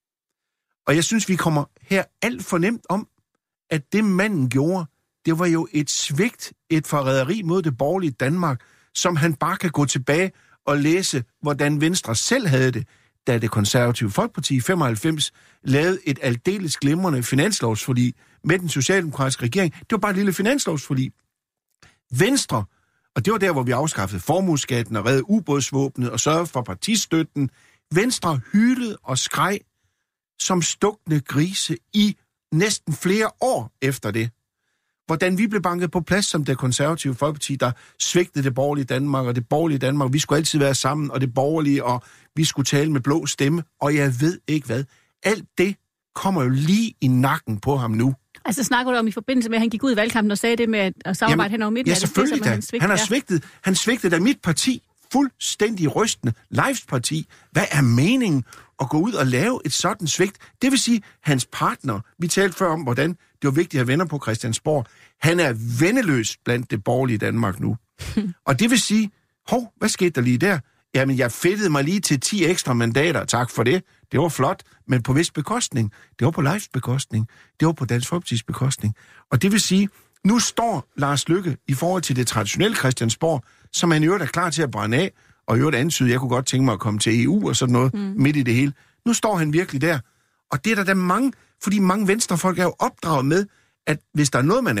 Og jeg synes, vi kommer her alt for nemt om, at det manden gjorde, det var jo et svigt, et forræderi mod det borgerlige Danmark, som han bare kan gå tilbage og læse, hvordan Venstre selv havde det, da Det Konservative Folkeparti i 95 lavede et aldeles glimrende finanslovsforlig med den socialdemokratiske regering. Det var bare et lille finanslovsforlig. Venstre, og det var der, hvor vi afskaffede formueskatten og reddede ubådsvåbnet og sørgede for partistøtten. Venstre hylede og skreg som stukne grise i næsten flere år efter det. Hvordan vi blev banket på plads som Det Konservative Folkeparti, der svigtede det borgerlige Danmark, og det borgerlige Danmark, vi skulle altid være sammen, og det borgerlige, og vi skulle tale med blå stemme, og jeg ved ikke hvad. Alt det kommer jo lige i nakken på ham nu. Altså snakker du om i forbindelse med, at han gik ud i valgkampen og sagde det med at samarbejde hen over midten? Ja, selvfølgelig da. Han har svigtet. Han svigtede da mit parti fuldstændig rystende. Leifs parti. Hvad er meningen at gå ud og lave et sådan svigt? Det vil sige, hans partner, vi talte før om, hvordan det var vigtigt at have venner på Christiansborg. Han er venneløs blandt det borgerlige Danmark nu. Og det vil sige, hvad skete der lige der? Jamen, jeg fedtede mig lige til 10 ekstra mandater. Tak for det. Det var flot, men på vis bekostning. Det var på Leifs bekostning. Det var på Dansk Folkepartis bekostning. Og det vil sige, nu står Lars Løkke i forhold til det traditionelle Christiansborg, som han i øvrigt er klar til at brænde af, og i øvrigt antyde, jeg kunne godt tænke mig at komme til EU og sådan noget midt i det hele. Nu står han virkelig der. Og det er der mange, fordi mange venstrefolk er jo opdraget med, at hvis der er noget, man er,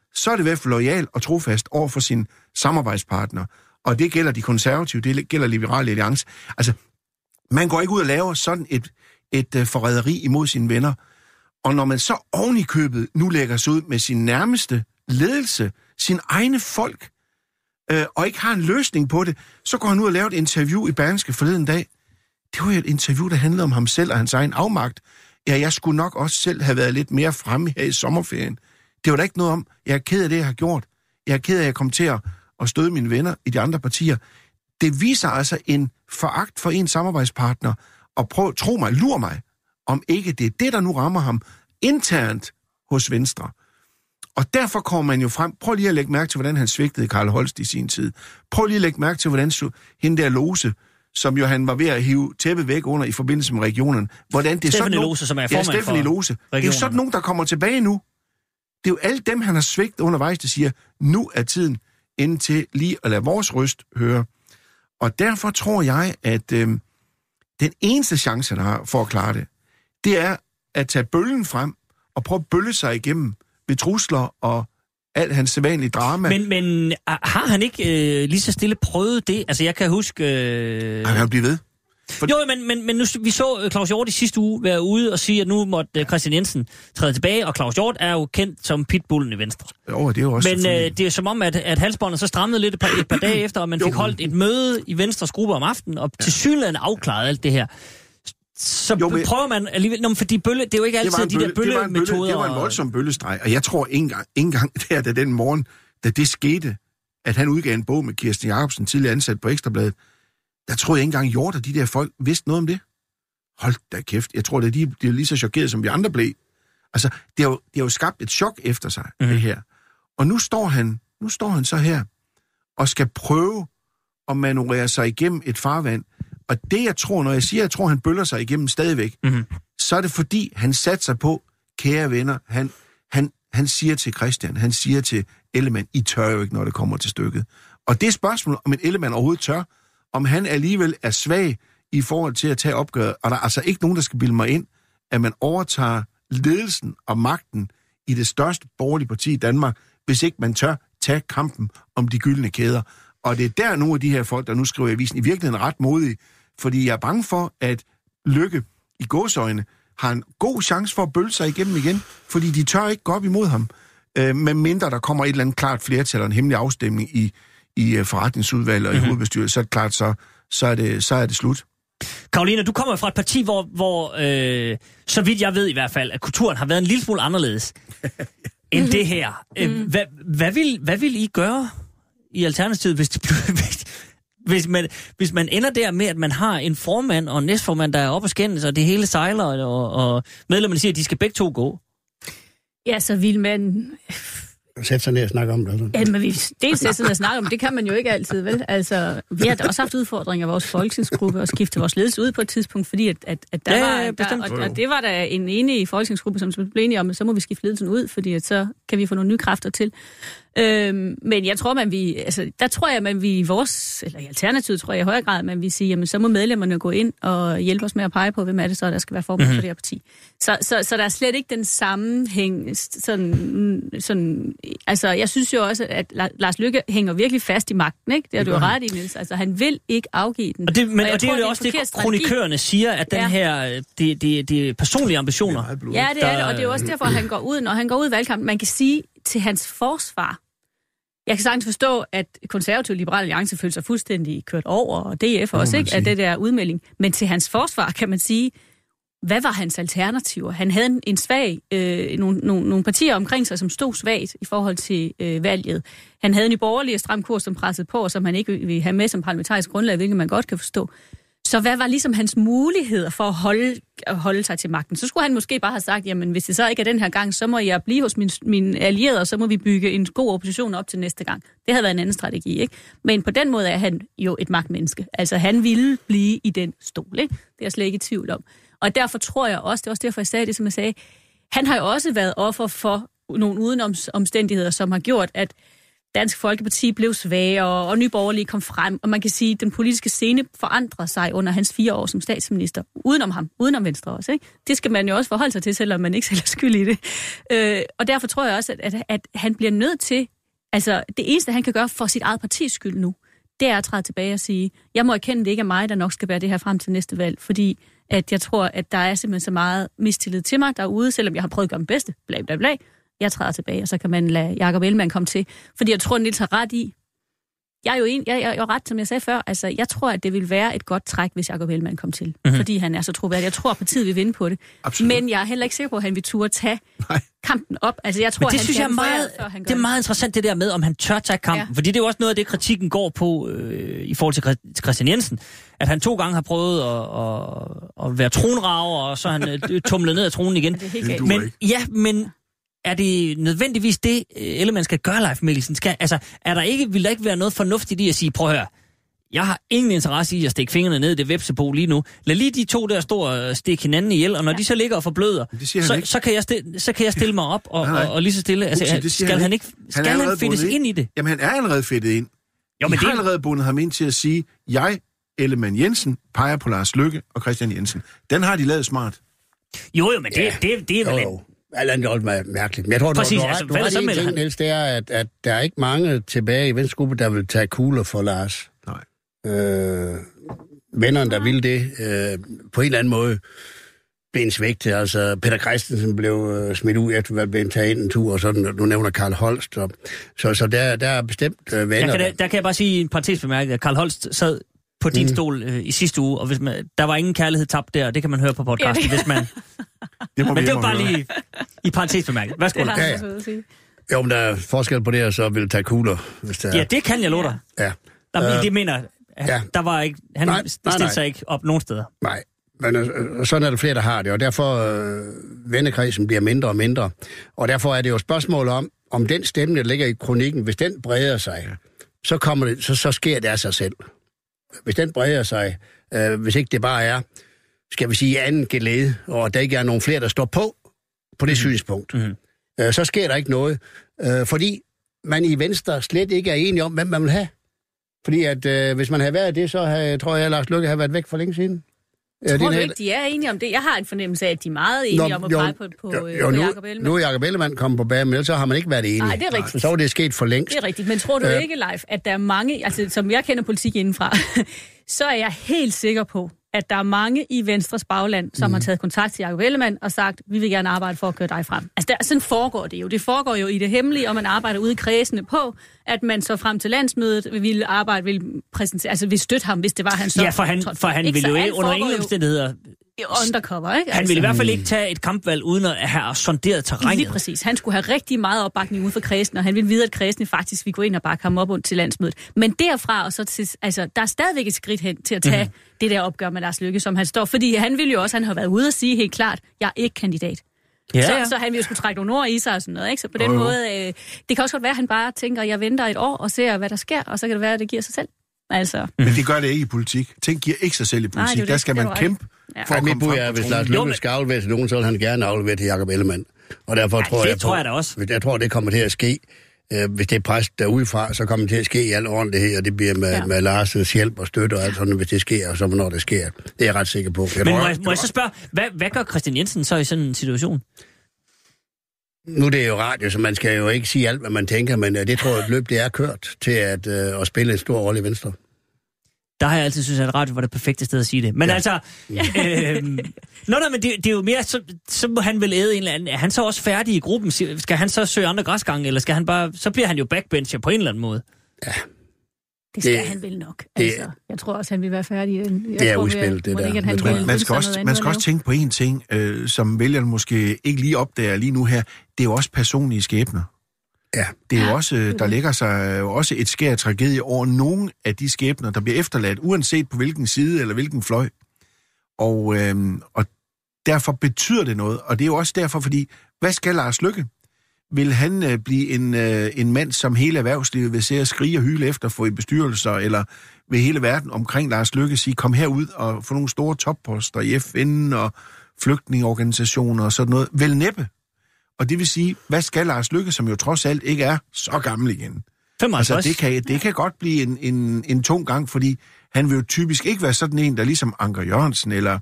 så er det i hvert fald lojal og trofast over for sin samarbejdspartner. Og det gælder de konservative, det gælder Liberale Alliance. Altså, man går ikke ud og laver sådan et forræderi imod sine venner. Og når man så oven i købet nu lægger sig ud med sin nærmeste ledelse, sin egne folk, og ikke har en løsning på det, så går han ud og laver et interview i Berlingske forleden dag. Det var jo et interview, der handlede om ham selv og hans egen afmagt. Ja, jeg skulle nok også selv have været lidt mere fremme her i sommerferien. Det var der ikke noget om. Jeg er ked af det, jeg har gjort. Jeg er ked af, at jeg kom til at støde mine venner i de andre partier. Det viser altså en foragt for en samarbejdspartner, og tro mig, lur mig, om ikke det er det, der nu rammer ham internt hos Venstre. Og derfor kommer man jo frem. Prøv lige at lægge mærke til, hvordan han svigtede Karl Holst i sin tid. Prøv lige at lægge mærke til, hvordan hende der Lose, som jo han var ved at hive tæppet væk under i forbindelse med regionen. Hvordan det er Stephanie Lose, som er formand for Stephanie Lose. Det er jo sådan nogen, der kommer tilbage nu. Det er jo alle dem, han har svigtet undervejs, der siger, nu er tiden inde til lige at lade vores røst høre. Og derfor tror jeg, at den eneste chance, han har for at klare det, det er at tage bølgen frem og prøve at bølle sig igennem ved trusler og alt hans sædvanlige drama. Men har han ikke lige så stille prøvet det? Altså, jeg kan huske... Han kan blive ved. Jo, men nu, vi så Claus Hjort i sidste uge være ude og sige, at nu måtte Christian Jensen træde tilbage, og Claus Hjort er jo kendt som pitbullen i Venstre. Jo, det er jo også. Men det er som om, at halsbåndet så strammede lidt et par dage efter, og man fik holdt et møde i Venstres gruppe om aftenen, og til synligheden afklaret alt det her. Så prøver man alligevel... fordi bølle, det er jo ikke altid de der bøllemetoder... Det var en voldsom bøllestreg, og jeg tror ikke engang der, da den morgen, da det skete, at han udgav en bog med Kirsten Jacobsen, tidligere ansat på Ekstrabladet, der tror jeg ikke engang Hjort og de der folk vidste noget om det. Hold da kæft. Jeg tror, at de er lige så chokeret, som vi andre blev. Altså, det har jo skabt et chok efter sig, det her. Og nu står han så her og skal prøve at manøvrere sig igennem et farvand. Og det, jeg tror, når jeg siger, at jeg tror, han bøller sig igennem stadigvæk, så er det fordi, han satte sig på, kære venner, han siger til Christian, han siger til Ellemann, I tør jo ikke, når det kommer til stykket. Og det er spørgsmålet, om en Ellemann overhovedet tør, om han alligevel er svag i forhold til at tage opgøret. Og der er altså ikke nogen, der skal bilde mig ind, at man overtager ledelsen og magten i det største borgerlige parti i Danmark, hvis ikke man tør tage kampen om de gyldne kæder. Og det er der nogle af de her folk, der nu skriver i avisen, i virkeligheden ret modige, fordi jeg er bange for, at Løkke i gåseøjne har en god chance for at bølle sig igennem igen, fordi de tør ikke gå op imod ham, med mindre der kommer et eller andet klart flertal og en hemmelig afstemning i forretningsudvalget og i hovedbestyrelsen, så er det klart, så er det slut. Karoline, du kommer fra et parti, hvor så vidt jeg ved i hvert fald, at kulturen har været en lille smule anderledes end det her. Hvad vil I gøre i Alternativet, hvis man ender der med, at man har en formand og en næstformand, der er oppe og skændes, og det hele sejler, og medlemmerne siger, at de skal begge to gå? Ja, så vil man... Sæt sig ned og snakke om det. Altså. Ja, men vi dels sætte sig ned og snakke om det, kan man jo ikke altid, vel? Altså, vi har da også haft udfordringer i vores folketingsgruppe og skifte vores ledelse ud på et tidspunkt, fordi at der var det var der en enig folketingsgruppe, som blev enige om, at så må vi skifte ledelsen ud, fordi at så kan vi få nogle nye kræfter til. Men jeg tror, man vi i vores, eller i Alternativet, tror jeg i højere grad, man vil sige, jamen så må medlemmerne gå ind og hjælpe os med at pege på, hvem er det så, der skal være formand for det her parti. Så der er slet ikke den sammenhæng, sådan, altså jeg synes jo også, at Lars Løkke hænger virkelig fast i magten, ikke? Det har du jo ret i, Niels. Altså han vil ikke afgive den. Og det er jo også det, kronikørerne siger, at den her, det personlige ambitioner. Ja, det er det, og det er jo også derfor, at han går ud, når han går ud i valgkampen. Man kan sige til hans forsvar, jeg kan sagtens forstå, at Konservative Liberale Alliance føler sig fuldstændig kørt over, og DF også, ikke, af det der udmelding. Men til hans forsvar kan man sige, hvad var hans alternativer? Han havde en svag, nogle partier omkring sig, som stod svagt i forhold til valget. Han havde en borgerlig og stram kurs, som pressede på, og som han ikke ville have med som parlamentarisk grundlag, hvilket man godt kan forstå. Så hvad var ligesom hans muligheder for at holde sig til magten? Så skulle han måske bare have sagt, jamen hvis det så ikke er den her gang, så må jeg blive hos mine allierede, og så må vi bygge en god opposition op til næste gang. Det havde været en anden strategi, ikke? Men på den måde er han jo et magtmenneske. Altså han ville blive i den stol, ikke? Det er jeg slet ikke i tvivl om. Og derfor tror jeg også, det er også derfor jeg sagde det, som jeg sagde, han har jo også været offer for nogle udenomsomstændigheder, som har gjort, at Dansk Folkeparti blev svagere, og Nye Borgerlige kom frem, og man kan sige, at den politiske scene forandrer sig under hans 4 år som statsminister, udenom ham, udenom Venstre også. Ikke? Det skal man jo også forholde sig til, selvom man ikke selv er skyld i det. Og derfor tror jeg også, at han bliver nødt til, altså det eneste, han kan gøre for sit eget partis skyld nu, det er at træde tilbage og sige, jeg må erkende, det ikke er mig, der nok skal bære det her frem til næste valg, fordi at jeg tror, at der er simpelthen så meget mistillid til mig derude, selvom jeg har prøvet at gøre mit bedste, bla bla bla. Jeg træder tilbage, og så kan man lade Jakob Ellemann komme til. Fordi jeg tror, Niels har ret i. Jeg er jo ret, som jeg sagde før. Altså, jeg tror, at det vil være et godt træk, hvis Jakob Ellemann kom til. Mm-hmm. Fordi han er så troværdig. Jeg tror, at partiet vil vinde på det. Absolut. Men jeg er heller ikke sikker på, at han vil turde tage kampen op. Altså, jeg tror, men det han synes jeg det er meget interessant, det der med, om han tør tage kampen. Ja. Fordi det er jo også noget af det, kritikken går på i forhold til Christian Jensen. At han 2 gange har prøvet at være tronrager, og så han tumlet ned af tronen igen. Men er det nødvendigvis det, Ellemann skal gøre, Leif Mikkelsen? Vil der ikke være noget fornuftigt i at sige, prøv at høre, jeg har ingen interesse i at stikke fingrene ned i det vepsebo lige nu. Lad lige de 2 der stå og stikke hinanden ihjel, og når de så ligger og forbløder, så kan jeg stille mig op og lige så stille. Altså, skal han fedtes ind i det? Jamen, han er allerede fedtet ind. Jo, men har allerede bundet ham ind til at sige, jeg, Ellemann Jensen, peger på Lars Løkke og Christian Jensen. Den har de lavet smart. Jo, men det er vel en... Alt andet er også mærkeligt. Men jeg tror, præcis, du har ret i en ting, Niels, det er, at der er ikke mange tilbage i Venstregruppen, der vil tage kugler for Lars. Nej. Vennerne, der ville det, på en eller anden måde blev en svigte. Altså, Peter Christensen blev smidt ud efter at blive taget ind en tur, og sådan, du nævner Karl Holst. Så der er bestemt venner. Der kan jeg bare sige en parentesbemærkning, at Karl Holst sad på din stol i sidste uge, og hvis der var ingen kærlighed tabt der, det kan man høre på podcasten, hvis man... Men det var bare lige i parentesbemærkning. Værsgo. Jo, men der er forskel på det, og så vil tage kugler, hvis der er. Ja, det kan jeg love dig. Ja. Det mener der var ikke... Han stillede sig ikke op nogen steder. Nej, men sådan er der flere, der har det, og derfor vennekredsen bliver mindre og mindre. Og derfor er det jo et spørgsmål om den stemme, der ligger i kronikken, hvis den breder sig, så sker det af sig selv. Hvis den breder sig, hvis ikke det bare er, skal vi sige, anden gelede, og der ikke er nogen flere, der står på det synspunkt, så sker der ikke noget. Fordi man i Venstre slet ikke er enige om, hvem man vil have. Fordi at hvis man havde været det, så tror jeg, at Lars Løkke har været væk for længe siden. Tror du ikke, de er enige om det? Jeg har en fornemmelse af, at de er meget enige om at pege på Jakob Ellemann. Nu er Jakob Ellemann kommet på banen, men så har man ikke været enige. Nej, det er rigtigt. Så er det sket for længst. Det er rigtigt, men tror du ikke, Leif, at der er mange, altså som jeg kender politik indenfra, så er jeg helt sikker på, at der er mange i Venstres bagland, som har taget kontakt til Jakob Ellemann og sagt, vi vil gerne arbejde for at køre dig frem. Altså, sådan foregår det jo. Det foregår jo i det hemmelige, og man arbejder ude i kredsene på, at man så frem til landsmødet vil præsentere, altså vil støtte ham, hvis det var han så. Ja, for han ville jo ikke under ingen omstændigheder undercover, ikke? Han ville i hvert fald ikke tage et kampvalg uden at have sonderet terrænet. Lige præcis. Han skulle have rigtig meget opbakning ude for kredsen, og han ville vide, at kredsen faktisk ville gå ind og bakke ham op til landsmødet. Men derfra og så til, altså, der er stadigvæk et skridt hen til at tage det der opgør med Lars Løkke, som han står. Fordi han ville jo også, han har været ude og sige helt klart, jeg er ikke kandidat. Ja. Så han ville jo skulle trække nogle ord i sig og sådan noget, ikke? Så på den måde, det kan også godt være, at han bare tænker, jeg venter et år og ser, hvad der sker, og så kan det være, at det giver sig selv. Altså. Men det gør det ikke i politik. Ting giver ikke sig selv i politik. Nej, der skal man kæmpe for at komme frem. Hvis Lars Løkke skal aflevere til nogen, så vil han gerne aflevere til Jakob Ellemann. Og derfor tror jeg da også. Jeg tror, det kommer til at ske. Hvis det er pres derudefra, så kommer det til at ske i al ordentlighed, og det bliver med Lars' hjælp og støtte og alt sådan, hvis det sker, og så hvornår det sker. Det er jeg ret sikker på. Men må jeg så spørge, hvad gør Christian Jensen så i sådan en situation? Nu er det jo radio, så man skal jo ikke sige alt, hvad man tænker, men det tror jeg, at løb det er kørt til at spille en stor rolle i Venstre. Der har jeg altid synes, at radio var det perfekte sted at sige det. Men men det er jo mere, så må han vel æde en eller anden. Er han så også færdig i gruppen? Skal han så søge andre græsgange, eller skal han bare, så bliver han jo backbencher på en eller anden måde? Ja. Det skal han vel nok. Altså, jeg tror også, han vil være færdig. Det er udspillet, det der. Man skal også tænke på en ting, som vælgerne måske ikke lige opdager lige nu her. Det er jo også personlige skæbner. Ja. Det er jo også, der lægger sig jo også et skær tragedie over nogle af de skæbner, der bliver efterladt, uanset på hvilken side eller hvilken fløj. Og derfor betyder det noget. Og det er jo også derfor, fordi, hvad skal Lars Løkke? Vil han blive en mand, som hele erhvervslivet vil se at skrige og hyle efter for i bestyrelser, eller vil hele verden omkring Lars Løkke sige, kom herud og få nogle store topposter i FN og flygtningeorganisationer og sådan noget? Vel næppe. Og det vil sige, hvad skal Lars Løkke, som jo trods alt ikke er så gammel igen, 55. Altså, det kan godt blive en tung gang, fordi han vil jo typisk ikke være sådan en, der ligesom Anker Jørgensen, eller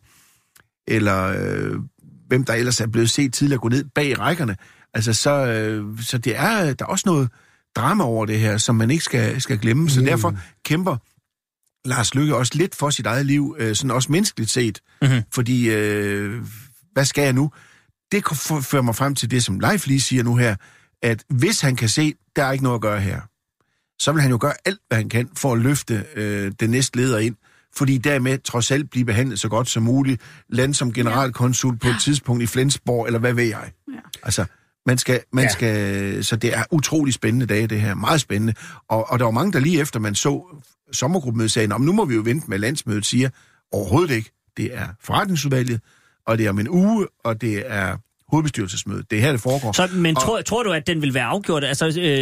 hvem der ellers er blevet set tidligere gå ned bag rækkerne. Altså, så der er også noget drama over det her, som man ikke skal glemme. Så derfor kæmper Lars Løkke også lidt for sit eget liv, sådan også menneskeligt set. Mm-hmm. Fordi, hvad skal jeg nu? Det fører mig frem til det, som Leif lige siger nu her, at hvis han kan se, der er ikke noget at gøre her, så vil han jo gøre alt, hvad han kan for at løfte den næste leder ind, fordi dermed trods alt blive behandlet så godt som muligt, land som generalkonsul på et tidspunkt i Flensborg, eller hvad ved jeg. Ja. Altså, man skal, så det er utrolig spændende dage, det her. Meget spændende. Og der var mange, der lige efter man så sommergruppemødet sagde, nu må vi jo vente med landsmødet, siger overhovedet ikke. Det er forretningsudvalget, og det er om en uge, og det er hovedbestyrelsesmødet. Det er her, det foregår. Men tror du, at den vil være afgjort? Altså,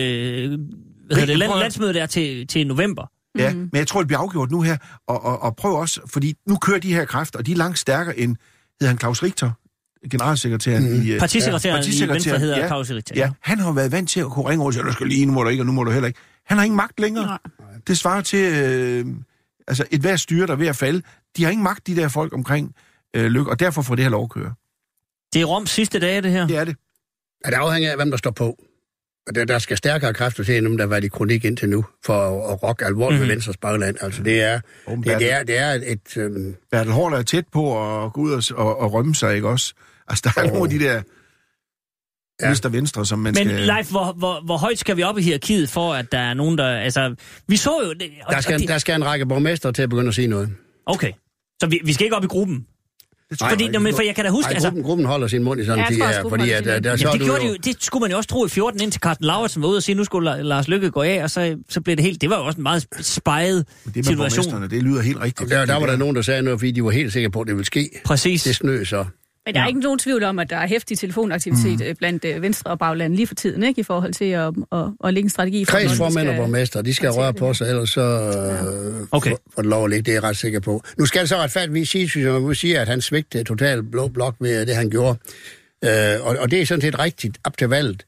landsmødet er til november. Ja, men jeg tror, det bliver afgjort nu her. Og prøv også, fordi nu kører de her kræfter, og de er langt stærkere end, hedder han Claus Richter, generalsekretæren i... Partisekretæren i Venstre hedder Claus Richter. Ja, han har været vant til at kunne ringe over og sige, du skal lige, nu må du ikke, og nu må du heller ikke. Han har ingen magt længere. Nej. Det svarer til et hvert styre, der er ved at falde. De har ingen magt, de der folk omkring Løkke, og derfor får det her lov at køre. Det er Roms sidste dage, det her? Det er det. Ja, det afhænger af, hvem der står på. Der skal stærkere kræfter til, end der har været i kronik indtil nu, for at rokke alvorligt ved Venstres bagland. Altså, det er et... Bertel Haarder er tæt på at gå ud og rømme sig, ikke også? Altså, der er nogle af de der Venstre, som man skal... Men Leif, hvor højt skal vi op i hierarkiet, for at der er nogen, der... Altså, vi så jo... Der skal en række borgmestre til at begynde at sige noget. Okay. Så vi skal ikke op i gruppen? For jeg kan da huske... Gruppen holder sin mund i sådan en tid her, fordi det skulle man jo også tro i 14, indtil Carsten Lauritsen var ude og sige, nu skulle Lars Løkke gå af, og så blev det helt... Det var jo også en meget spejet situation. Det lyder helt rigtigt. Der var der nogen, der sagde noget, fordi de var helt sikre på, at det ville ske. Præcis. Det snød så. Men der er ikke nogen tvivl om, at der er heftig telefonaktivitet blandt Venstre og bagland lige for tiden, ikke? I forhold til at lægge en strategi for... Kredsformænd og borgmester, de skal røre på sig, ellers så får det lov at ligge, det er jeg ret sikker på. Nu skal det så retfærdigvis sige, at han svigtede totalt blå blok ved det, han gjorde. Og det er sådan set rigtigt op til valget.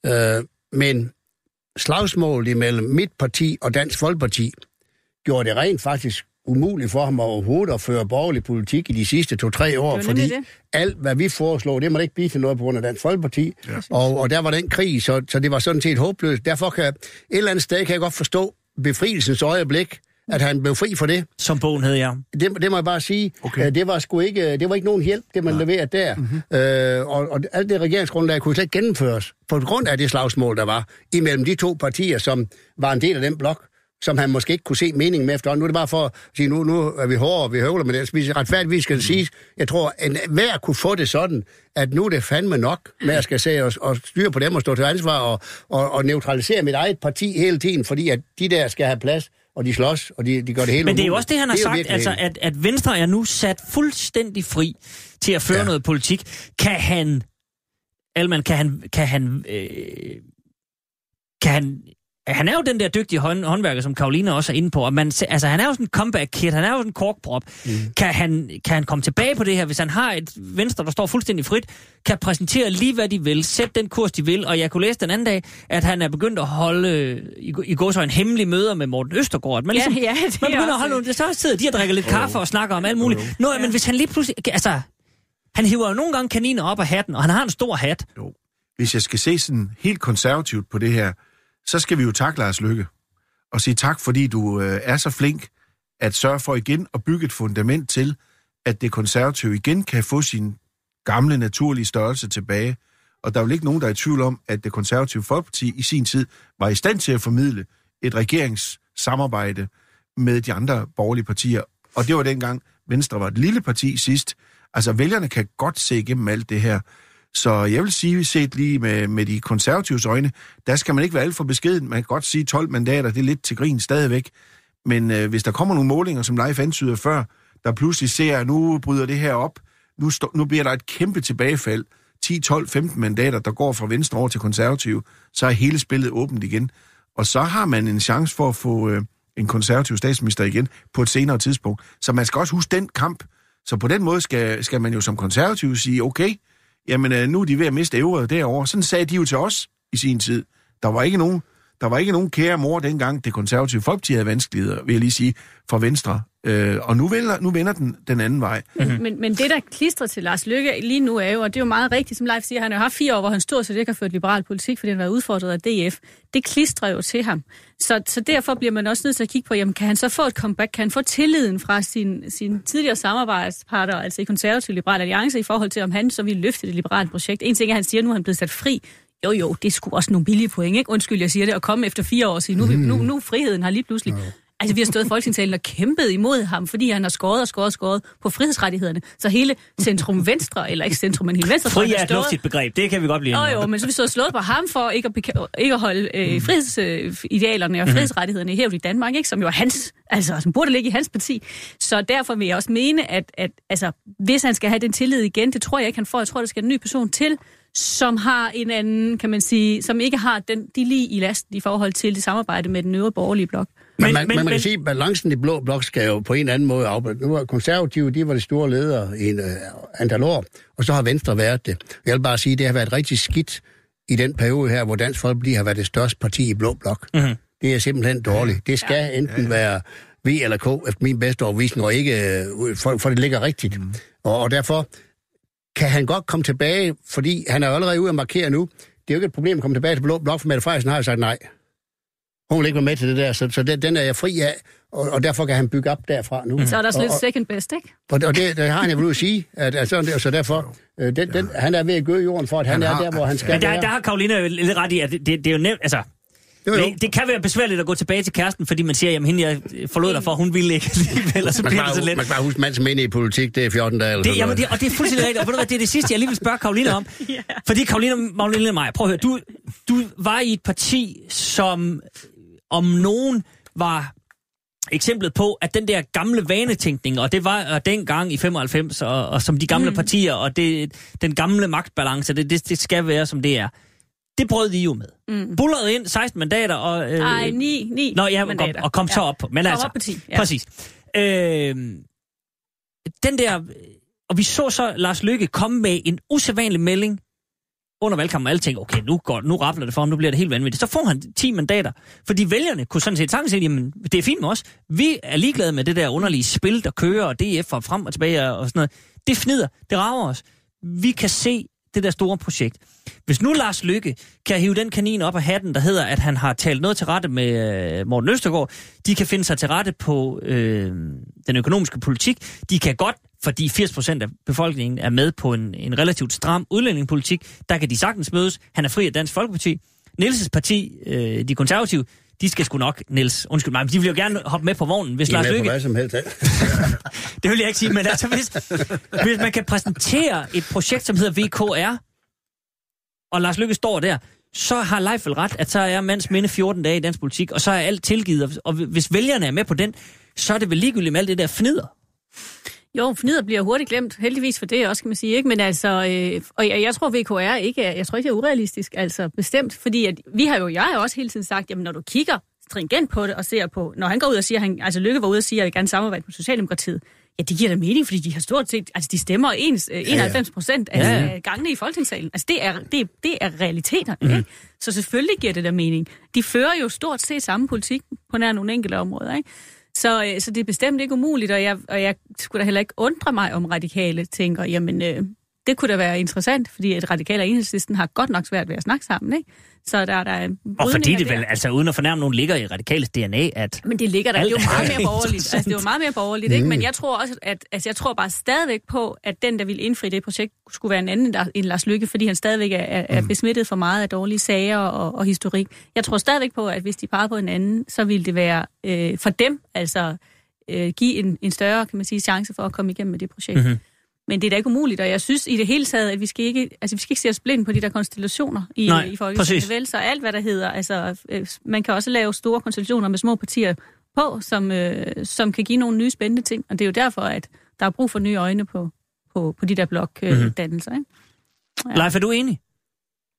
Men slagsmålet imellem mit parti og Dansk Folkeparti gjorde det rent faktisk umuligt for ham overhovedet at føre borgerlig politik i de sidste 2-3 år, fordi alt, hvad vi foreslår, det må ikke blive til noget på grund af Dansk Folkeparti. Ja. Og der var den krig, så det var sådan set håbløst. Derfor kan et eller andet sted kan jeg godt forstå befrielsens øjeblik, at han blev fri for det. Som bogen hed, ja. Det må jeg bare sige. Okay. Det var ikke nogen hjælp, det man leverede der. Mm-hmm. Og alt det regeringsgrundlag kunne slet ikke gennemføres, på grund af det slagsmål, der var imellem de to partier, som var en del af den blok, som han måske ikke kunne se meningen med efterhånden. Nu er det bare for at sige, nu er vi hårde, og vi høvler, men det retfærdigvis skal det siges. Jeg tror, at hver kunne få det sådan, at nu er det fandme nok med at skal se og styre på dem og stå til ansvar og neutralisere mit eget parti hele tiden, fordi at de der skal have plads, og de slås, og de gør det hele. Men det er jo også det, han har sagt, altså, at Venstre er nu sat fuldstændig fri til at føre noget politik. Han er jo den der dygtige håndværker, som Karoline også er inde på. Og han er jo sådan en comeback-kid, han er jo sådan en korkprop. Kan han komme tilbage på det her, hvis han har et Venstre, der står fuldstændig frit, kan præsentere lige, hvad de vil, sætte den kurs, de vil. Og jeg kunne læse den anden dag, at han er begyndt at holde, i går så en hemmelig møder med Morten Østergaard. Man begynder at holde nogle, så sidder de og drikker lidt kaffe og snakker om alt muligt. Men hvis han lige pludselig... Altså, han hiver jo nogle gange kaniner op af hatten, og han har en stor hat. Jo. Hvis jeg skal se sådan helt konservativt på det her, så skal vi jo takke Lars Løkke og sige tak, fordi du er så flink at sørge for igen at bygge et fundament til, at det konservative igen kan få sin gamle, naturlige størrelse tilbage. Og der er jo ikke nogen, der er i tvivl om, at det konservative Folkeparti i sin tid var i stand til at formidle et regeringssamarbejde med de andre borgerlige partier. Og det var dengang Venstre var et lille parti sidst. Altså, vælgerne kan godt se igennem alt det her. Så jeg vil sige, set lige med de konservatives øjne, der skal man ikke være alt for beskeden. Man kan godt sige 12 mandater, det er lidt til grin stadigvæk. Men hvis der kommer nogle målinger, som Leif antyder før, der pludselig ser, at nu bryder det her op, nu bliver der et kæmpe tilbagefald, 10, 12, 15 mandater, der går fra Venstre over til konservative, så er hele spillet åbent igen. Og så har man en chance for at få en konservativ statsminister igen på et senere tidspunkt. Så man skal også huske den kamp. Så på den måde skal man jo som konservativ sige, okay, jamen nu er de ved at miste ævret derovre. Sådan sagde de jo til os i sin tid. Der var ikke nogen, Der var ikke nogen kære mor dengang, det konservative Folkeparti havde vanskeligheder, vil jeg lige sige, for Venstre. Og nu vender den anden vej. Men det, der klistrer til Lars Løkke lige nu er jo, og det er jo meget rigtigt, som Leif siger, han har haft 4 år, hvor han stort set ikke har ført liberal politik, fordi han har været udfordret af DF. Det klistrer jo til ham. Så derfor bliver man også nødt til at kigge på, jamen kan han så få et comeback? Kan han få tilliden fra sin tidligere samarbejdspartner, altså i Konservativ Liberal Alliance, i forhold til, om han så ville løfte det liberale projekt? En ting er, at han siger, at nu er han blevet sat fri. Jo, det er sgu også nogle billige point, ikke? Undskyld, jeg siger det, og komme efter 4 år og sige, nu friheden har lige pludselig... Altså, vi har stået i Folketingssalen og kæmpet imod ham, fordi han har skåret på frihedsrettighederne. Så hele centrum venstre, eller ikke centrum, men hele venstre... Fri er et luftigt begreb, det kan vi godt blive. Jo, men så vi stod slået på ham for ikke at holde frihedsidealerne og frihedsrettighederne i hævd i Danmark, ikke? Som jo er hans, altså som burde ligge i hans parti. Så derfor vil jeg også mene, at altså, hvis han skal have den tillid igen, det tror jeg ikke, han får. Jeg tror, der skal en ny person til, som har en anden, kan man sige, som ikke har de lige i lasten i forhold til det samarbejde med den øvrige borgerlige blok. Men man kan sige, at balancen i blå blok skal jo på en eller anden måde arbejde. Nu var konservative, de var de store ledere i en antal år, og så har Venstre været det. Jeg vil bare sige, at det har været rigtig skidt i den periode her, hvor Dansk Folkeparti har været det største parti i blå blok. Mm-hmm. Det er simpelthen dårligt. Det skal enten være V eller K, efter min bedste overbevisning, og ikke, for det ligger rigtigt. Mm. Og derfor kan han godt komme tilbage, fordi han er jo allerede ude at markere nu. Det er jo ikke et problem at komme tilbage til blå blok, for Mette Frederiksen har jo sagt nej. Hun vil ikke være med til det der, så den er jeg fri af, og derfor kan han bygge op derfra nu. Så er der også lidt second best, ikke? Og det har han jo vel ud at sige, så derfor, han er ved at gøde jorden for, at han er der, hvor han skal men være. Der har Karoline jo lidt ret i, at det er jo nemt, altså... Det kan være besværligt at gå tilbage til kæresten, fordi man siger, jamen hende jeg forlod dig for, hun ville ikke alligevel, og så bliver det så let. Man kan bare huske, mand som inde i politik, det er 14 dage. Jamen, og det er fuldstændig rigtigt, og ved du hvad, det er det sidste, jeg lige vil spørge Karoline om. Yeah. Fordi Karoline Magdalene Maier, prøv at høre, du var i et parti, som om nogen var eksemplet på, at den der gamle vanetænkning, og det var dengang i 95, og som de gamle partier, og den gamle magtbalance, det skal være, som det er. Det brød de jo med. Bullerede ind 16 mandater og... 9 mandater. Og kom så op på. Men kom altså, op på 10, ja. Præcis. Den der... Og vi så Lars Løkke komme med en usædvanlig melding under valgkampen, og alle tænker, okay, nu rappler det for ham, nu bliver det helt vanvittigt. Så får han 10 mandater, fordi vælgerne kunne sådan set sagtens sige, jamen, det er fint med os. Vi er ligeglade med det der underlige spil, der kører, og DF og frem og tilbage og sådan noget. Det fnider, det rager os. Vi kan se det der store projekt. Hvis nu Lars Løkke kan hive den kanin op af hatten, der hedder, at han har talt noget til rette med Morten Østergaard, de kan finde sig til rette på den økonomiske politik, de kan godt, fordi 80% af befolkningen er med på en relativt stram udlændingepolitik, der kan de sagtens mødes. Han er fri af Dansk Folkeparti. Niels' parti, de konservative, de skal sgu nok, Niels, undskyld mig, men de vil jo gerne hoppe med på vognen, hvis Lars Løkke... hvad som helst. Det vil jeg ikke sige, men altså, hvis man kan præsentere et projekt, som hedder VKR, og Lars Løkke står der, så har Leif vel ret, at så er mands minde 14 dage i dansk politik, og så er alt tilgivet, og hvis vælgerne er med på den, så er det vel ligegyldigt med alt det der fnider. Jo, fnider bliver hurtigt glemt, heldigvis for det også, kan man sige, ikke? Men altså, og jeg tror, VKR ikke er, jeg tror ikke, det er urealistisk, altså bestemt, fordi at jeg har også hele tiden sagt, jamen når du kigger stringent på det og ser på, når han går ud og siger, Løkke var ude og siger, at jeg vil gerne samarbejde med Socialdemokratiet, ja, det giver da mening, fordi de har stort set, altså de stemmer 91% af gangene i Folketingssalen. Altså det er realiteter, ikke? Så selvfølgelig giver det da mening. De fører jo stort set samme politik på nær nogle enkelte områder, ikke? Så det er bestemt ikke umuligt, og jeg skulle da heller ikke undre mig, om radikale tænker, jamen det kunne da være interessant, fordi at radikale og Enhedslisten har godt nok svært ved at snakke sammen, ikke? Så der er og fordi det vel, altså uden at fornærme nogen, ligger i radikales DNA, at... Men det ligger der, det er jo meget mere borgerligt. Altså det er jo meget mere borgerligt, ikke? Men jeg tror også, jeg tror bare stadigvæk på, at den, der ville indfri det projekt, skulle være en anden end Lars Løkke, fordi han stadigvæk er besmittet for meget af dårlige sager og historik. Jeg tror stadigvæk på, at hvis de pegede på en anden, så ville det være for dem, altså give en større, kan man sige, chance for at komme igennem med det projekt. Mm-hmm. Men det er da ikke umuligt, og jeg synes i det hele taget, at vi skal ikke se os blind på de der konstellationer i Folketinget. Vel, så alt, hvad der hedder, altså man kan også lave store konstellationer med små partier på, som kan give nogle nye spændende ting, og det er jo derfor, at der er brug for nye øjne på de der blokdannelser. Ikke? Ja. Leif, er du enig?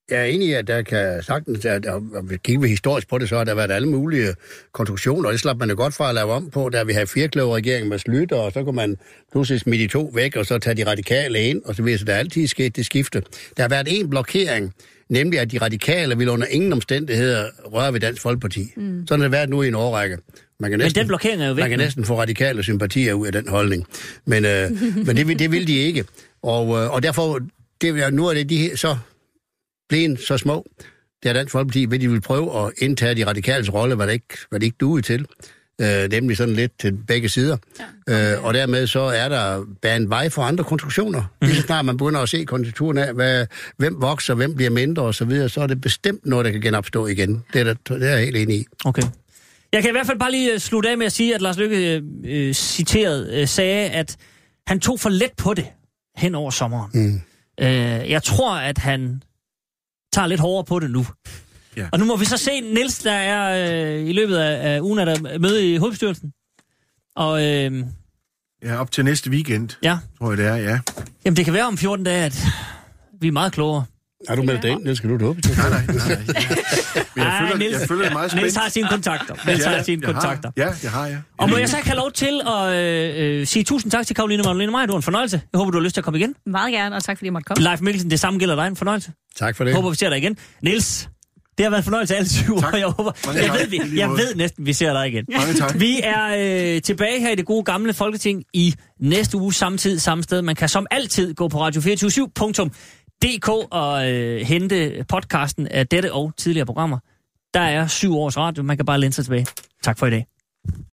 Jeg er enig i, at der kan sagtens, at kigge vi historisk på det, så har der været alle mulige konstruktioner, og det slap man jo godt fra at lave om på, da vi havde firkløverregeringen med Slytter, og så kunne man pludselig smide de 2 væk, og så tage de radikale ind, og så videre, så der er altid sket det skifte. Der har været en blokering, nemlig at de radikale ville under ingen omstændigheder røre ved Dansk Folkeparti. Sådan har det været nu i en årrække. Men den blokering er jo væk. Man kan næsten få radikale sympatier ud af den holdning. Men det vil de ikke. Og derfor, nu er det de så blevet så små, det er Dansk Folkeparti, vil de vil prøve at indtage de radikales rolle, hvad det ikke duede til. Nemlig sådan lidt til begge sider. Ja. Og dermed så er der banet vej for andre konstruktioner. Lige så snart man begynder at se konjunkturen af, hvem vokser, hvem bliver mindre osv., så er det bestemt noget, der kan genopstå igen. Det er jeg helt enig i. Okay. Jeg kan i hvert fald bare lige slutte af med at sige, at Lars Løkke sagde, at han tog for let på det hen over sommeren. Jeg tror, at han tager lidt hårdere på det nu. Ja. Og nu må vi så se, Niels, der er i løbet af ugen, er der møde i hovedbestyrelsen. Og ja, op til næste weekend, tror jeg det er, ja. Jamen, det kan være om 14 dage, at vi er meget klogere. Er du meldt ind? Det skal du da håbe. Nej. Jeg føler det meget spændt. Niels har sine kontakter. Ja, det har jeg. Og må jeg så ikke have lov til at sige tusind tak til Caroline Magdalene Meyer. Det var en fornøjelse. Jeg håber, du har lyst til at komme igen. Meget gerne, og tak fordi jeg måtte komme. Leif Mikkelsen, det samme gælder dig. En fornøjelse. Tak for det. Jeg håber, vi ser dig igen. Niels, det har været en fornøjelse alle 7 år. Jeg ved næsten, vi ser dig igen. Mange tak. Vi er tilbage her i det gode gamle Folketing i næste uge, samme tid, samme sted. Man kan som altid gå på radio247.dk og hente podcasten af dette og tidligere programmer. Der er 7 års radio. Man kan bare læne sig tilbage. Tak for i dag.